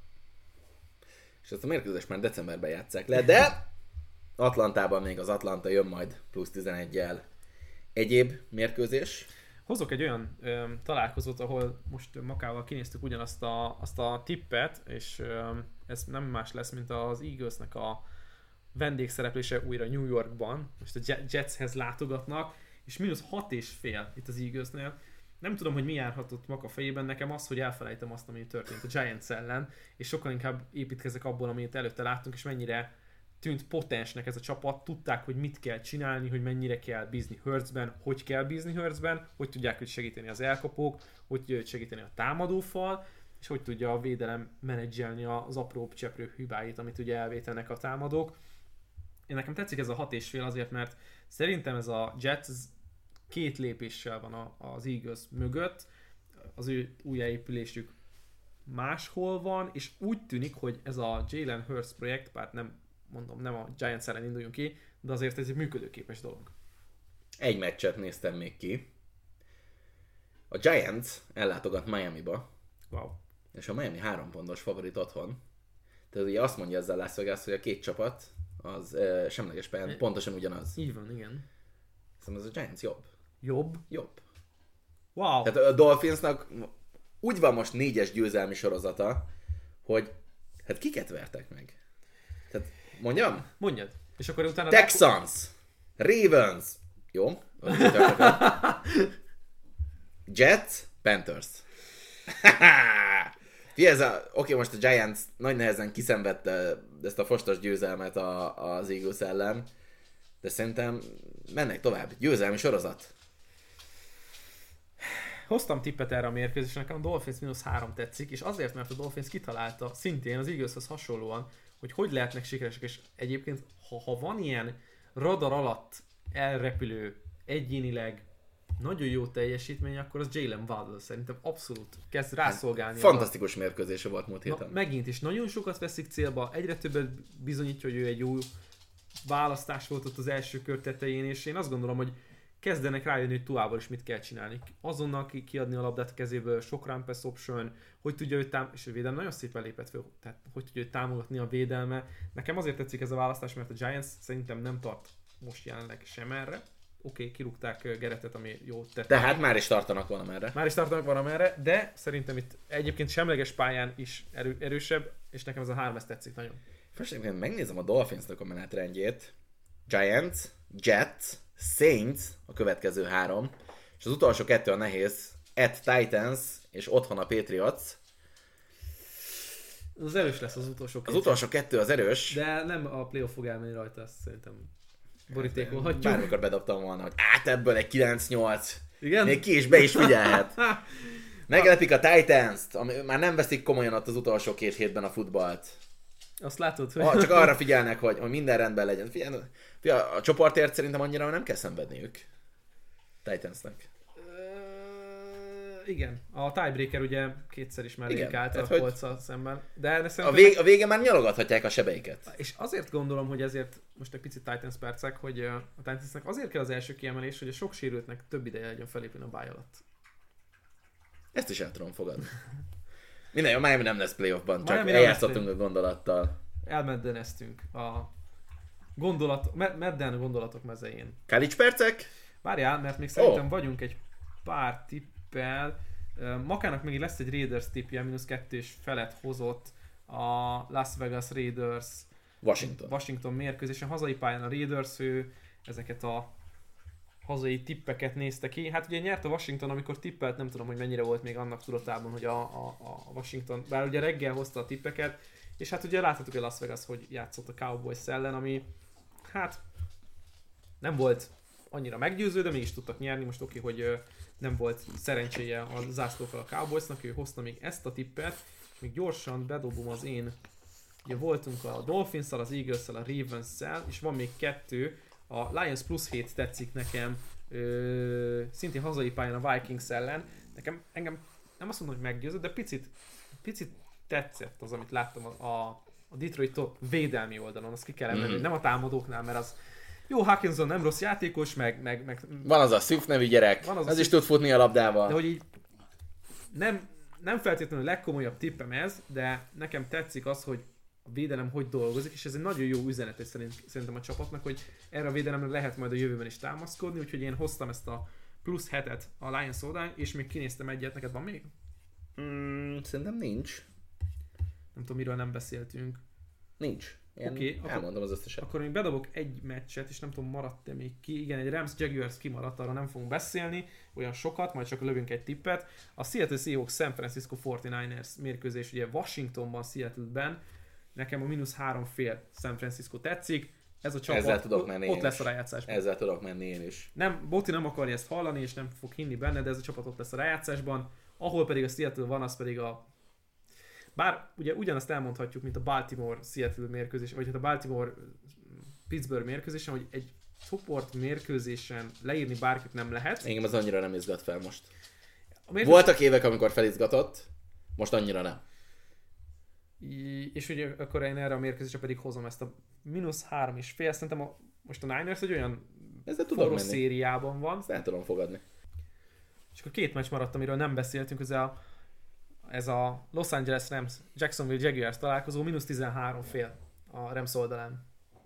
És ezt a mérkőzést már decemberben játsszák le, de Atlantában még az Atlanta jön majd plusz tizeneggyel. Egyéb mérkőzés? Hozok egy olyan ö, találkozót, ahol most Makával kinéztük ugyanazt a, azt a tippet, és ö, ez nem más lesz, mint az Eaglesnek a vendégszereplése újra New Yorkban. Most a Jetshez látogatnak, és mínusz hat és fél itt az Eaglesnél. Nem tudom, hogy mi járhatott Maka fejében, nekem az, hogy elfelejtem azt, ami történt a Giants ellen, és sokkal inkább építkezek abból, amit előtte láttunk, és mennyire tűnt potensnek ez a csapat, tudták, hogy mit kell csinálni, hogy mennyire kell bízni Hurtsben, hogy kell bízni Hurtsben, hogy tudják őt segíteni az elkapók, hogy tudja őt segíteni a támadófal, és hogy tudja a védelem menedzselni az apróbb cseprő hibáit, amit ugye elvételnek a támadók. Én nekem tetszik ez a hat és fél azért, mert szerintem ez a Jets két lépéssel van az Eagles mögött, az ő újjáépülésük máshol van, és úgy tűnik, hogy ez a Jalen Hurts projekt, bár nem mondom, nem a Giants ellen induljunk ki, de azért ez egy működőképes dolog. Egy meccset néztem még ki. A Giants ellátogat Miamiba. Wow. És a Miami három pontos favorit otthon. Tehát ugye azt mondja ezzel Las Vegas, hogy a két csapat az e, semleges pályán pontosan ugyanaz. Így van, igen. Szerintem ez a Giants jobb. Jobb? Jobb. Wow. Tehát a Dolphinsnak úgy van most négyes győzelmi sorozata, hogy hát kiket vertek meg? Tehát mondjam? Mondjad. És akkor utána... Texans, Ravens, jó? Jets, Panthers. Fie, ez a, oké, most a Giants nagy nehezen kiszenvedte ezt a fostos győzelmet a, az Eagles ellen, de szerintem mennek tovább. Győzelmi sorozat. Hoztam tippet erre a mérkőzésre, nekem a Dolphins mínusz három tetszik, és azért, mert a Dolphins kitalálta szintén az Eagleshoz hasonlóan, hogy hogy lehetnek sikeresek, és egyébként ha, ha van ilyen radar alatt elrepülő, egyénileg nagyon jó teljesítmény, akkor az Jalen Waddle szerintem abszolút kezd rászolgálni. Fantasztikus a... mérkőzése volt múlt héten. Na, megint is nagyon sokat veszik célba, egyre többet bizonyítja, hogy ő egy jó választás volt ott az első kör tetején, és én azt gondolom, hogy kezdenek rájönni, hogy továbbra is mit kell csinálni. Azonnal ki- kiadni a labdát a kezéből, sok run pass option, hogy tudja őt tám- és a védelem nagyon szépen lépett föl, tehát hogy tudja őt támogatni a védelme. Nekem azért tetszik ez a választás, mert a Giants szerintem nem tart most jelenleg sem erre. Oké, okay, kirúgták Gerettet, ami jó tett. Tehát már is tartanak valamerre. Már is tartanak valamerre, de szerintem itt egyébként semleges pályán is erő- erősebb, és nekem ez a három ezt tetszik nagyon. Felsőként megnézem a Dolphinsnak a menetrendjét. Giants, Jets, Saints a következő három, és az utolsó kettő a nehéz, at Titans és otthon a Patriots. Az erős lesz az utolsó kettő. Az utolsó kettő az erős. De nem a playoff fog elmenni rajta, azt szerintem borítékolhatjuk. Bármikor bedobtam volna, hogy át ebből egy kilenc nyolc. Igen? Még ki is be is figyelhet. Meglepik a Titans-t, ami már nem veszik komolyan ott az utolsó két hétben a futballt. Azt látod, hogy... Ah, csak arra figyelnek, hogy, hogy minden rendben legyen. Figyelj, figyelj, a csoportért szerintem annyira nem kell szenvedniük. Titansnek. Uh, igen. A tiebreaker ugye kétszer is már Igen, állt a hogy- Coltszal szemben. De, de A, vég, a vége már nyalogathatják a sebeiket. És azért gondolom, hogy ezért most egy picit Titans percek, hogy uh, a Titansnek azért kell az első kiemelés, hogy a sok sérültnek több ideje legyen felépülni a báj alatt. Ezt is el tudom fogadni. Minden jó, Miami nem lesz playoffban, csak Miami nem eljátszottunk lesz a gondolattal. elmeddeneztünk a gondolat, medden gondolatok mezején. Kálics percek? Várjál, mert még szerintem oh. vagyunk egy pár tippel. Makának még lesz egy Raiders tippje, mínusz kettő és felet hozott a Las Vegas Raiders Washington, Washington mérkőzésen. Hazai pályán a Raiders, ő ezeket a hazai tippeket nézte ki. Hát ugye nyert a Washington, amikor tippelt, nem tudom, hogy mennyire volt még annak tudatában, hogy a, a, a Washington, bár ugye reggel hozta a tippeket, és hát ugye láthatjuk a Las Vegas, hogy játszott a Cowboys ellen, ami hát nem volt annyira meggyőző, de mégis tudtak nyerni. Most oké, okay, hogy nem volt szerencséje a zászlókkal a Cowboysnak, ő hozta még ezt a tippet, még gyorsan bedobom az én, ugye voltunk a Dolphins-szal, az Eagles-szel, a Ravens-szel, és van még kettő, a Lions plusz hét tetszik nekem, ö, szintén hazai pályán a Vikings ellen, nekem, engem nem azt mondom, hogy meggyőzött, de picit, picit tetszett az, amit láttam a, a, a Detroit védelmi oldalon, azt ki kell emelni, mm. nem a támadóknál, mert az jó, Hawkinson nem rossz játékos, meg... meg, meg van az a Swift nevű gyerek, az, az is tud futni a labdával. De hogy így nem, nem feltétlenül a legkomolyabb tippem ez, de nekem tetszik az, hogy a védelem hogy dolgozik, és ez egy nagyon jó üzenet szerint, szerintem a csapatnak, hogy erre a védelemre lehet majd a jövőben is támaszkodni, úgyhogy én hoztam ezt a plusz hetet a Lions oldalán, és még kinéztem egyet, neked van még? Mm, szerintem nincs. Nem tudom, miről nem beszéltünk. Nincs. Én okay, elmondom az összeset. Akkor még bedobok egy meccset, és nem tudom, maradt-e még ki. Igen, egy Rams Jaguars kimaradt, arra nem fogunk beszélni olyan sokat, majd csak lövünk egy tippet. A Seattle Seahawks San Francisco negyvenkilencesek mérkőzés ugye Washingtonban, Seattle-ben. Nekem a mínusz három fél San Francisco tetszik. Ez a csapat Ezzel tudok menni ott én lesz is. a rájátszásban. Ezzel tudok menni én is. Nem, Boti nem akarja ezt hallani, és nem fog hinni benne, de ez a csapat ott lesz a rájátszásban. Ahol pedig a Seattle van, az pedig a... Bár ugye ugyanazt elmondhatjuk, mint a Baltimore-Seattle mérkőzés, vagy hát a Baltimore-Pittsburgh mérkőzésen, hogy egy csoport mérkőzésen leírni bárkit nem lehet. Engem az annyira nem izgat fel most. Mérkőzés... Voltak évek, amikor felizgatott, most annyira nem. I- és ugye akkor én erre a mérkőzésre pedig hozom ezt a mínusz három és fél. Szerintem a, most a Niners egy olyan forró szériában van. Ezt el tudom fogadni. És akkor két meccs maradt, amiről nem beszéltünk, ez a Ez a Los Angeles Rams Jacksonville Jaguars találkozó, mínusz tizenhárom fél a Rams oldalán.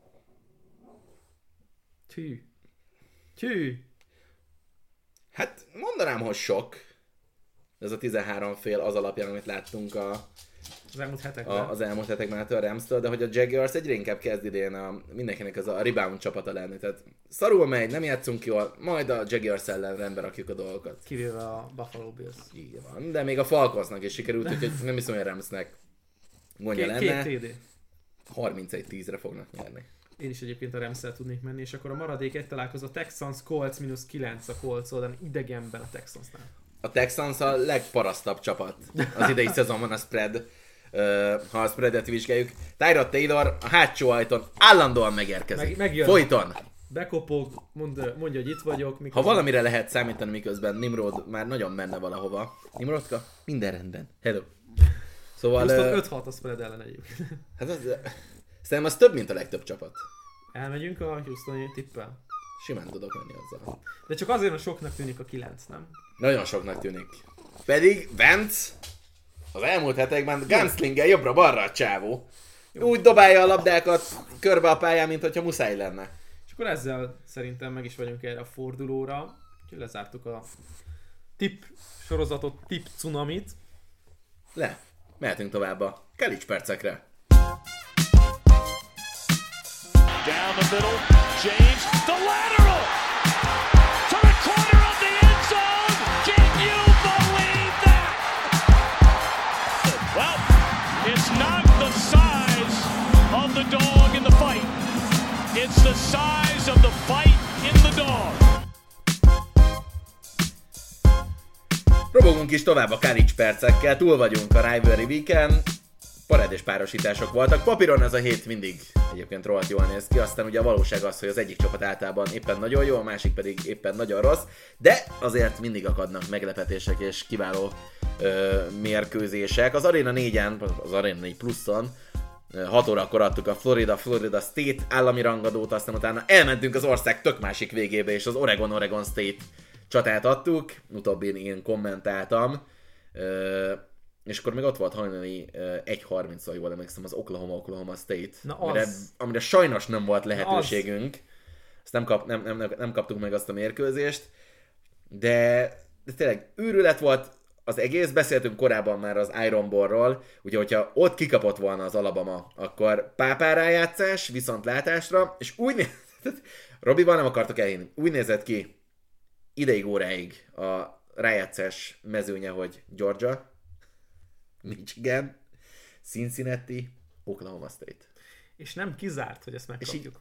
Tű. Tű. Hát mondanám, hogy sok. Ez a tizenhárom fél az alapján, amit láttunk a, az elmúlt hetekben. A, az elmúlt hetekben a Ramstől, de hogy a Jaguars egyre inkább kezd idén a, mindenkinek az a rebound csapata lenni. Tehát szarul megy, nem játszunk jól, majd a Jaguars ellen rendbe rakjuk a dolgokat. Kivéve a Buffalo Bills. Így van, de még a Falconsnak is sikerült, úgyhogy nem hiszem, hogy a Ramsnek gondja Két, lenne. két té dé. harmincegy tízre fognak nyerni. Én is egyébként a Ramszel tudnék menni, és akkor a maradék egy találkozó Texans Colts mínusz kilenc a Colts oldalán, idegenben a Texansnál. A Texans a legparasztabb csapat az idei szezonban a spread, uh, ha a spreadet vizsgáljuk. Tyrod Taylor a hátsó ajtón állandóan megérkezik. Meg, Folyton. Bekopog, mond, mondja, hogy itt vagyok. Mikor... Ha valamire lehet számítani, miközben Nimrod már nagyon menne valahova. Nimrodka? Minden rendben. Hello. Szóval... Uh, öt hat a spread ellen egyébként. Hát az... Szerintem az több, mint a legtöbb csapat. Elmegyünk a Houstoni tippel? Simán tudok menni azzal. De csak azért, mert soknak tűnik a kilenc, nem? Nagyon soknak tűnik. Pedig Vance az elmúlt hetekben gunslinggel jobbra-balra a csávó. Jó. Úgy dobálja a labdákat körbe a pályán, mint hogyha muszáj lenne. És akkor ezzel szerintem meg is vagyunk erre a fordulóra. Úgyhogy lezártuk a tipp sorozatot, tipp cunamit. Le. Mehetünk tovább a Kálics percekre. Down the middle, James, the lateral to the corner of the end zone. Can you believe that? Well, it's not the size of the dog in the fight. It's the size of the fight in the dog. Robogunk is tovább a Kálics percekkel, túl vagyunk a Rivalry Weekend. Parádés párosítások voltak. Papíron ez a hét mindig egyébként rohadt jól néz ki, aztán ugye a valóság az, hogy az egyik csapat általában éppen nagyon jó, a másik pedig éppen nagyon rossz, de azért mindig akadnak meglepetések és kiváló ö, mérkőzések. Az Arena négyen, az Arena négy pluszon hat órakor adtuk a Florida Florida State állami rangadót, aztán utána elmentünk az ország tök másik végébe, és az Oregon Oregon State csatát adtuk, utóbbin én kommentáltam. Ö, és akkor még ott volt hajnali uh, egy harminctól, jól emlékszem, az Oklahoma-Oklahoma State, Na amire, az. amire sajnos nem volt lehetőségünk. Azt nem, kap, nem, nem, nem kaptuk meg azt a mérkőzést, de, de tényleg őrület volt az egész. Beszéltünk korábban már az Iron Bowl-ról, ugye hogyha ott kikapott volna az Alabama, akkor pápá rájátszás, viszontlátásra, és úgy nézett, Robival nem akartok elhinni, úgy nézett ki ideig óráig a rájátszás mezőnye, hogy Georgia, Michigan, Cincinnati, Oklahoma State. És nem kizárt, hogy ezt megkapjuk.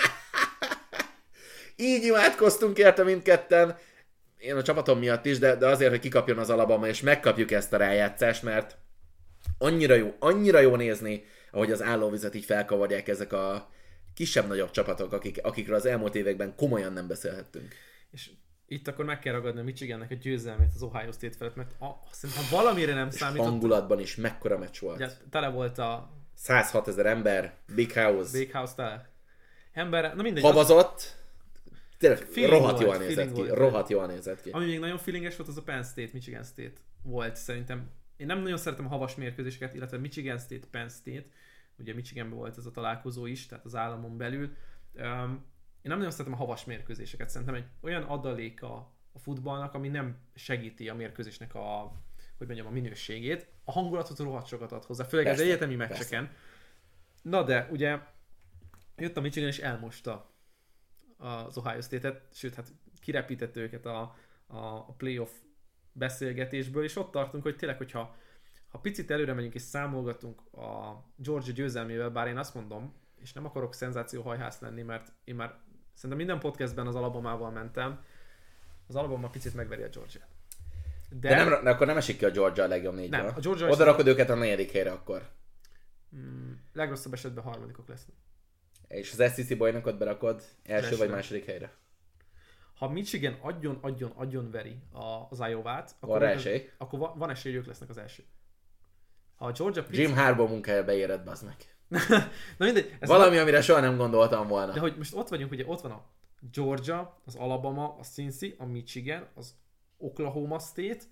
Így imádkoztunk érte mindketten, én a csapatom miatt is, de, de azért, hogy kikapjon az Alabama, és megkapjuk ezt a rájátszást, mert annyira jó, annyira jó nézni, ahogy az állóvizet így felkavarják ezek a kisebb-nagyobb csapatok, akik, akikről az elmúlt években komolyan nem beszélhettünk. És itt akkor meg kell ragadni a Michigannek a győzelmét az Ohio State felett, mert a, szerintem valamire nem És számított. hangulatban is mekkora meccs volt. Ugye, tele volt a százhat ezer ember, Big House, Big House tele. Ember, na mindegy. havazott, tényleg Feeling rohadt volt, jól nézett feeling ki, volt. rohadt jól nézett ki. Ami még nagyon feelinges volt, az a Penn State, Michigan State volt szerintem. Én nem nagyon szeretem a havas mérkőzéseket, illetve Michigan State, Penn State. Ugye Michiganben volt ez a találkozó is, tehát az államon belül. Um, én nem nagyon szeretem a havas mérkőzéseket. Szerintem egy olyan adalék a, a futballnak, ami nem segíti a mérkőzésnek a, hogy mondjam, a minőségét. A hangulatot rohadt sokat ad hozzá, főleg Persze, az egyetemi persze. meccseken. Na de, ugye jött a Michigan és elmosta az Ohio State-et, sőt, hát kirepített őket a, a, a playoff beszélgetésből, és ott tartunk, hogy tényleg, hogyha ha picit előre megyünk és számolgatunk a Georgia győzelmével, bár én azt mondom, és nem akarok szenzációhajhász lenni, mert én már szerintem minden podcastben az Alabamával mentem, az Alabama picit megveri a Georgia-t. De, de nem, akkor nem esik ki a Georgia a legjobb négyből. Nem, a Georgia Oda rakod őket a negyedik helyre akkor. Mm, legrosszabb esetben harmadikok lesznek. És az es í cé bajnokot berakod első Első. vagy második helyre. Ha Michigan adjon, adjon, adjon veri a- az Iowa-t, Van akkor, rá esély. akkor va- van esély, hogy ők lesznek az első. Ha a Georgia picit... Jim Harbaugh munkája beéred, bazd meg. Na mindegy. Ez Valami, amire soha nem gondoltam volna. De hogy most ott vagyunk, ugye ott van a Georgia, az Alabama, a Cincy, a Michigan, az Oklahoma State,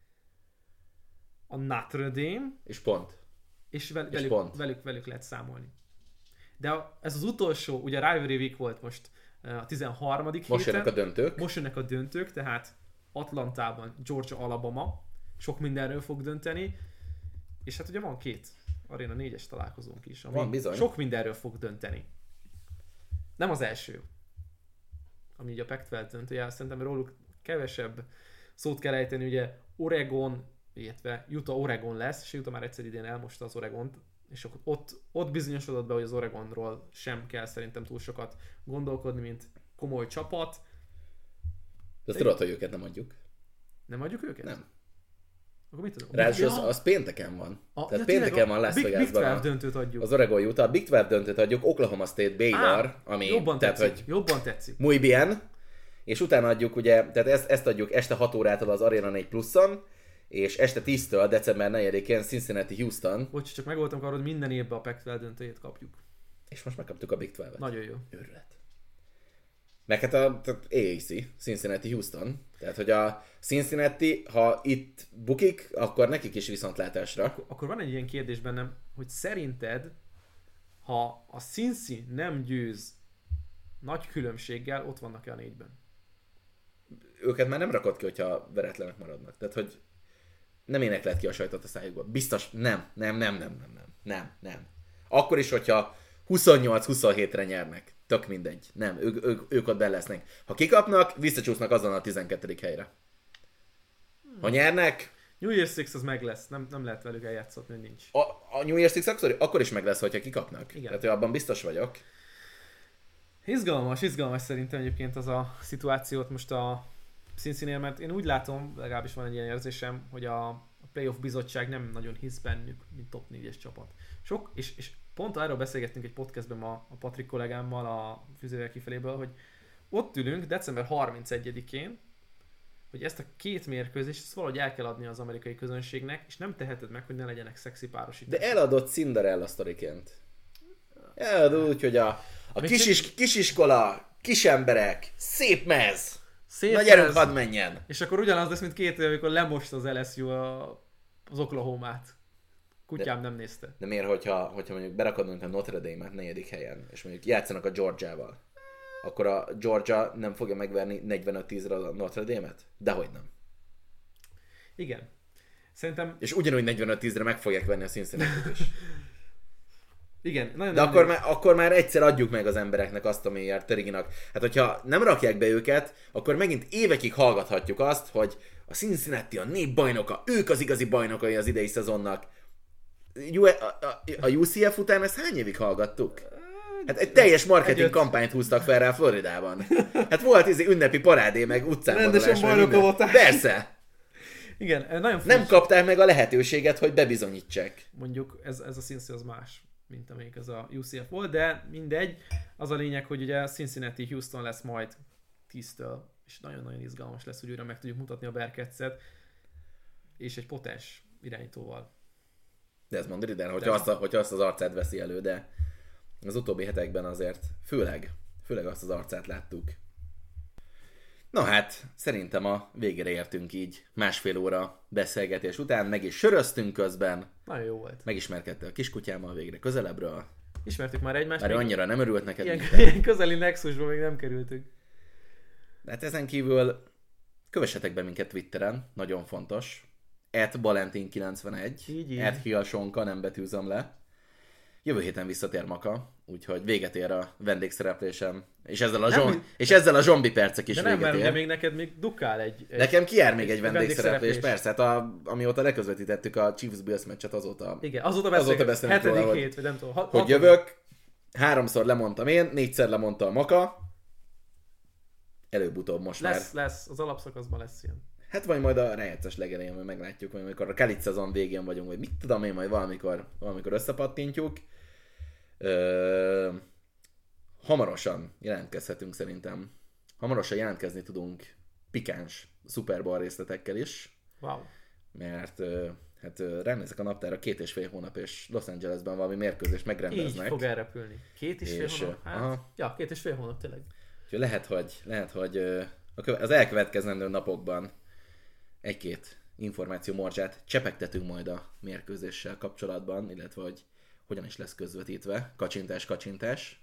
a Notre Dame, És pont. és, vel- És velük, pont. velük, velük lehet számolni. De a, ez az utolsó, ugye a Rivalry Week volt most eh, a tizenharmadik Most héten. jönnek a döntők. Most jönnek a döntők, tehát Atlantában Georgia, Alabama, sok mindenről fog dönteni, és hát ugye van két Arena négyes találkozónk is, ami Van, bizony. sok mindenről fog dönteni. Nem az első, ami ugye a Pac tizenkettő döntője, szerintem róluk kevesebb szót kell ejteni, ugye Oregon, illetve Utah-Oregon lesz, és Utah már egyszer idén elmosta az Oregont, és akkor ott, ott bizonyosodott be, hogy az Oregonról sem kell szerintem túl sokat gondolkodni, mint komoly csapat. De azt tudod, hogy őket nem adjuk. Nem adjuk őket? Nem. Akkor mit tudom? Ráadásul az, az pénteken van. A- Tehát ja, pénteken tényleg, van a Las Big, Big Vegasban tizenkettő a- döntőt adjuk. az Oregon Utah. A Big tizenkettő döntőt adjuk, Oklahoma State, Baylor, Á, ami jobban tehát, tetszik, hogy jobban tetszik. muy bien, és utána adjuk ugye, tehát ezt, ezt adjuk este hat órától az Arena négy pluszon, és este tíztől december negyedikén Cincinnati Houston, Bocs, csak megvoltam arra, hogy minden évben a Pac tizenkettő döntőjét kapjuk. és most megkaptuk a Big tizenkettőt. Nagyon jó. Őrület. Meg hát a tehát á á cé, Cincinnati Houston. Tehát, hogy a Cincinnati, ha itt bukik, akkor nekik is viszontlátásra. Akkor, akkor van egy ilyen kérdés bennem, hogy szerinted, ha a Cincy nem győz nagy különbséggel, ott vannak-e a négyben? Őket már nem rakod ki, hogyha veretlenek maradnak. Tehát, hogy nem énekled ki a sajtot a szájukból. Biztos, nem, nem, nem, nem, nem, nem, nem, nem. Akkor is, hogyha huszonnyolc huszonhétre nyernek. Tök mindegy. Nem, ők, ők, ők ott benne lesznek. Ha kikapnak, visszacsúsznak azon a tizenkettedik helyre. Ha nyernek, New Year's Six az meg lesz, nem, nem lehet velük eljátszatni, hogy nincs. a, a New Year's Six akkor, akkor is meg lesz, hogyha kikapnak. Igen. Tehát, hogy abban biztos vagyok. Izgalmas, izgalmas szerintem egyébként az a szituációt most a Cincy-nél, mert én úgy látom, legalábbis van egy ilyen érzésem, hogy a, a playoff bizottság nem nagyon hisz bennük, mint top négyes csapat. Sok, és, és pont arról beszélgettünk egy podcastben ma a Patrik kollégámmal a Fűzővel kifeléből, hogy ott ülünk december harmincegyedikén, hogy ezt a két mérkőzést ezt valahogy el kell adni az amerikai közönségnek, és nem teheted meg, hogy ne legyenek szexi párosítások. De eladott Cinderella sztoriként. Eladott úgy, hogy a, a Még kisis, kisiskola, kis emberek, szép mez, Szép nagy erőnk ez. hadd menjen. És akkor ugyanaz lesz, mint két év, amikor lemost az el es u a az Oklahomát. Kutyám de, nem nézte. De miért, hogyha, hogyha mondjuk berakadunk a Notre Dame-et negyedik helyen, és mondjuk játszanak a Georgiával, akkor a Georgia nem fogja megverni negyvenöt tízre a Notre Dame-et? Dehogy nem. Igen. Szerintem... És ugyanúgy negyvenöt tízre meg fogják venni a Cincinnati-t is. Igen. Nagyon De akkor már, akkor már egyszer adjuk meg az embereknek azt, amiért Teriginak. Hát hogyha nem rakják be őket, akkor megint évekig hallgathatjuk azt, hogy a Cincinnati a népbajnoka, ők az igazi bajnokai az idei szezonnak. A u cé ef után ezt hány évig hallgattuk? Hát egy teljes marketing egy kampányt húztak fel rá Floridában. Hát volt ez ünnepi parádé, meg utcán rendesen bajnoka voltál. Persze. Igen, nagyon fontos. Nem kapták meg a lehetőséget, hogy bebizonyítsák. Mondjuk ez, ez a Cincinnati az más, mint amelyik az a u cé ef volt, de mindegy. Az a lényeg, hogy ugye Cincinnati Houston lesz majd tíztől, és nagyon-nagyon izgalmas lesz, hogy újra meg tudjuk mutatni a Bearcatset, és egy potens irányítóval. De ez mondod ide, hogyha, azt, hogyha azt az arcát veszi elő, de az utóbbi hetekben azért főleg, főleg azt az arcát láttuk. Na hát, szerintem a végére értünk így másfél óra beszélgetés után, meg is söröztünk közben. Nagyon jó volt. Megismerkedte a kiskutyámmal végre közelebbről. Ismertük már egymást. Már annyira nem örült neked. Ilyen, ilyen közeli nexusban még nem kerültünk. De hát ezen kívül kövessetek be minket Twitteren, nagyon fontos. at balentin kilencvenegy, at hialsonka, nem betűzöm le. Jövő héten visszatér Maka, úgyhogy véget ér a vendégszereplésem, és ezzel a, zsom, és ezzel a zombi percek is de véget nem, ér. De még neked még dukál egy... egy Nekem kijár még egy, egy vendégszereplés, vendégszereplés. persze, hát a, amióta leközvetítettük a Chiefs-Bills meccset, azóta... Igen, azóta beszélünk, hetedik róla, hét, vagy nem tudom. Hat, hogy hat, jövök, háromszor lemondtam én, négyszer lemondta a Maka, előbb-utóbb most lesz, már... Lesz, az alapszakaszban lesz ilyen. Hát vagy majd a rájátszás legelején, majd meglátjuk, vagy amikor a Kalit szezon végén vagyunk, vagy mit tudom én, majd valamikor, valamikor összepattintjuk. Ö, hamarosan jelentkezhetünk szerintem. Hamarosan jelentkezni tudunk pikáns Super Bowl részletekkel is. Wow. Mert hát rám nézek a naptára, két és fél hónap, és Los Angelesben valami mérkőzést megrendeznek. Így fog elrepülni. Két és fél és, hónap? Hát, aha. Ja, két és fél hónap tényleg. Úgyhogy lehet, hogy, lehet, hogy az elkövetkezendő napokban egy-két információ morzsát csepegtetünk majd a mérkőzéssel kapcsolatban, illetve hogy hogyan is lesz közvetítve. Kacsintás, kacsintás.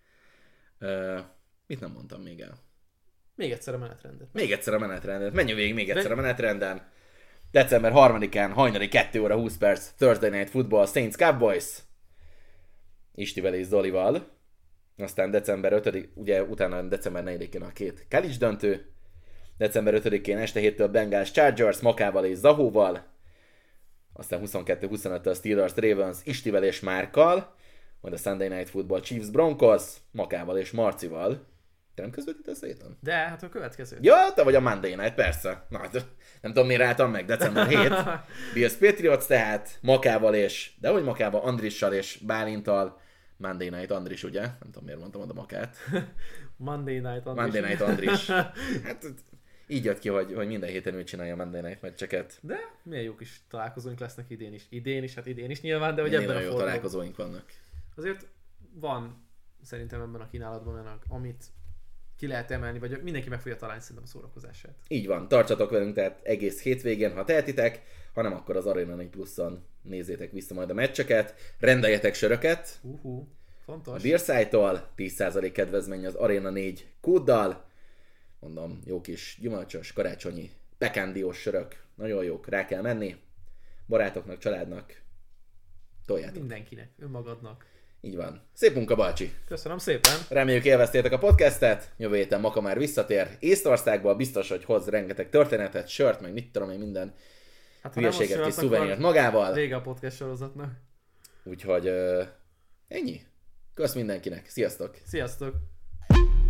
Uh, mit nem mondtam még el? Még egyszer a menetrendet. Még egyszer a menetrendet. Menjünk végig még egyszer a menetrenden. december harmadikán hajnali kettő óra húsz perc Thursday Night Football Saints Cowboys. Istivel és Zolival. Aztán december ötödikén, ugye utána december negyedikén a két college döntő. december ötödikén este héttől Bengals Chargers, Makával és Zahóval. Aztán huszonkettő huszonöttől Steelers Ravens Istivel és Márkkal. Majd a Sunday Night Football Chiefs Broncos, Makával és Marcival. Te nem közvetítesz héten? De, hát a következő. Ja, te vagy a Monday Night, persze. Na, nem tudom, mire álltam meg, december hetedike. Bills Patriots tehát, Makával és, de hogy Makával, Andrissal és Bálintal. Monday Night Andris, ugye? Nem tudom, miért mondtam oda Makát. Monday Night Andris. Monday Night Andris. Hát így jött ki, hogy, hogy minden héten ő csinálja a Monday Night meccseket. De milyen jó kis találkozóink lesznek idén is. Idén is, hát idén is nyilván, de hogy Minél ebben a jó formában. találkozóink vannak. Azért van szerintem ebben a kínálatban olyan, amit ki lehet emelni, vagy mindenki meg fogja találni szerintem a szórakozását. Így van, tartsatok velünk tehát egész hétvégén, ha tehetitek, ha nem, akkor az Arena négy pluszon nézzétek vissza majd a meccseket, rendeljetek söröket. Uh-huh. Fontos. A Beerside-tól tíz százalék kedvezmény az Arena négy kóddal. Mondom, jó kis gyümölcsös, karácsonyi, pekándiós sörök, nagyon jók, rá kell menni. Barátoknak, családnak, toljátok. Mindenkinek, önmagadnak. Így van. Szép munka, bácsi! Köszönöm szépen! Reméljük élveztétek a podcastet, jövő héten Maka már visszatér Észtországból, biztos, hogy hoz rengeteg történetet, sört, meg mit tudom én, minden hát, hülyeséget, kis szuvenírt magával. Vége a podcast sorozatnak. Úgyhogy uh, ennyi. Kösz mindenkinek, sziasztok! Sziasztok!